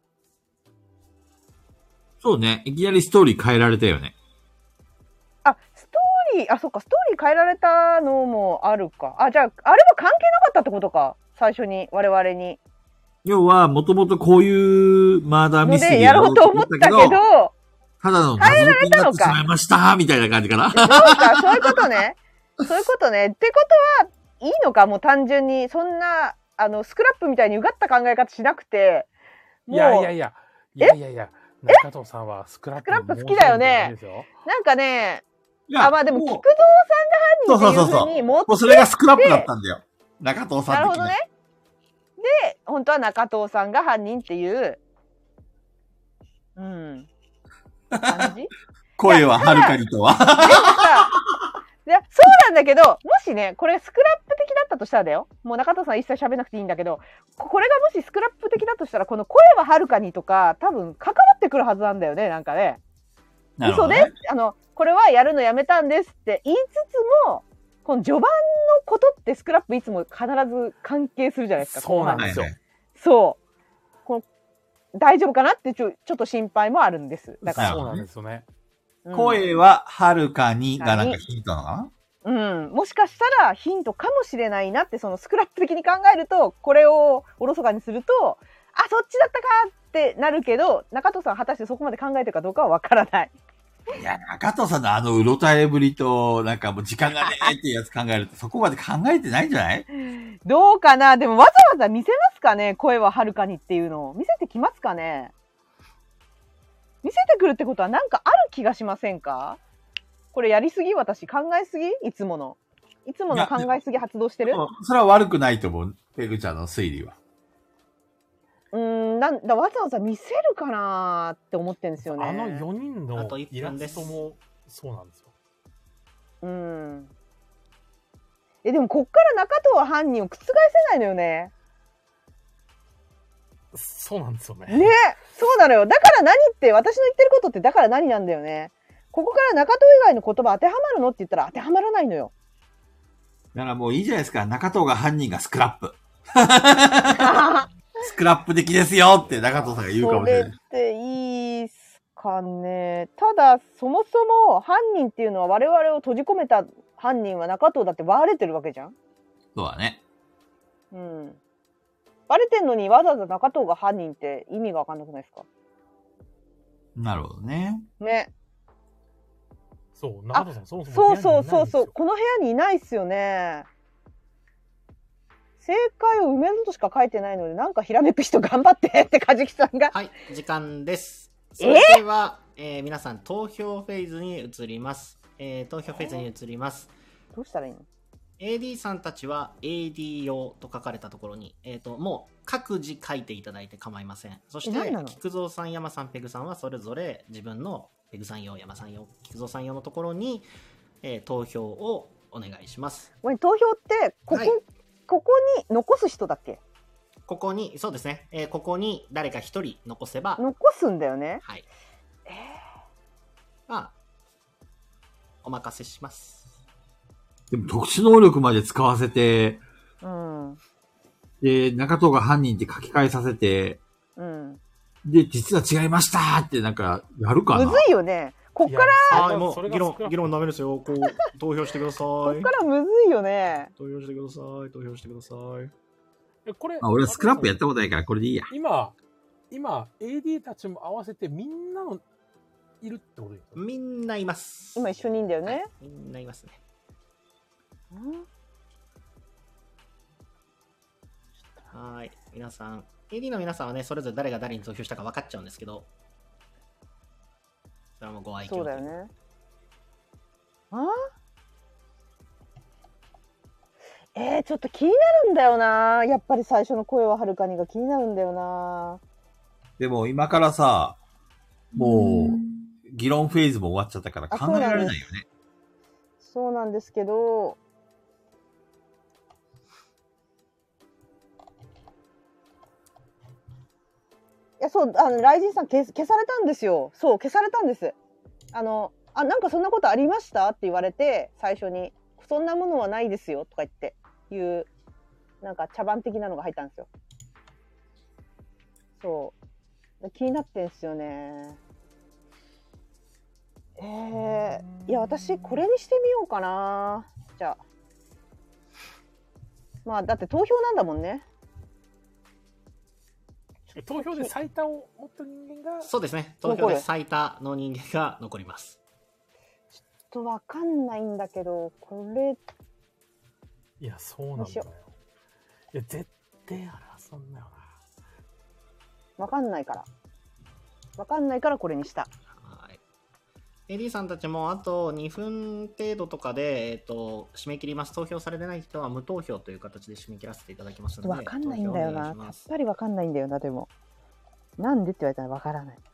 そうね。いきなりストーリー変えられたよね。 あ、ストーリー、あ、そっか、ストーリー変えられたのもあるか。あ、じゃあ、あれは関係なかったってことか。最初に、我々に。 要は、もともとこういうマーダーミステリーでやろうと思ったけど、 ただの謎解きになってしまいました、みたいな感じかな。 そうか、そういうことね。そういうことね。ってことは、いいのかもう単純に、そんな、あの、スクラップみたいにうがった考え方しなくて、 もう。いやいやいや、いやいやいや、中藤さんはスクラップ、 スクラップ好きだよね。なんかね、あ、まあでも、菊蔵さんが犯人っていうふうに持ってて、 もうそれがスクラップだったんだよ。中藤さん。 なるほどね。で、本当は中藤さんが犯人っていう、うん、感じ声ははるかにとは。 でもさ、いや、そうなんだけど、もしね、これスクラップ的だったとしたらだよ。もう中藤さん一切喋らなくていいんだけど、これがもしスクラップ的だとしたら、この声ははるかにとか、多分関わってくるはずなんだよね、なんかね。嘘で、あの、これはやるのやめたんですって言いつつも、この序盤のことってスクラップいつも必ず関係するじゃないですか。 そうなんですよ。 そう。この大丈夫かなってちょ、ちょっと心配もあるんです。だから。 そうなんですよね。 うん、声ははるかにがなんかヒントなのかな？ うん。もしかしたらヒントかもしれないなって、そのスクラップ的に考えると、これをおろそかにすると、あ、そっちだったかってなるけど、中藤さん果たしてそこまで考えてるかどうかはわからない。 いや、中藤さんのあのうろたえぶりと、なんかもう時間がねえっていうやつ考えると、そこまで考えてないんじゃない？ どうかな？でもわざわざ見せますかね？声ははるかにっていうのを。見せてきますかね？見せてくるってことはなんかある気がしませんか？これやりすぎ？私考えすぎ？いつもの。いつもの考えすぎ発動してる？ それは悪くないと思う。ペグちゃんの推理は。 うーん、なんだ、わざわざ見せるかなーって思ってるんですよね。 あのよにんのイラストもそうなんですよ。 うん。え、でもこっから中藤は犯人を覆せないのよね。 そうなんですよね。 ね、そうなのよ。だから何って、私の言ってることってだから何なんだよね。ここから中藤以外の言葉当てはまるのって言ったら当てはまらないのよ。 だからもういいじゃないですか。中藤が犯人がスクラップ。スクラップ的ですよって中藤さんが言うかもしれない。 それっていいっすかね。ただ、そもそも犯人っていうのは我々を閉じ込めた犯人は中藤だってバレてるわけじゃん。 そうだね。 うん。バレてんのにわざわざ中藤が犯人って意味がわかんなくないですか？ なるほどね。 ね。 そう、中藤さんそもそもそうそうそうそう。この部屋にいないっすよね。正解を埋めるとしか書いてないので、なんかひらめく人頑張ってって、かじきさんが。 はい、時間です。 それでは、えー皆さん投票フェーズに移ります。えー投票フェーズに移ります。 どうしたらいいの？ エーディー さんたちは エーディー 用と書かれたところに、えー、ともう各自書いていただいて構いません。そしてえ何なの菊蔵さん、山さん、ペグさんはそれぞれ自分のペグさん用、山さん用、菊蔵さん用のところに、えー投票をお願いします。 ごめん、投票ってここ、 はいここに残す人だっけ？ ここに、そうですね、えーここに誰か一人残せば、 残すんだよね。 はい。 えまあ、お任せします。 でも特殊能力まで使わせて、 ー、うんで、中藤が犯人って書き換えさせて、 うん。 で、実は違いましたーってなんか、やるかな。 むずいよね。こっからいやはい、もう議論、議論のダメですよ。こう、投票してくださいこっ。からむずいよね。 投票してください。投票してください。 これ、 まあ、俺はスクラップやったことないから、これでいいや。 今、今、エーディー たちも合わせてみんなのいるってことですか？ みんないます。 今一緒にいんだよね。 みんないますね。 うんはい。皆さん、エーディー の皆さんはね、それぞれ誰が誰に投票したか分かっちゃうんですけど、それはもうご愛嬌。 そうだよね。あえー、ちょっと気になるんだよな。やっぱり最初の声ははるかにが気になるんだよな。 でも今からさ、もう、議論フェーズも終わっちゃったからあ考えられないよね。 そうなんですけど、いや、そう、あの、ライジンさん消す消されたんですよ。そう、消されたんです。あの、あ、なんかそんなことありましたって言われて、最初に、そんなものはないですよとか言って、いう、なんか茶番的なのが入ったんですよ。そう。気になってんすよね。えー、いや、私、これにしてみようかな。じゃあ。まあ、だって投票なんだもんね。 投票で最多を持った人間が、 そうですね。投票で最多の人間が残ります。 ちょっとわかんないんだけど、これ、 いや、そうなんだよ。いや、絶対争うんだよわかんないから。わかんないからこれにした。 はい。エーディー さんたちもあとにふん程度とかで、えっと、締め切ります。投票されてない人は無投票という形で締め切らせていただきますので。 わかんないんだよな。やっぱりわかんないんだよな、でも。なんでって言われたらわからない。い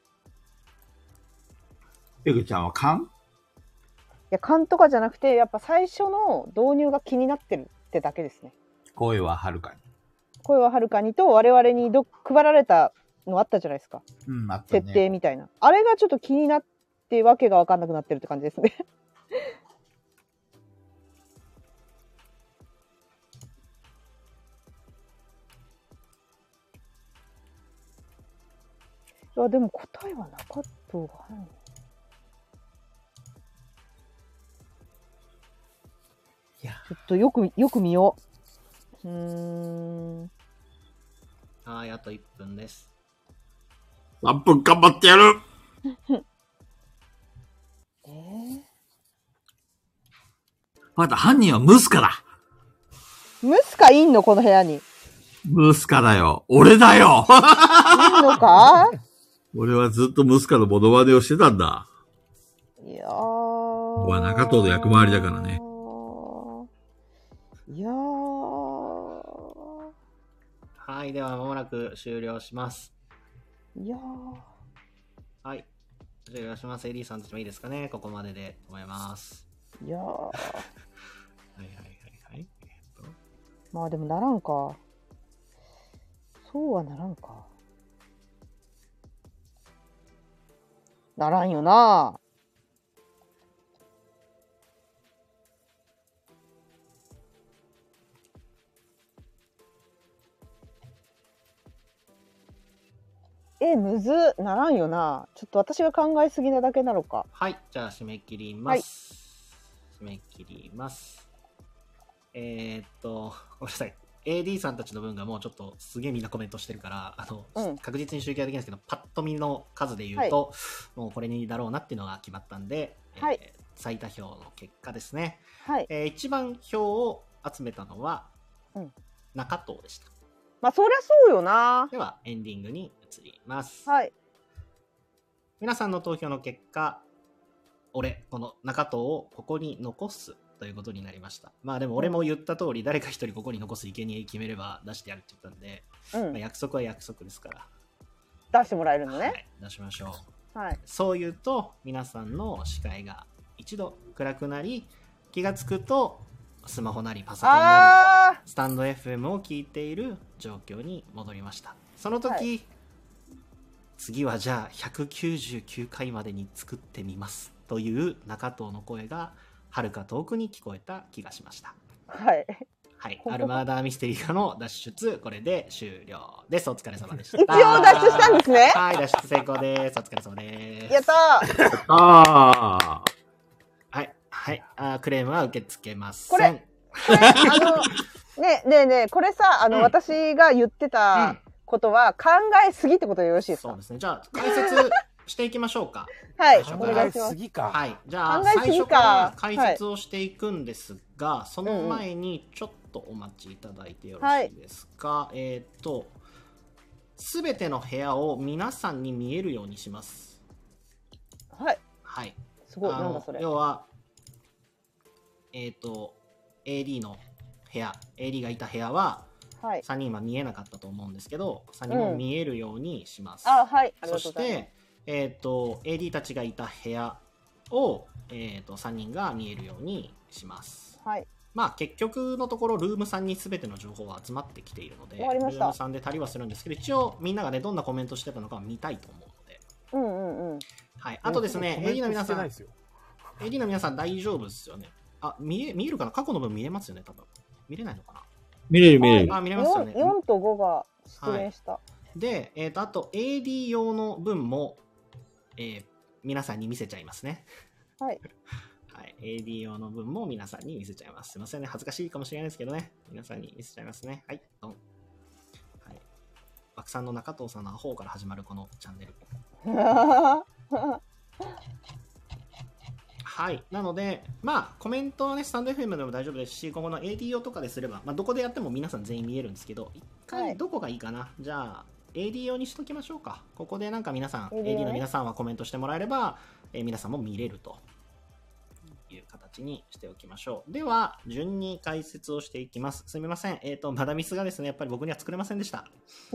ペグちゃんは勘？ や、勘とかじゃなくて、やっぱ最初の導入が気になってるってだけですね。 声ははるかに。 声ははるかにと我々にど配られたのあったじゃないですか。 うん、あったね。 設定みたいな。あれがちょっと気になってわけがわかんなくなってるって感じですね。いや、でも答えは中藤が犯人。 いや、 ちょっとよく、よく見よう。うーん。 はい、あといっぷんです。 さんぷん頑張ってやる。 えー、 また犯人はムスカだ。 ムスカいんのこの部屋に。いムスカだよ。俺だよ。 んのか俺はずっとムスカのモノマネをしてたんだ。 いやー。 ここは中藤の役回りだからね。 いやー。 はい、ではまもなく終了します。 いやー。 はい。終了します。エリーさんたちもいいですかね。ここまでで思います。 いやー。 はいはいはいはい。えっとまあでもならんか。そうはならんか。ならんよな。え、むずっならんよな。ちょっと私が考えすぎなだけなのか。 はい、じゃあ締め切ります。締め切ります。えー、っと、ごめんなさい。エーディー さんたちの分がもうちょっとすげえみんなコメントしてるから、あの、 うん確実に集計はできないんですけど、パッと見の数で言うと、もうこれにだろうなっていうのが決まったんで、 はいえー最多票の結果ですね。 はい。 えー一番票を集めたのは、 うん中藤でした。 まあそりゃそうよな。 では、エンディングに移ります。 はい。 皆さんの投票の結果、俺、この中藤をここに残すということになりました。まあでも俺も言った通り、誰か一人ここに残す生贄決めれば出してやるって言ったんで、 うんまあ、約束は約束ですから。 出してもらえるのね。 はい、出しましょう。 はい。 そう言うと、皆さんの視界が一度暗くなり、気がつくと、スマホなりパソコンなあり、スタンド エフエム を聞いている状況に戻りました。その時、 はい、 次はじゃあひゃくきゅうじゅうきゅうかいまでに作ってみますという中藤の声が遥か遠くに聞こえた気がしました。 ーはい。 はい、アルマーダーミステリーからの脱出、これで終了です。お疲れ様でした。 一応脱出したんですね。 はい、脱出成功です。お疲れ様です。 やったー。 あはい、はい、あクレームは受け付けません。 これ、これあのねねえねえこれさあの、 うん、 私が言ってたことは考えすぎってことでよろしいですか？ そうですね。じゃあ解説していきましょうか。 はい、 お願いします。 はい、じゃあ考えす最ぎか初から解説をしていくんですが、はい、その前にちょっとお待ちいただいてよろしいですか。はい、えっとすべての部屋を皆さんに見えるようにします。 はい。 はい。 すごい。なんだそれ。 要はえっと エーディー の部屋、エーディー がいた部屋は、はい、さんにんは見えなかったと思うんですけど、さんにんも見えるようにします。 うん、あ、はい。 そして、えっと、エーディー たちがいた部屋を、えっと、さんにんが見えるようにします。 はい。 まあ、結局のところ、ルームさんに全ての情報は集まってきているので、ルームさんで足りはするんですけど、一応、みんながね、どんなコメントしてたのかは見たいと思うので。 うんうんうん。 はい。あとですね、エーディー の皆さん、エーディー の皆さん大丈夫ですよね。あ、見え、見えるかな？過去の分見えますよね、多分。見れないのかな？ 見れる見れる。 あ、見れますよね。 よんとごが出現した。はい、 で、えっと、あと エーディー 用の分も、えー、皆さんに見せちゃいますね。 はい。 はい。エーディー 用の分も皆さんに見せちゃいます。すいませんね。恥ずかしいかもしれないですけどね。皆さんに見せちゃいますね。はい。ドン。はい。枠さんの中藤さんのアホから始まるこのチャンネル。はい。なので、まあ、コメントはね、スタンド エフエム でも大丈夫ですし、今後の エーディー 用とかですれば、まあ、どこでやっても皆さん全員見えるんですけど、一回どこがいいかな。はい、じゃあ、エーディー 用にしときましょうか。ここでなんか皆さん、エーディー の皆さんはコメントしてもらえれば、えー、皆さんも見れるという形にしておきましょう。では、順に解説をしていきます。すみません。えっと、マダミスがですね、やっぱり僕には作れませんでした。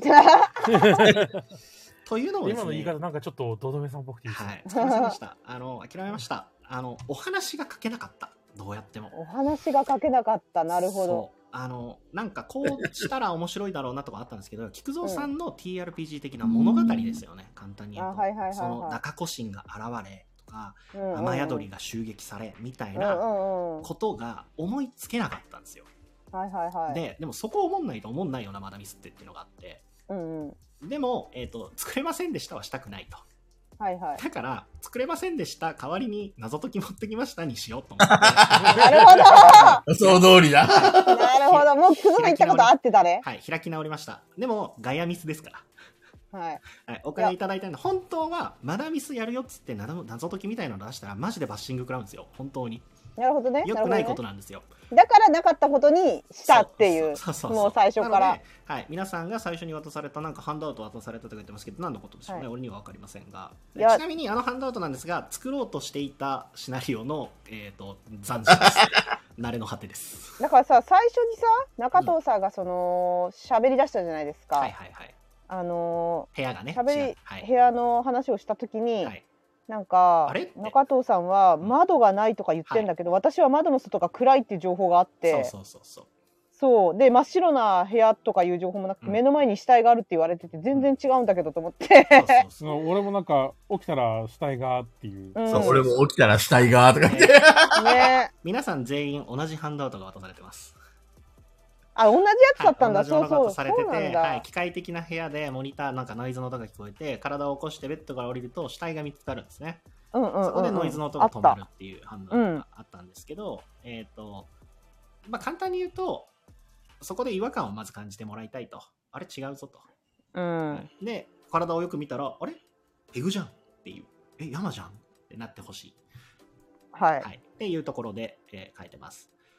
というのもですね、 今の言い方なんかちょっとドドメさんっぽくていいですね。 はい、作れませんでした。あの、諦めました。あの、お話が書けなかった。どうやっても。 お話が書けなかった。なるほど。 あの、なんかこうしたら面白いだろうなとかあったんですけど、菊蔵さんの ティーアールピージー 的な物語ですよね。簡単に言うと。 はいはいはいはい、 その中古神が現れとか、 うんうんうん、 雨宿りが襲撃されみたいなことが思いつけなかったんですよ。 はいはいはい。 で、でもそこを思んないと思んないよな、まだミスってっていうのがあって。 うんうん、 でも、えっと、作れませんでしたはしたくないと。 はいはい、 だから作れませんでした代わりに謎解き持ってきましたにしようと思ってなるほどその通りだなるほどもうクズも言ったことあってたね。 はい、開き直りました。でもガヤミスですからはい、 はい、お金いただいたんで本当はまだミスやるよっつって謎解きみたいなの出したらマジでバッシング食らうんですよ本当に。 なるほどね。 よくないことなんですよ。 だからなかったことにしたっていう、もう最初から。 はい、皆さんが最初に渡されたなんかハンドアウト渡されたとか言ってますけど何のことでしょうね、はい、俺には分かりませんが。ちなみにあのハンドアウトなんですが作ろうとしていたシナリオの、えー、と残滓です。慣れの果てです。 だからさ最初にさ中藤さんがその喋、うん、り出したじゃないですか。 はいはいはい。 あのー、部屋がね喋り、はい、部屋の話をしたときに。はい、なんか中藤さんは窓がないとか言ってんだけど、うんはい、私は窓の外が暗いっていう情報があって、 そうそうそうそうそうで真っ白な部屋とかいう情報もなくて、うん、目の前に死体があるって言われてて全然違うんだけどと思って、うん、そうそうそう俺もなんか起きたら死体がっていう、 うん、そう俺も起きたら死体がとか言って、 ね、 皆さん全員同じハンドアウトが渡されてます。 あ、同じやつだったんだ、 はい、同じものが渡されてて、 そうそうはい、機械的な部屋でモニターなんかノイズの音が聞こえて体を起こしてベッドから降りると死体が見つかるんですね。 うんうんうんうん、 そこでノイズの音が止まるっていう判断があったんですけど、うん、えっ、ー、とまあ簡単に言うとそこで違和感をまず感じてもらいたいと、あれ違うぞと、 うん、 で体をよく見たらあれペグじゃんっていう、え山じゃんってなってほしい、 はい、 はい、っていうところで、えー、書いてます。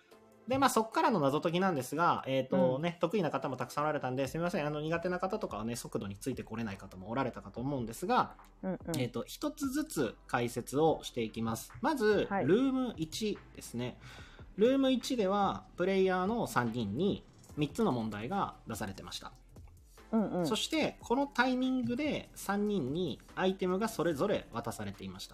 で、まあ、そこからの謎解きなんですが、えっ、とね、うん、得意な方もたくさんおられたんで、すみません、あの、苦手な方とかはね、速度についてこれない方もおられたかと思うんですが、うんうん、えっ、と、一つずつ解説をしていきます。まず、はい、ルームいちですね。ルームいちでは、プレイヤーのさんにんにみっつの問題が出されてました。うんうん、そして、このタイミングでさんにんにアイテムがそれぞれ渡されていました。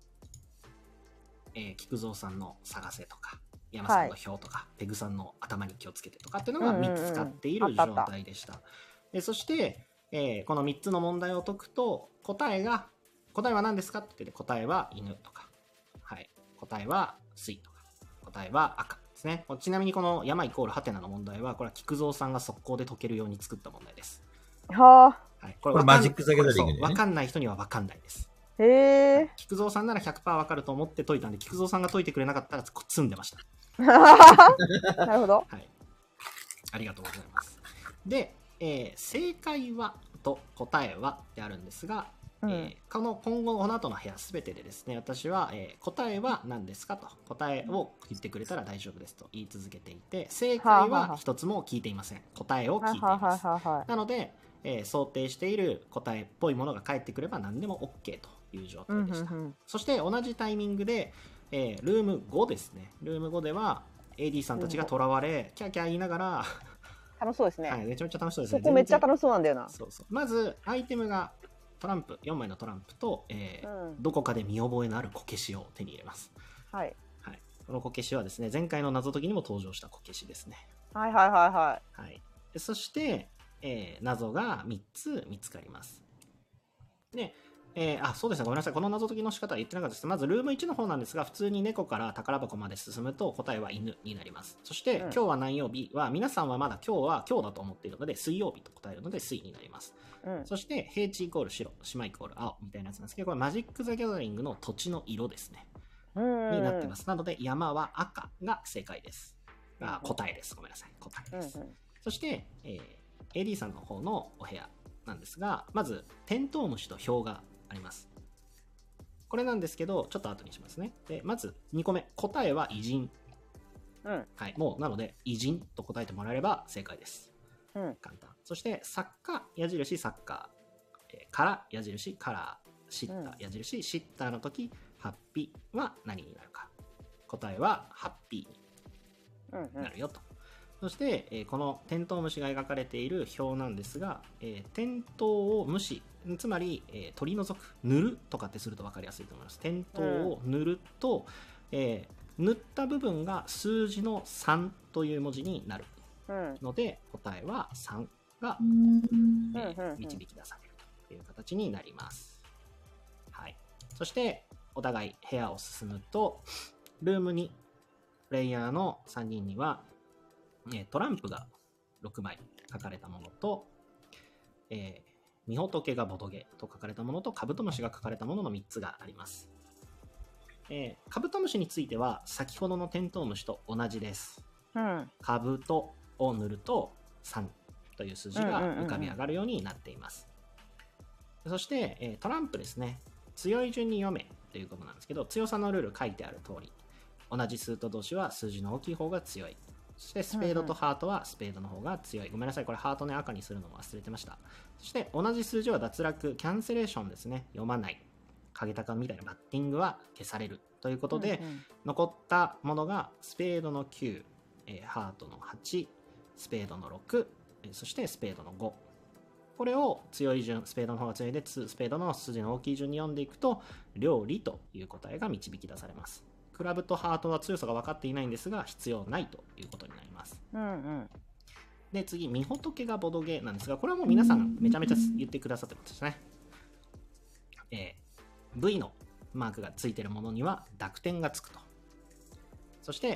えー、菊蔵さんの探せとか、山さんの表とか、はい、ペグさんの頭に気をつけてとかっていうのがみっつ使っている状態でした。でそして、えー、このみっつの問題を解くと、答えが、答えは何ですかって言って、答えは犬とか、はい、答えは水とか、答えは赤ですね。ちなみにこの山イコールハテナの問題は、これは菊蔵さんが速攻で解けるように作った問題です。 はあ。はい、 これマジックザギャザリングでね。 分かんない人には分かんないです。 へえ。 菊蔵さんなら ひゃくパーセント 分かると思って解いたんで、菊蔵さんが解いてくれなかったら詰んでました。 なるほど。 はい。ありがとうございます。で、えー、正解はと答えはであるんですが、うん、えー、この今後この後の部屋すべてでですね、私は、えー、答えは何ですかと答えを言ってくれたら大丈夫ですと言い続けていて、正解は一つも聞いていません。答えを聞いています。なので、えー、想定している答えっぽいものが返ってくれば何でも OK という状態でした。うんうんうん、そして同じタイミングで、えー、ルームごですね。ルームごでは エーディー さんたちが囚われ、キャーキャー言いながら楽しそうですね。 はい、めちゃめちゃ楽しそうですね。 そこめっちゃ楽しそうなんだよな。 そうそう。まずアイテムがトランプ、よんまいのトランプと、えーうん、どこかで見覚えのあるこけしを手に入れます。 はい。 はい。このこけしはですね、前回の謎解きにも登場したこけしですね。 はいはいはいはい。 はい。でそして、えー、謎がみっつ見つかります。で、えー、あ、そうですね、ごめんなさい。この謎解きの仕方は言ってなかったです。まず、ルームいちの方なんですが、普通に猫から宝箱まで進むと答えは犬になります。そして、うん、今日は何曜日は、皆さんはまだ今日は今日だと思っているので、水曜日と答えるので、水になります。うん、そして、平地イコール白、島イコール青みたいなやつなんですけど、これマジック・ザ・ギャザリングの土地の色ですね。になってます。なので、山は赤が正解です。あ、答えです。ごめんなさい。答えです。うんうん、そして、えー、エーディー さんの方のお部屋なんですが、まず、テントウムシとヒョウがあります。これなんですけど、ちょっと後にしますね。で、まずにこめ、答えは偉人。うん。はい。もう、なので、偉人と答えてもらえれば正解です。うん。簡単。そして、作家、矢印、サッカー。えー、から、矢印、カラー。シッター、矢印、シッターの時、ハッピーは何になるか。答えは、ハッピーになるよと。うんうん、そして、えー、このテントウムシが描かれている表なんですが、えー、テントウを無視、つまり、えー、取り除く、塗るとかってすると分かりやすいと思います。テントウを塗ると、うん、えー、塗った部分が数字のさんという文字になるので、うん、答えはさんが、えー、導き出されるという形になります。はい。そして、お互い部屋を進むと、ルームにプレイヤーのさんにんには、トランプがろくまい書かれたものと、えー、みほとけがボドゲと書かれたものと、カブトムシが書かれたもののみっつがあります。えー、カブトムシについては、先ほどのテントウムシと同じです。うん、カブトを塗るとさんという数字が浮かび上がるようになっています。そして、えー、トランプですね。強い順に読めということなんですけど、強さのルール書いてある通り、同じ数と同士は数字の大きい方が強い。そしてスペードとハートはスペードの方が強い。うんうん、ごめんなさい、これハートね赤にするのも忘れてました。そして同じ数字は脱落、キャンセレーションですね。読まない。影高みたいなバッティングは消される。ということで、うんうん、残ったものがスペードのきゅう、えー、ハートのはち、スペードのろく、えー、そしてスペードのご。これを強い順、スペードの方が強いで、スペードの数字の大きい順に読んでいくと、料理という答えが導き出されます。クラブとハートは強さが分かっていないんですが、必要ないということになります。うんうん、で、次、みほとけがボドゲなんですが、これはもう皆さんめちゃめちゃ言ってくださってますね。えー、V のマークがついているものには濁点がつくと。そして、×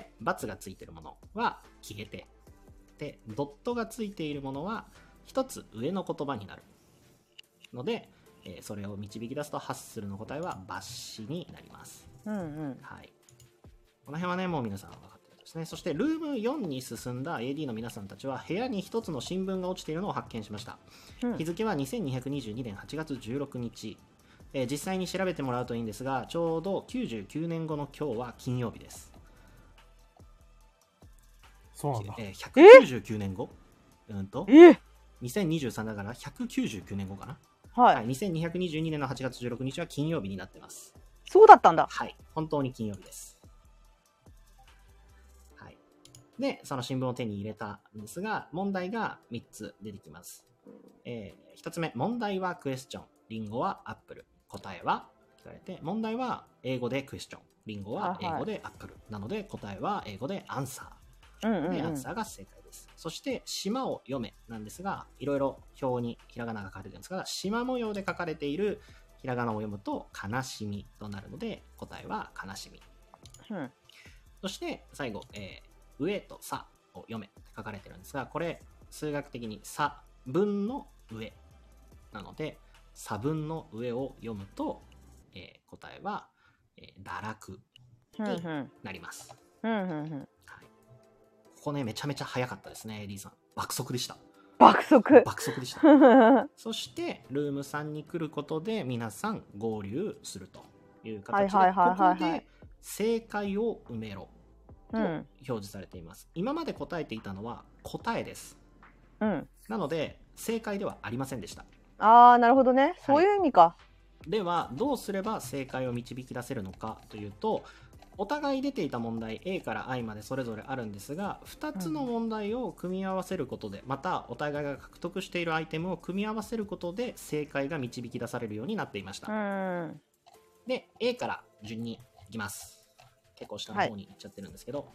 がついているものは消えて、で、ドットがついているものは一つ上の言葉になるので、えー、それを導き出すとハッスルの答えは抜詞になります。うんうん、はい。この辺はね、もう皆さん分かってるんですね。そして、ルームよんに進んだ エーディー の皆さんたちは、部屋に一つの新聞が落ちているのを発見しました。うん、日付はにせんにひゃくにじゅうにねんはちがつじゅうろくにち。えー、実際に調べてもらうといいんですが、ちょうどきゅうじゅうきゅうねんごの今日は金曜日です。 そうなんだ。 えー、ひゃくきゅうじゅうきゅうねんごうんと、 えにせんにじゅうさんだからひゃくきゅうじゅうきゅうねんごかな。 はい、 はい、にせんにひゃくにじゅうにねんのはちがつじゅうろくにちは金曜日になってます。 そうだったんだ。 はい、本当に金曜日です。はい。で、その新聞を手に入れたんですが、問題がみっつ出てきます。えー、ひとつめ、問題はクエスチョン、リンゴはアップル、答えは聞かれて、問題は英語でクエスチョン、リンゴは英語でアップル、なので答えは英語でアンサー。 うんうんうん、 で、アンサーが正解です。そして、島を読めなんですが、いろいろ表にひらがなが書かれてるんですが、島模様で書かれているひらがなを読むと、悲しみとなるので、答えは悲しみ。 うん、 そして、最後、えー、上と差を読めって書かれてるんですが、これ、数学的に差分の上なので、差分の上を読むと、えー、答えは、えー、堕落になります。 うんうんうん、 ここね、めちゃめちゃ早かったですね、エディさん。爆速でした。 爆速爆速でした。そして、ルームさんに来ることで、皆さん合流するという形で、ここで正解を埋めろと表示されています。うん、今まで答えていたのは答えです。 うん、 なので、正解ではありませんでした。 あー、なるほどね。そういう意味か。はい、 では、どうすれば正解を導き出せるのかというと、お互い出ていた問題 A から I までそれぞれあるんですが、ふたつの問題を組み合わせることで、またお互いが獲得しているアイテムを組み合わせることで正解が導き出されるようになっていました。 うん、 で、A から順にいきます。結構下の方に行っちゃってるんですけど、はい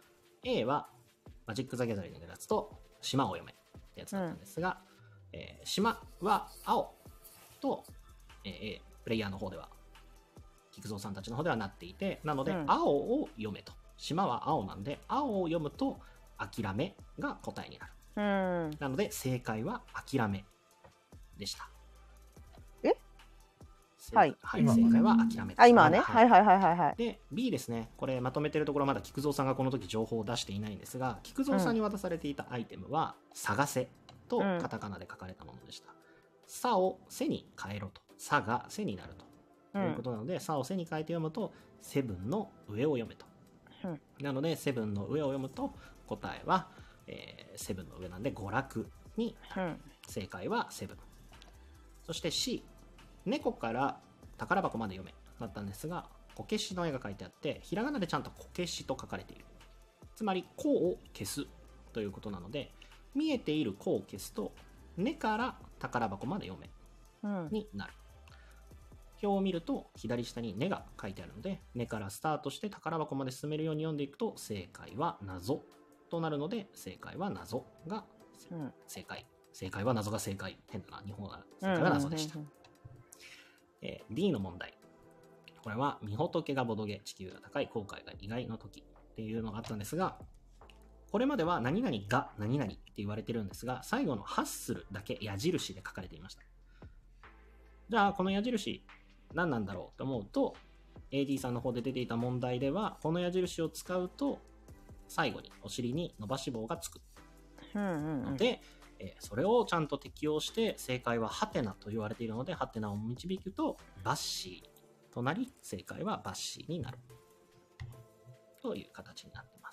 、A はマジック・ザ・ギャザリングのやつと島を読めってやつだったんですが、うん、えー、島は青と、えー、A プレイヤーの方では菊蔵さんたちの方ではなっていて、なので、うん、青を読めと。島は青なんで、青を読むと諦めが答えになる。うん、なので、正解は諦めでした。 えはい、 はい、正解は諦めです。 あ、今はね。はいはいはいはいはい。 で、B ですね。これまとめてるところまだ菊蔵さんがこの時情報を出していないんですが、菊蔵さんに渡されていたアイテムは、うん、探せとカタカナで書かれたものでした。うん、さをせに変えろと。さがせになると。ということなので、さをせに変えて読むと、セブンの上を読めと。うん、なので、セブンの上を読むと、答えは、えー、セブンの上なんで、娯楽になる。うん、正解はセブン。そして C、猫から宝箱まで読めだったんですが、こけしの絵が描いてあって、ひらがなでちゃんとこけしと書かれている。つまり、こを消すということなので、見えているこを消すと、ねから宝箱まで読め、うん、になる。表を見ると左下にねが書いてあるので、ねからスタートして宝箱まで進めるように読んでいくと正解は謎となるので、正解は謎が正解、うん、正解は謎が正解、変だな、日本は正解は謎でした。えー、D の問題、これはみほとけがボドゲ、地球が高い、後悔が意外の時っていうのがあったんですが、これまでは何々が何々って言われてるんですが、最後のハッスルだけ矢印で書かれていました。じゃあこの矢印何なんだろうと思うと、 エーディー さんの方で出ていた問題では、この矢印を使うと最後にお尻に伸ばし棒がつくので、えー、それをちゃんと適用して正解はハテナと言われているので、ハテナを導くとバッシーとなり、正解はバッシーになるという形になっています。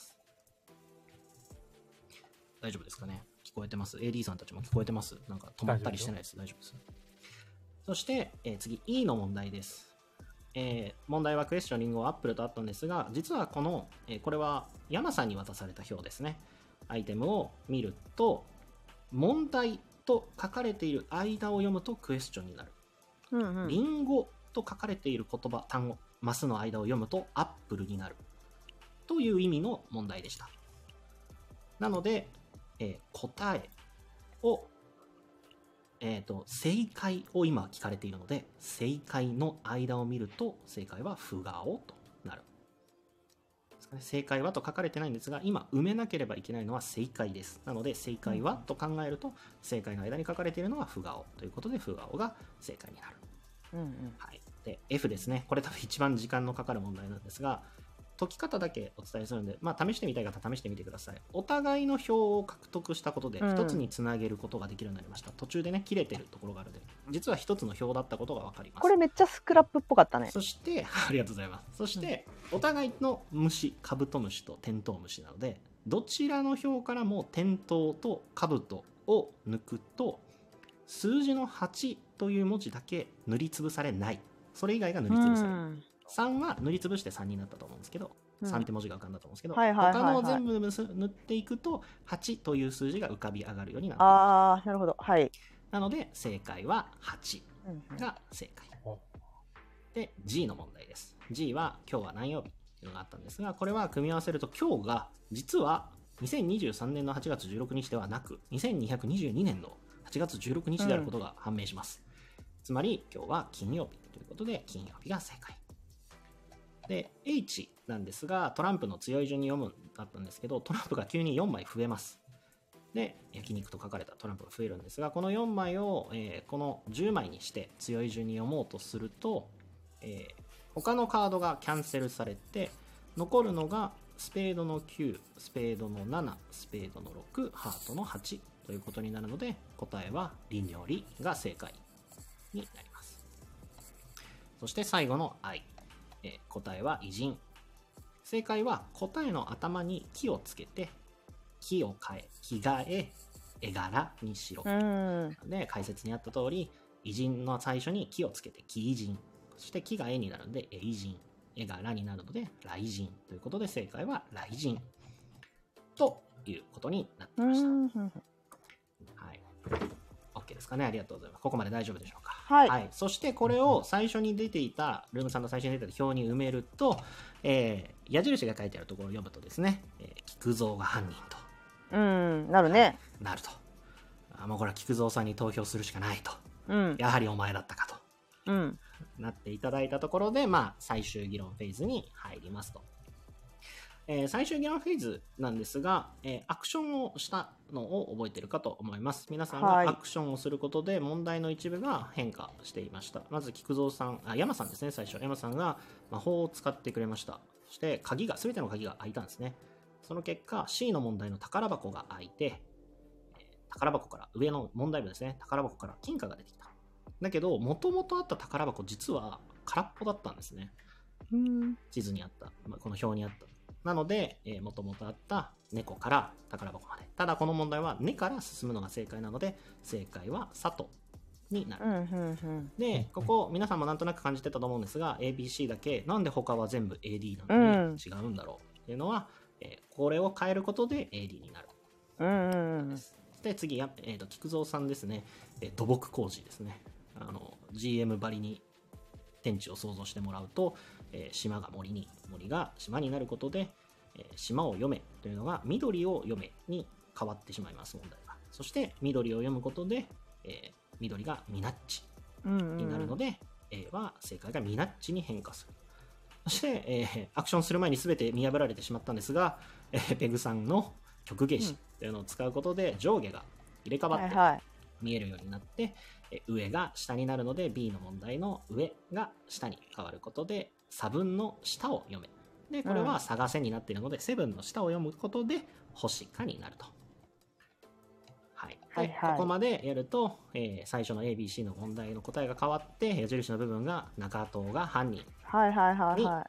大丈夫ですかね、聞こえてます？ エーディー さんたちも聞こえてます？なんか止まったりしてないです？大丈夫です。そして、えー、次 E の問題です。えー、問題はクエスチョンリンゴアップルとあったんですが、実はこの、えー、これは山さんに渡された表ですね。アイテムを見ると、問題と書かれている間を読むとクエスチョンになる。うんうん、リンゴと書かれている言葉、単語、マスの間を読むとアップルになるという意味の問題でした。なので、えー、答えをえーと、正解を今聞かれているので、正解の間を見ると正解は不顔となる。正解はと書かれてないんですが、今埋めなければいけないのは正解です。なので正解はと考えると、正解の間に書かれているのは不顔ということで、不顔が正解になる。うんうん、はい、で F ですね。これ多分一番時間のかかる問題なんですが、解き方だけお伝えするので、まあ、試してみたい方試してみてください。お互いの表を獲得したことで一つにつなげることができるようになりました。うん、途中でね切れてるところがあるので、実は一つの表だったことが分かります。 これめっちゃスクラップっぽかったね。 そしてありがとうございます。そして、うん、お互いの虫、カブトムシとテントウムシなので、 どちらの表からも点灯と兜を抜くと数字のはちという文字だけ塗りつぶされない。それ以外が塗りつぶされる。さんは塗りつぶしてさんになったと思うんですけど、うん、さんって文字が浮かんだと思うんですけど、 はいはいはいはい、 他のを全部塗っていくとはちという数字が浮かび上がるようになっています。 ああ、なるほど。はい。 なので正解ははちが正解。うんうん、で G の問題です。 G は今日は何曜日というのがあったんですが、これは組み合わせると今日が実はにせんにじゅうさんねんのはちがつじゅうろくにちではなくにせんにひゃくにじゅうにねんのはちがつじゅうろくにちであることが判明します。うん、つまり今日は金曜日ということで金曜日が正解で、 H なんですがトランプの強い順に読むんだったんですけど、トランプが急によんまい増えます。で焼肉と書かれたトランプが増えるんですが、このよんまいを、えー、このじゅうまいにして強い順に読もうとすると、えー、他のカードがキャンセルされて残るのがスペードのきゅう、スペードのなな、スペードのろく、ハートのはちということになるので、答えは輪にょりが正解になります。そして最後の I、えー、答えは偉人。正解は答えの頭に木をつけて木を変え、着替え、絵柄にしろ。で解説にあった通り、偉人の最初に木をつけて木偉人、そして木が絵になるので絵偉人、絵柄になるので雷神ということで、正解は雷神ということになっていました。はい、OK ですかね。ありがとうございます。ここまで大丈夫でしょうか。 はい、 はい、そしてこれを最初に出ていたルームさんの最初に出ていた表に埋めると、えー、矢印が書いてあるところを読むとですね、えー、菊蔵が犯人とうんなるね、 なると。あ、もうこれは菊蔵さんに投票するしかないと、 うん、 やはりお前だったかと、 うん、 なっていただいたところで、まあ、最終議論フェーズに入りますと。えー、最終議論フェーズなんですが、えー、アクションをしたのを覚えているかと思います。皆さんがアクションをすることで問題の一部が変化していました。まず菊蔵さん、あ、山さんですね。最初山さんが魔法を使ってくれました。そして鍵が全ての鍵が開いたんですね。その結果 C の問題の宝箱が開いて、宝箱から上の問題文ですね、宝箱から金貨が出てきた。だけどもともとあった宝箱実は空っぽだったんですね。 うん、 地図にあった、まあ、この表にあった。なのでもともとあった猫から宝箱まで。ただこの問題は根から進むのが正解なので、正解は佐藤になる。 うんうんうん、 でここ皆さんもなんとなく感じてたと思うんですが、 エービーシー だけなんで他は全部 エーディー なのに違うんだろうっていうのは、うん、えー、これを変えることで エーディー になる。 うんうんうん、 で次、えー、と菊蔵さんですね、えー、土木工事ですね。あの ジーエム ばりに天地を想像してもらうと、えー、島が森に、森が島になることで、えー、島を読めというのが緑を読めに変わってしまいます、問題が。そして緑を読むことで、えー、緑がミナッチになるので、うんうん、A は正解がミナッチに変化する。そして、えー、アクションする前に全て見破られてしまったんですが、えー、ペグさんの曲芸師というのを使うことで上下が入れ替わって見えるようになって、はいはい、上が下になるので B の問題の上が下に変わることで差分の下を読め。でこれは探せになっているので、うん、セブンの下を読むことで星かになると。はい、で、はいはい、ここまでやると、えー、最初の エービーシー の問題の答えが変わって矢印の部分が中藤が犯人になる、はいはいはいはい、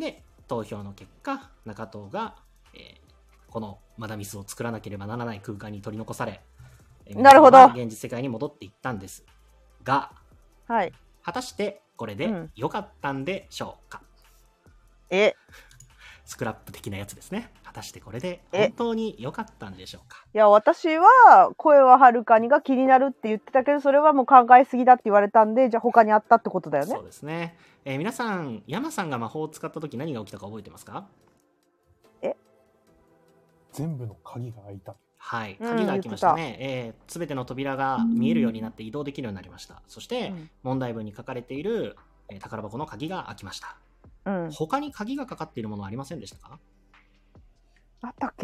で投票の結果中藤が、えー、このマダミスを作らなければならない空間に取り残され、 なるほど、 現実世界に戻っていったんですが、 はい、 果たしてこれで良かったんでしょうか。 うん、えスクラップ的なやつですね。果たしてこれで本当に良かったんでしょうか。 いや私は声ははるかにが気になるって言ってたけど、それはもう考えすぎだって言われたんで、じゃあ他にあったってことだよね。 そうですね、えー、皆さん山さんが魔法を使った時何が起きたか覚えてますか。 え全部の鍵が開いた。 はい、鍵が開きましたね。えー、全ての扉が見えるようになって移動できるようになりました。そして、うん、問題文に書かれている、えー、宝箱の鍵が開きました。うん、他に鍵がかかっているものはありませんでしたか。 あったっけ。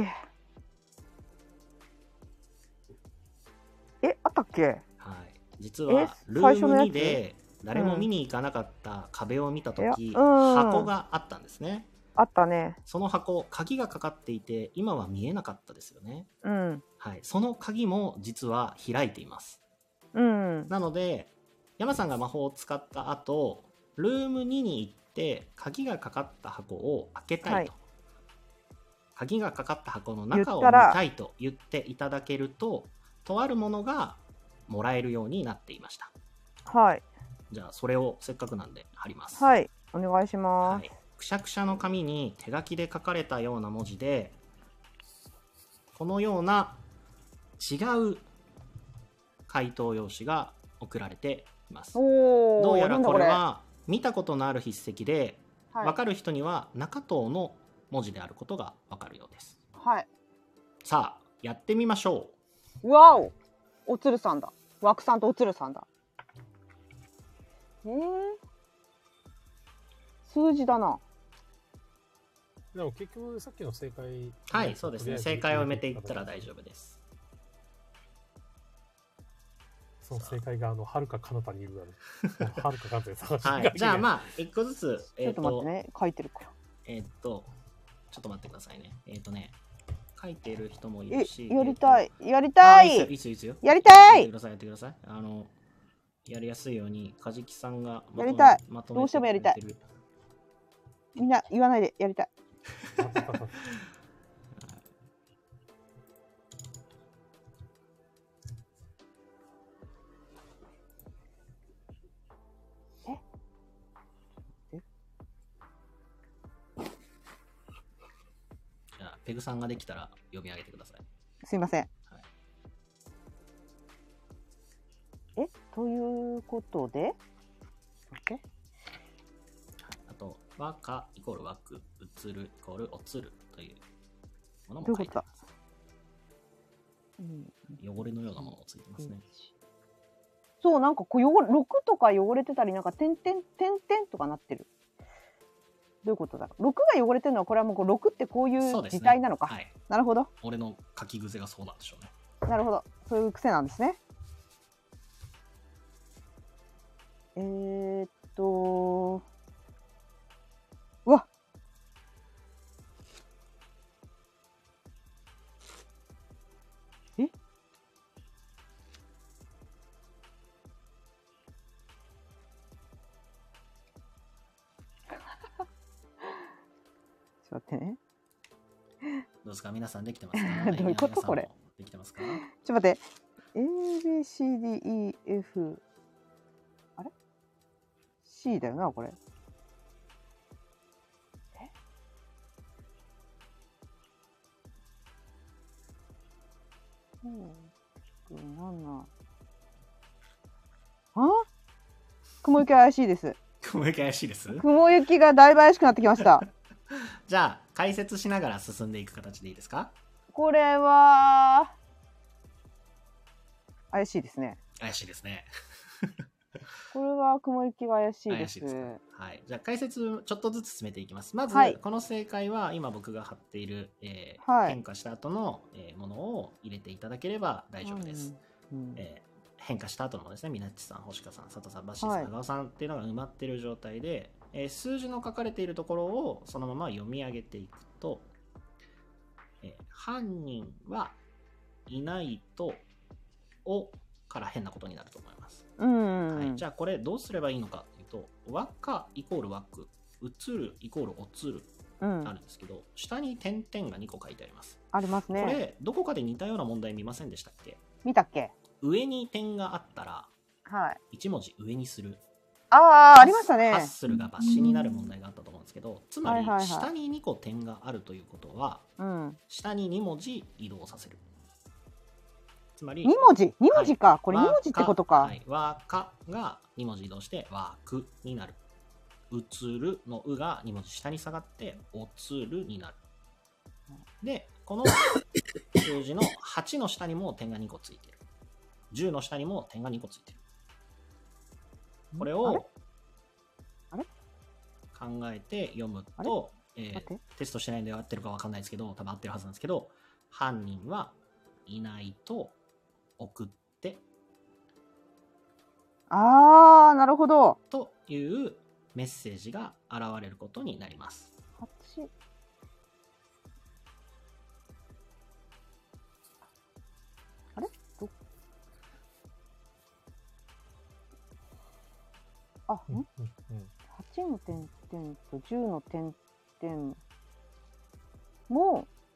え、あったっけ。はい、 実はルームにで誰も見に行かなかった壁を見たとき、うん、箱があったんですね。 あったね。 その箱、鍵がかかっていて今は見えなかったですよね。 うん、 はい、その鍵も実は開いています。 うん、 なので山さんが魔法を使った後、ルームにに行って鍵がかかった箱を開けたいと、はい、 鍵がかかった箱の中を見言ったらたいと言っていただけると、とあるものがもらえるようになっていました。 はい。 じゃあそれをせっかくなんで貼ります。 はい。お願いしまはい。くしゃくしゃの紙に手書きで書かれたような文字で、このような違う回答用紙が送られています。 す。おお。 どうやらこれなんだは見たことのある筆跡で、 これ、 分かる人には中藤の文字であることが分かるようです。 はい。 さあやってみましょう。わお。おつるさんだ。枠さんとおつるさんだ。えー、数字だな。 でも結局さっきの正解、 う。はい、そうですね。正解を埋めていったら大丈夫です。 その正解があのはるか彼方にいるあるはるか彼方で探してはい、じゃあまあ一個ずつ、 ちょっえっ、とと待ってね。書いてるから。 えっ、とちょっと待ってくださいね。えっ、とね書いてる人もいるし、 え、やりたい。やりえーとたあーいいっい。 すよいいっすよいいっすよ。 やりたいやってく。ださいやってください。あのやりやすいようにカジキさんがまとめやりたいまとめどうしてもやりたいくれてる。 みんな言わないでやりたい。 じゃあペグさんができたら読み上げてください。 すいません。 はいえ、ということで、待って。 あと、わかイコールわく、うつるイコールおつるというものどういうことだも書いてあります。 うん、 汚れのようなものもついてますね。 そう、なんかこう汚れ、ろくとか汚れてたり、なんか点々、点々とかなってる。どういうことだろう。ろくが汚れてるのは、これはもうこうろくってこういうそうですね字体なのか。 はい。 なるほど。 俺の書き癖がそうなんでしょうね。 なるほど。そういう癖なんですね。えー、っと、うわっ。えちょっと待ってね。 どうですか皆さんできてますかどういうことこれ。 できてますか。 ちょっと待って。A, B, C, D, E, F。あれ ?C だよな、これ。えうん。なな。あ雲行き怪しいです。 雲行き怪しいです。 雲行きがだいぶ怪しくなってきました。 じゃあ解説しながら進んでいく形でいいですか。 これは怪しいですね。 怪しいですね。 これは雲行きが怪しいです。 怪しいですか。はい。じゃあ解説ちょっとずつ進めていきます。まず、 はいこの正解は今僕が貼っている、えーはい変化した後の、えーものを入れていただければ大丈夫です。 うんうんえー変化した後のものですね、みなっちさん、星香さん、佐藤さん、バッシーさん、 はい長尾さんっていうのが埋まっている状態で、えー数字の書かれているところをそのまま読み上げていくと、えー犯人はいないと、おから変なことになると思います。 うん、 はい、じゃあこれどうすればいいのかというと、わかイコールわく、うつるイコールおつるうんあるんですけど、下に点々がにこ書いてあります。 ありますね。 これ、どこかで似たような問題見ませんでしたっけ？ 見たっけ？ 上に点があったら、 はい。 いち文字上にする。 ああ、ありましたね。 ハッスルが抜詞になる問題があったと思うんですけど、つまりはいはいはい下ににこ点があるということは、 うん。 下にに文字移動させる。つまりに文字、に文字か。 はいこれに文字ってことか。 はい、わかがに文字移動してわくになる。うつるのうがに文字下に下がっておつるになる。で、この数字のはちの下にも点がにこついてる。じゅうの下にも点がにこついてる。これをあれ考えて読むあれと、えー待ってテストしてないんで合ってるか分かんないですけど、多分合ってるはずなんですけど、犯人はいないと送ってああ、なるほど。 というメッセージが現れることになります。 はち。あれどあ、んうんうんうんはちの点々とじゅうの点々も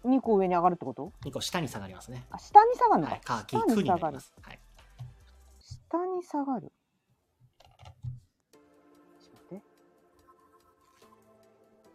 にこ上に上がるってこと？ にこ下に下がりますね。 あ、下に下がるのか。 はい、カーキ下ークに下がるになりま。す。はい。 下に下がる。ちょっと待って。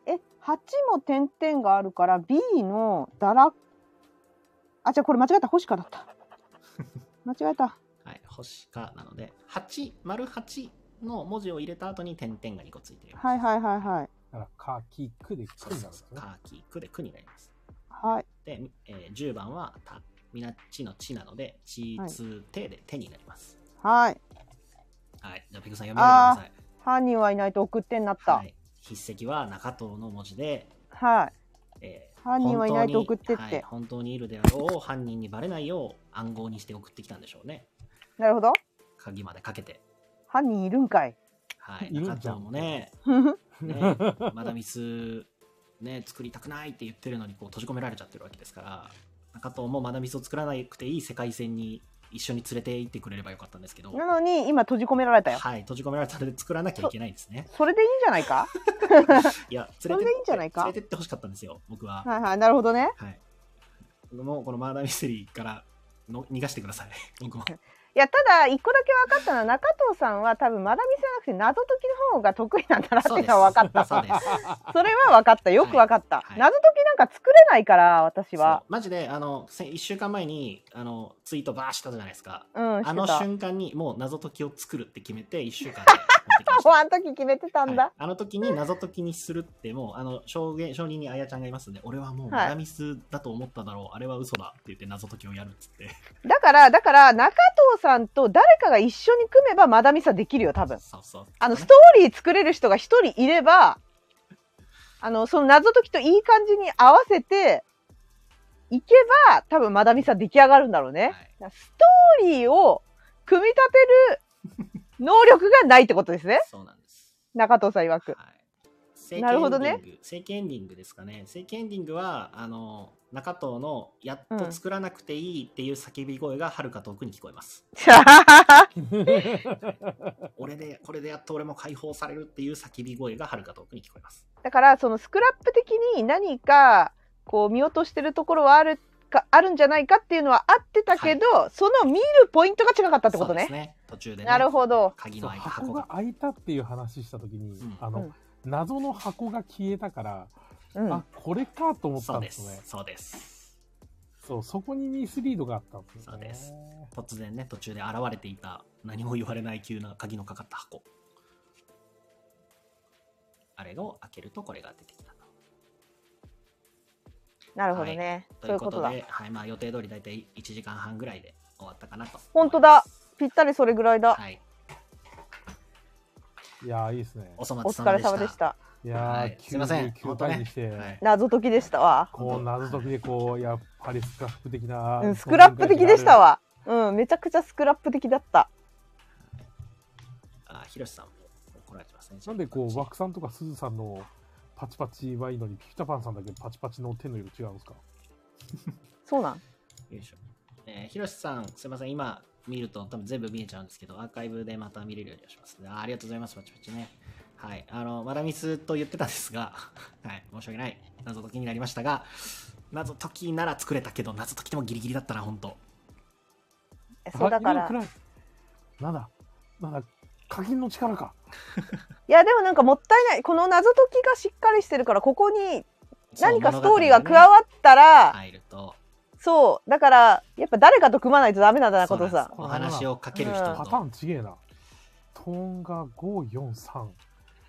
え、はちも点々があるから B のだら、あ、じゃあこれ間違えた。星かだった。間違えた。 はい、星かなので、はち、丸はちの文字を入れた後に点々がにこついています。 はいはいはいはい。 だから、カーキークでそうクになるんですね。 そうそう、カーキークでくになります。 はい。 で、えー、じゅうばんはた、みなちのちなので、ちつてで手になります。 はい。 はい。じゃあ、ピクさん読み上げてください。 犯人はいないと送ってになった。 はい。筆跡は中藤の文字で、 はい。 えー犯人はいないと送ってって。 本当に、はい、本当にいるであろう犯人にバレないよう暗号にして送ってきたんでしょうね。 なるほど。 鍵までかけて。 犯人いるんかい。 はい。 いるんじゃん中藤もね、ね、マダミス、ね、作りたくないって言ってるのにこう閉じ込められちゃってるわけですから、中藤もマダミスを作らなくていい世界線に一緒に連れて行ってくれればよかったんですけど、 なのに今閉じ込められたよ。 はい、閉じ込められたので作らなきゃいけないんですね。 それでいいんじゃないか。 いや、 それでいいんじゃないか連れてってほしかったんですよ、僕は。 はいはい、なるほどね。 はい。もうこのマーダーミステリーからの逃がしてください。僕も。 いや、ただ一個だけ分かったのは、中藤さんは多分マダミスじゃなくて謎解きの方が得意なんだなっていうのは分かった。 そうです。 それは分かった。よく分かった。 はいはい謎解きなんか作れないから、私は。 マジで、あの、いっしゅうかんまえに、あの、ツイートバーしたじゃないですか。 うん、してた。 あの瞬間にもう謎解きを作るって決めて、いっしゅうかんで持ってきましたもうあの時決めてたんだ。 はい、あの時に謎解きにするってもうあの証言証人にあやちゃんがいますんで、俺はもうマダミスだと思っただろう、はい、あれは嘘だって言って謎解きをやるっつって。 だからだから中藤さんと誰かが一緒に組めばマダミスはできるよ多分。 そうそう、 あのストーリー作れる人が一人いれば、あのその謎解きといい感じに合わせていけば多分マダミスは出来上がるんだろうね。はい、ストーリーを組み立てる能力がないってことですね。 そうなんです。 中藤さん曰く。 はい、 なるほどね。 正規エンディングですかね。正規エンディングはあの中藤のやっと作らなくていいっていう叫び声がはるか遠くに聞こえます。俺でこれでやっと俺も解放されるっていう叫び声がはるか遠くに聞こえます。 だからそのスクラップ的に何かこう見落としてるところはあるかあるんじゃないかっていうのはあってたけど、はい、その見るポイントが違かったってことね。 そうですね。途中で、ね、 なるほど。 鍵の開いた箱が開いたっていう話した時に、うん、あの、うん、謎の箱が消えたから、うん、あこれかと思ったんですね。 そうです。そうです。 そうそこにミスリードがあったんですね。 そうです。突然ね途中で現れていた何も言われない急な鍵のかかった箱。あれを開けるとこれが出てきたと。 なるほどね。 はい、ということで、はい、まあ予定通りだいたいいちじかんはんぐらいで終わったかなと。 本当だ。ぴったりそれぐらいだ。 はい。 いやーいいですね。 お疲れ様でした。 いやー、はい、すみません。きゅうかいにして、ねはい、 謎解きでしたわ。 こう謎解きでこうやっぱりスクラップ的な、 うん、スクラップ的でしたわ。うん、めちゃくちゃスクラップ的だった。 あ、ひろしさんも怒られてますね。 なんでこう枠さんとかすずさんのパチパチはいいのにピピタパンさんだけパチパチの手の色違うんですか？ そうなん。 よいしょ。えー、ひろしさん、すみません。今見ると多分全部見えちゃうんですけど、アーカイブでまた見れるようにはします。あ、ありがとうございます。パチパチね。はい、あのマダミスと言ってたんですが、はい、申し訳ない。謎解きになりましたが、謎解きなら作れたけど、謎解きでもギリギリだったな、本当。 そうだから。 なんだ、なんだ、課金の力か。 いや、でもなんかもったいない。この謎解きがしっかりしてるから、ここに何かストーリーが加わったら、 入ると。 そう、だから、やっぱ誰かと組まないとダメなんだな、ことさ。 お話をかける人と。 パターンちげえな。トーンがごーよんさん。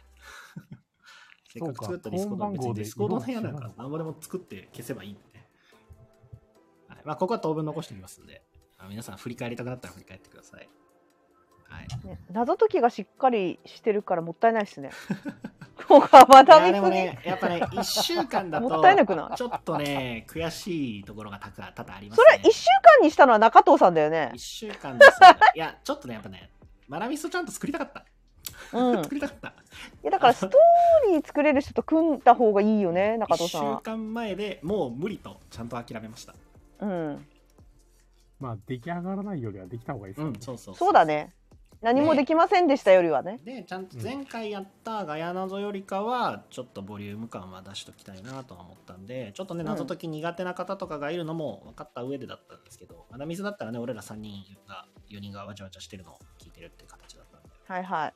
せっかく作ったディスコードは別にディスコードの部屋なんか何ぼでも作って消せばいいんで、ね。はい、まあここは当分残しておきますんで、皆さん振り返りたくなったら振り返ってください。はいね、 謎解きがしっかりしてるからもったいないですね。ここはまだ見でもね、やっぱね、いっしゅうかんだともったいなくない？ ちょっとね、悔しいところが多々ありますね。それいっしゅうかんにしたのは中藤さんだよね。 いっしゅうかんですよ。いや、ちょっとね、やっぱね、マナミスをちゃんと作りたかった。うん、作りたかった。いやだからストーリー作れる人と組んだ方がいいよね、中藤さんは。 いっしゅうかんまえでもう無理とちゃんと諦めました。 うん。 まあ出来上がらないよりはできた方がいいですよね。 うん、そうそうそう。 そうだね。 何もできませんでしたよりはね。 で、ちゃんと前回やったガヤ謎よりかは、ちょっとボリューム感は出しときたいなとは思ったんで、ちょっとね、謎解き苦手な方とかがいるのも分かった上でだったんですけど、まだ水だったらね、俺らさんにんが、よにんがわちゃわちゃしてるのを聞いてるっていう形だったんで。 はいはい。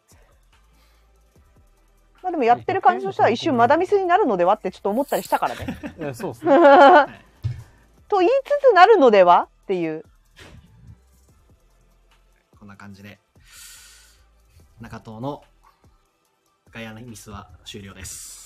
まあでもやってる感じとしては一瞬マダミスになるのではってちょっと思ったりしたからね。 いやそうですね。 と言いつつなるのではっていう。 こんな感じで、中藤のガヤミスは終了です。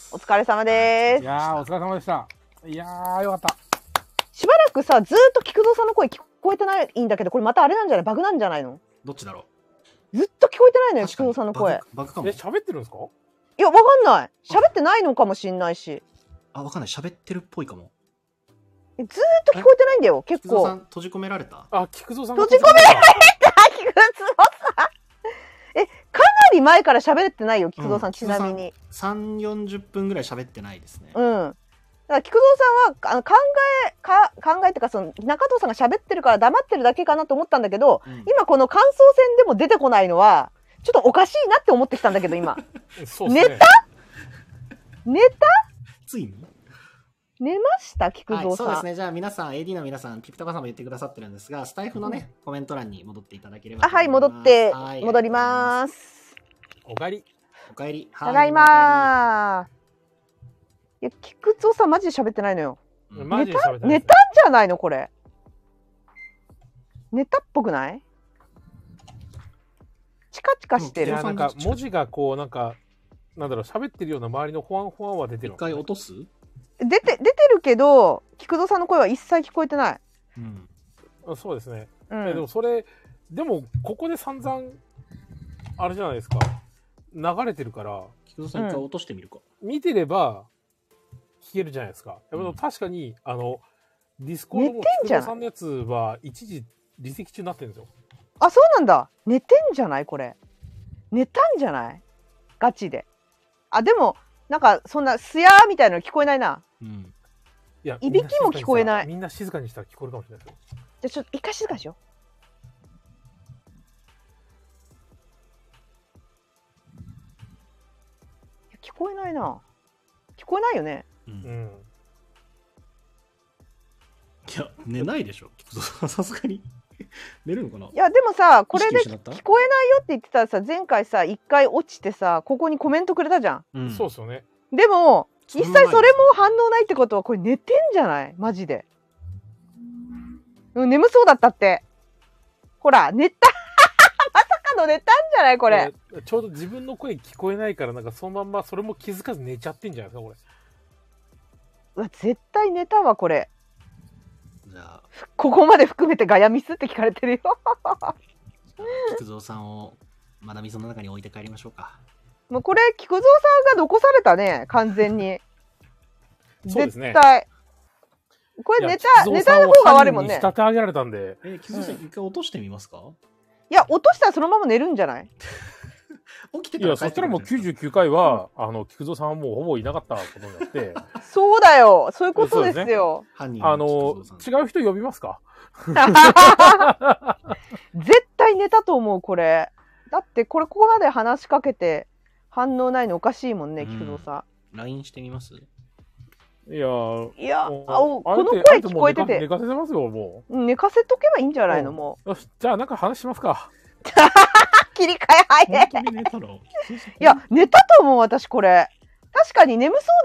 お疲れ様でいやー、お疲れ様でした。いやー、よかった。 す。しばらくさ、ずーっと菊蔵さんの声聞こえてないんだけど、これまたあれなんじゃない？バグなんじゃないの？ どっちだろずっと聞こえてないのよ、 確かに菊蔵さんの声。 バグバグかもえ、。喋ってるんですか？ いや、わかんない。喋ってないのかもしんないし。 あ、わかんない。喋ってるっぽいかも。 えずーっと聞こえてないんだよ、結構。 菊蔵さん、閉じ込められた？ あ、菊蔵さんが閉じ込められた菊蔵さんえ、かなり前から喋ってないよ、菊蔵さん、 うんちなみに。 さん、よんじゅっぷんぐらい喋ってないですね。 うん。だから菊蔵さんはあの考えか考えっていうかその中藤さんが喋ってるから黙ってるだけかなと思ったんだけど、 うん今この感想戦でも出てこないのはちょっとおかしいなって思ってきたんだけど今そうですね。 寝た寝たついに寝ました菊はい、 蔵さん、 そうですね。じゃあ皆さん、エーディー の皆さん、ピピタパさんも言ってくださってるんですが、スタイフのね、コメント欄に戻っていただければあはいと思います。 戻って、 はい戻りま。すおかえり。 おかえり。 ただいまーいや菊蔵さんマジで喋ってないのよおかえり。うんマジで喋ってない寝ですたんじゃないのこれ寝たっぽくないチカチカしてるいや、なんか文字がこう、なんか、なんだろう、喋ってるような周りのホワンホワンは出てる一のかな。 回落とす出て出てるけど菊蔵さんの声は一切聞こえてない、 うん。 あそうですね。 うん、 えでもそれ、でもここで散々、あれじゃないですか。流れてるから、 菊蔵さん一回落としてみるか。 見てれば聞けるじゃないですか。でもうん確かに、あの、ディスコードの寝てんじゃない菊蔵さんのやつは一時離席中になってるんですよ。 あ、そうなんだ。寝てんじゃないこれ。寝たんじゃないガチで。あ、でも、なんか、そんな、すやーみたいなの聞こえないな。 うん。 いや、 いびきも聞こえないみんな静かにしたら聞こえるかもしれないですよ。 じゃあ、ちょっと、一回静かにしよう。いや聞こえないな。聞こえないよね。 う。 うんん。 いや、寝ないでしょ。菊蔵さん、さすがに。寝るのかないや、でもさ、これで意識失った聞こえないよって言ってたらさ、前回さ、一回落ちてさ、ここにコメントくれたじゃん。 うん。 そうですよね。 でも、 それもない一切それも反応ないってことは、これ寝てんじゃないマジで。うん、眠そうだったって。ほら、寝たまさかの寝たんじゃないこれ。 えーちょうど自分の声聞こえないから、なんかそのまんまそれも気づかず寝ちゃってんじゃないですか、これ。 うわ、絶対寝たわ、これ。 じゃあ、 ここまで含めてガヤミスって聞かれてるよ。 菊蔵さんを、まだ水の中に置いて帰りましょうか。 もうこれ、菊蔵さんが残されたね、完全に。 そうですね絶対。これ寝た、寝たの方が悪いもんね仕。立て上げられたんで、 えー、菊蔵さん、一回落としてみますか？ いや、落としたらそのまま寝るんじゃない起きてからいや、そ帰っくるんじゃないですかしてたらもうきゅうじゅうきゅうかいは、あの、菊蔵さんはもうほぼいなかったことになって、 そうだよ。そういうことですよ。 犯人あのの、 菊蔵さん違う人呼びますか？ 絶対寝たと思う、これ。だって、これ、ここまで話しかけて、反応ないのおかしいもんね、 うん菊蔵さライン してみます？ いやー、 ん。いや、あもうおこのあえて声聞こえてあえてもう寝か寝かせてますよ、もうん寝かせとけばいいんじゃないの、 うんもう。よし、じゃあなんか話しますか。 う。切り替え早い。 本当に寝たら、菊蔵さんいや、寝たと思う、私、これ。確かに眠そう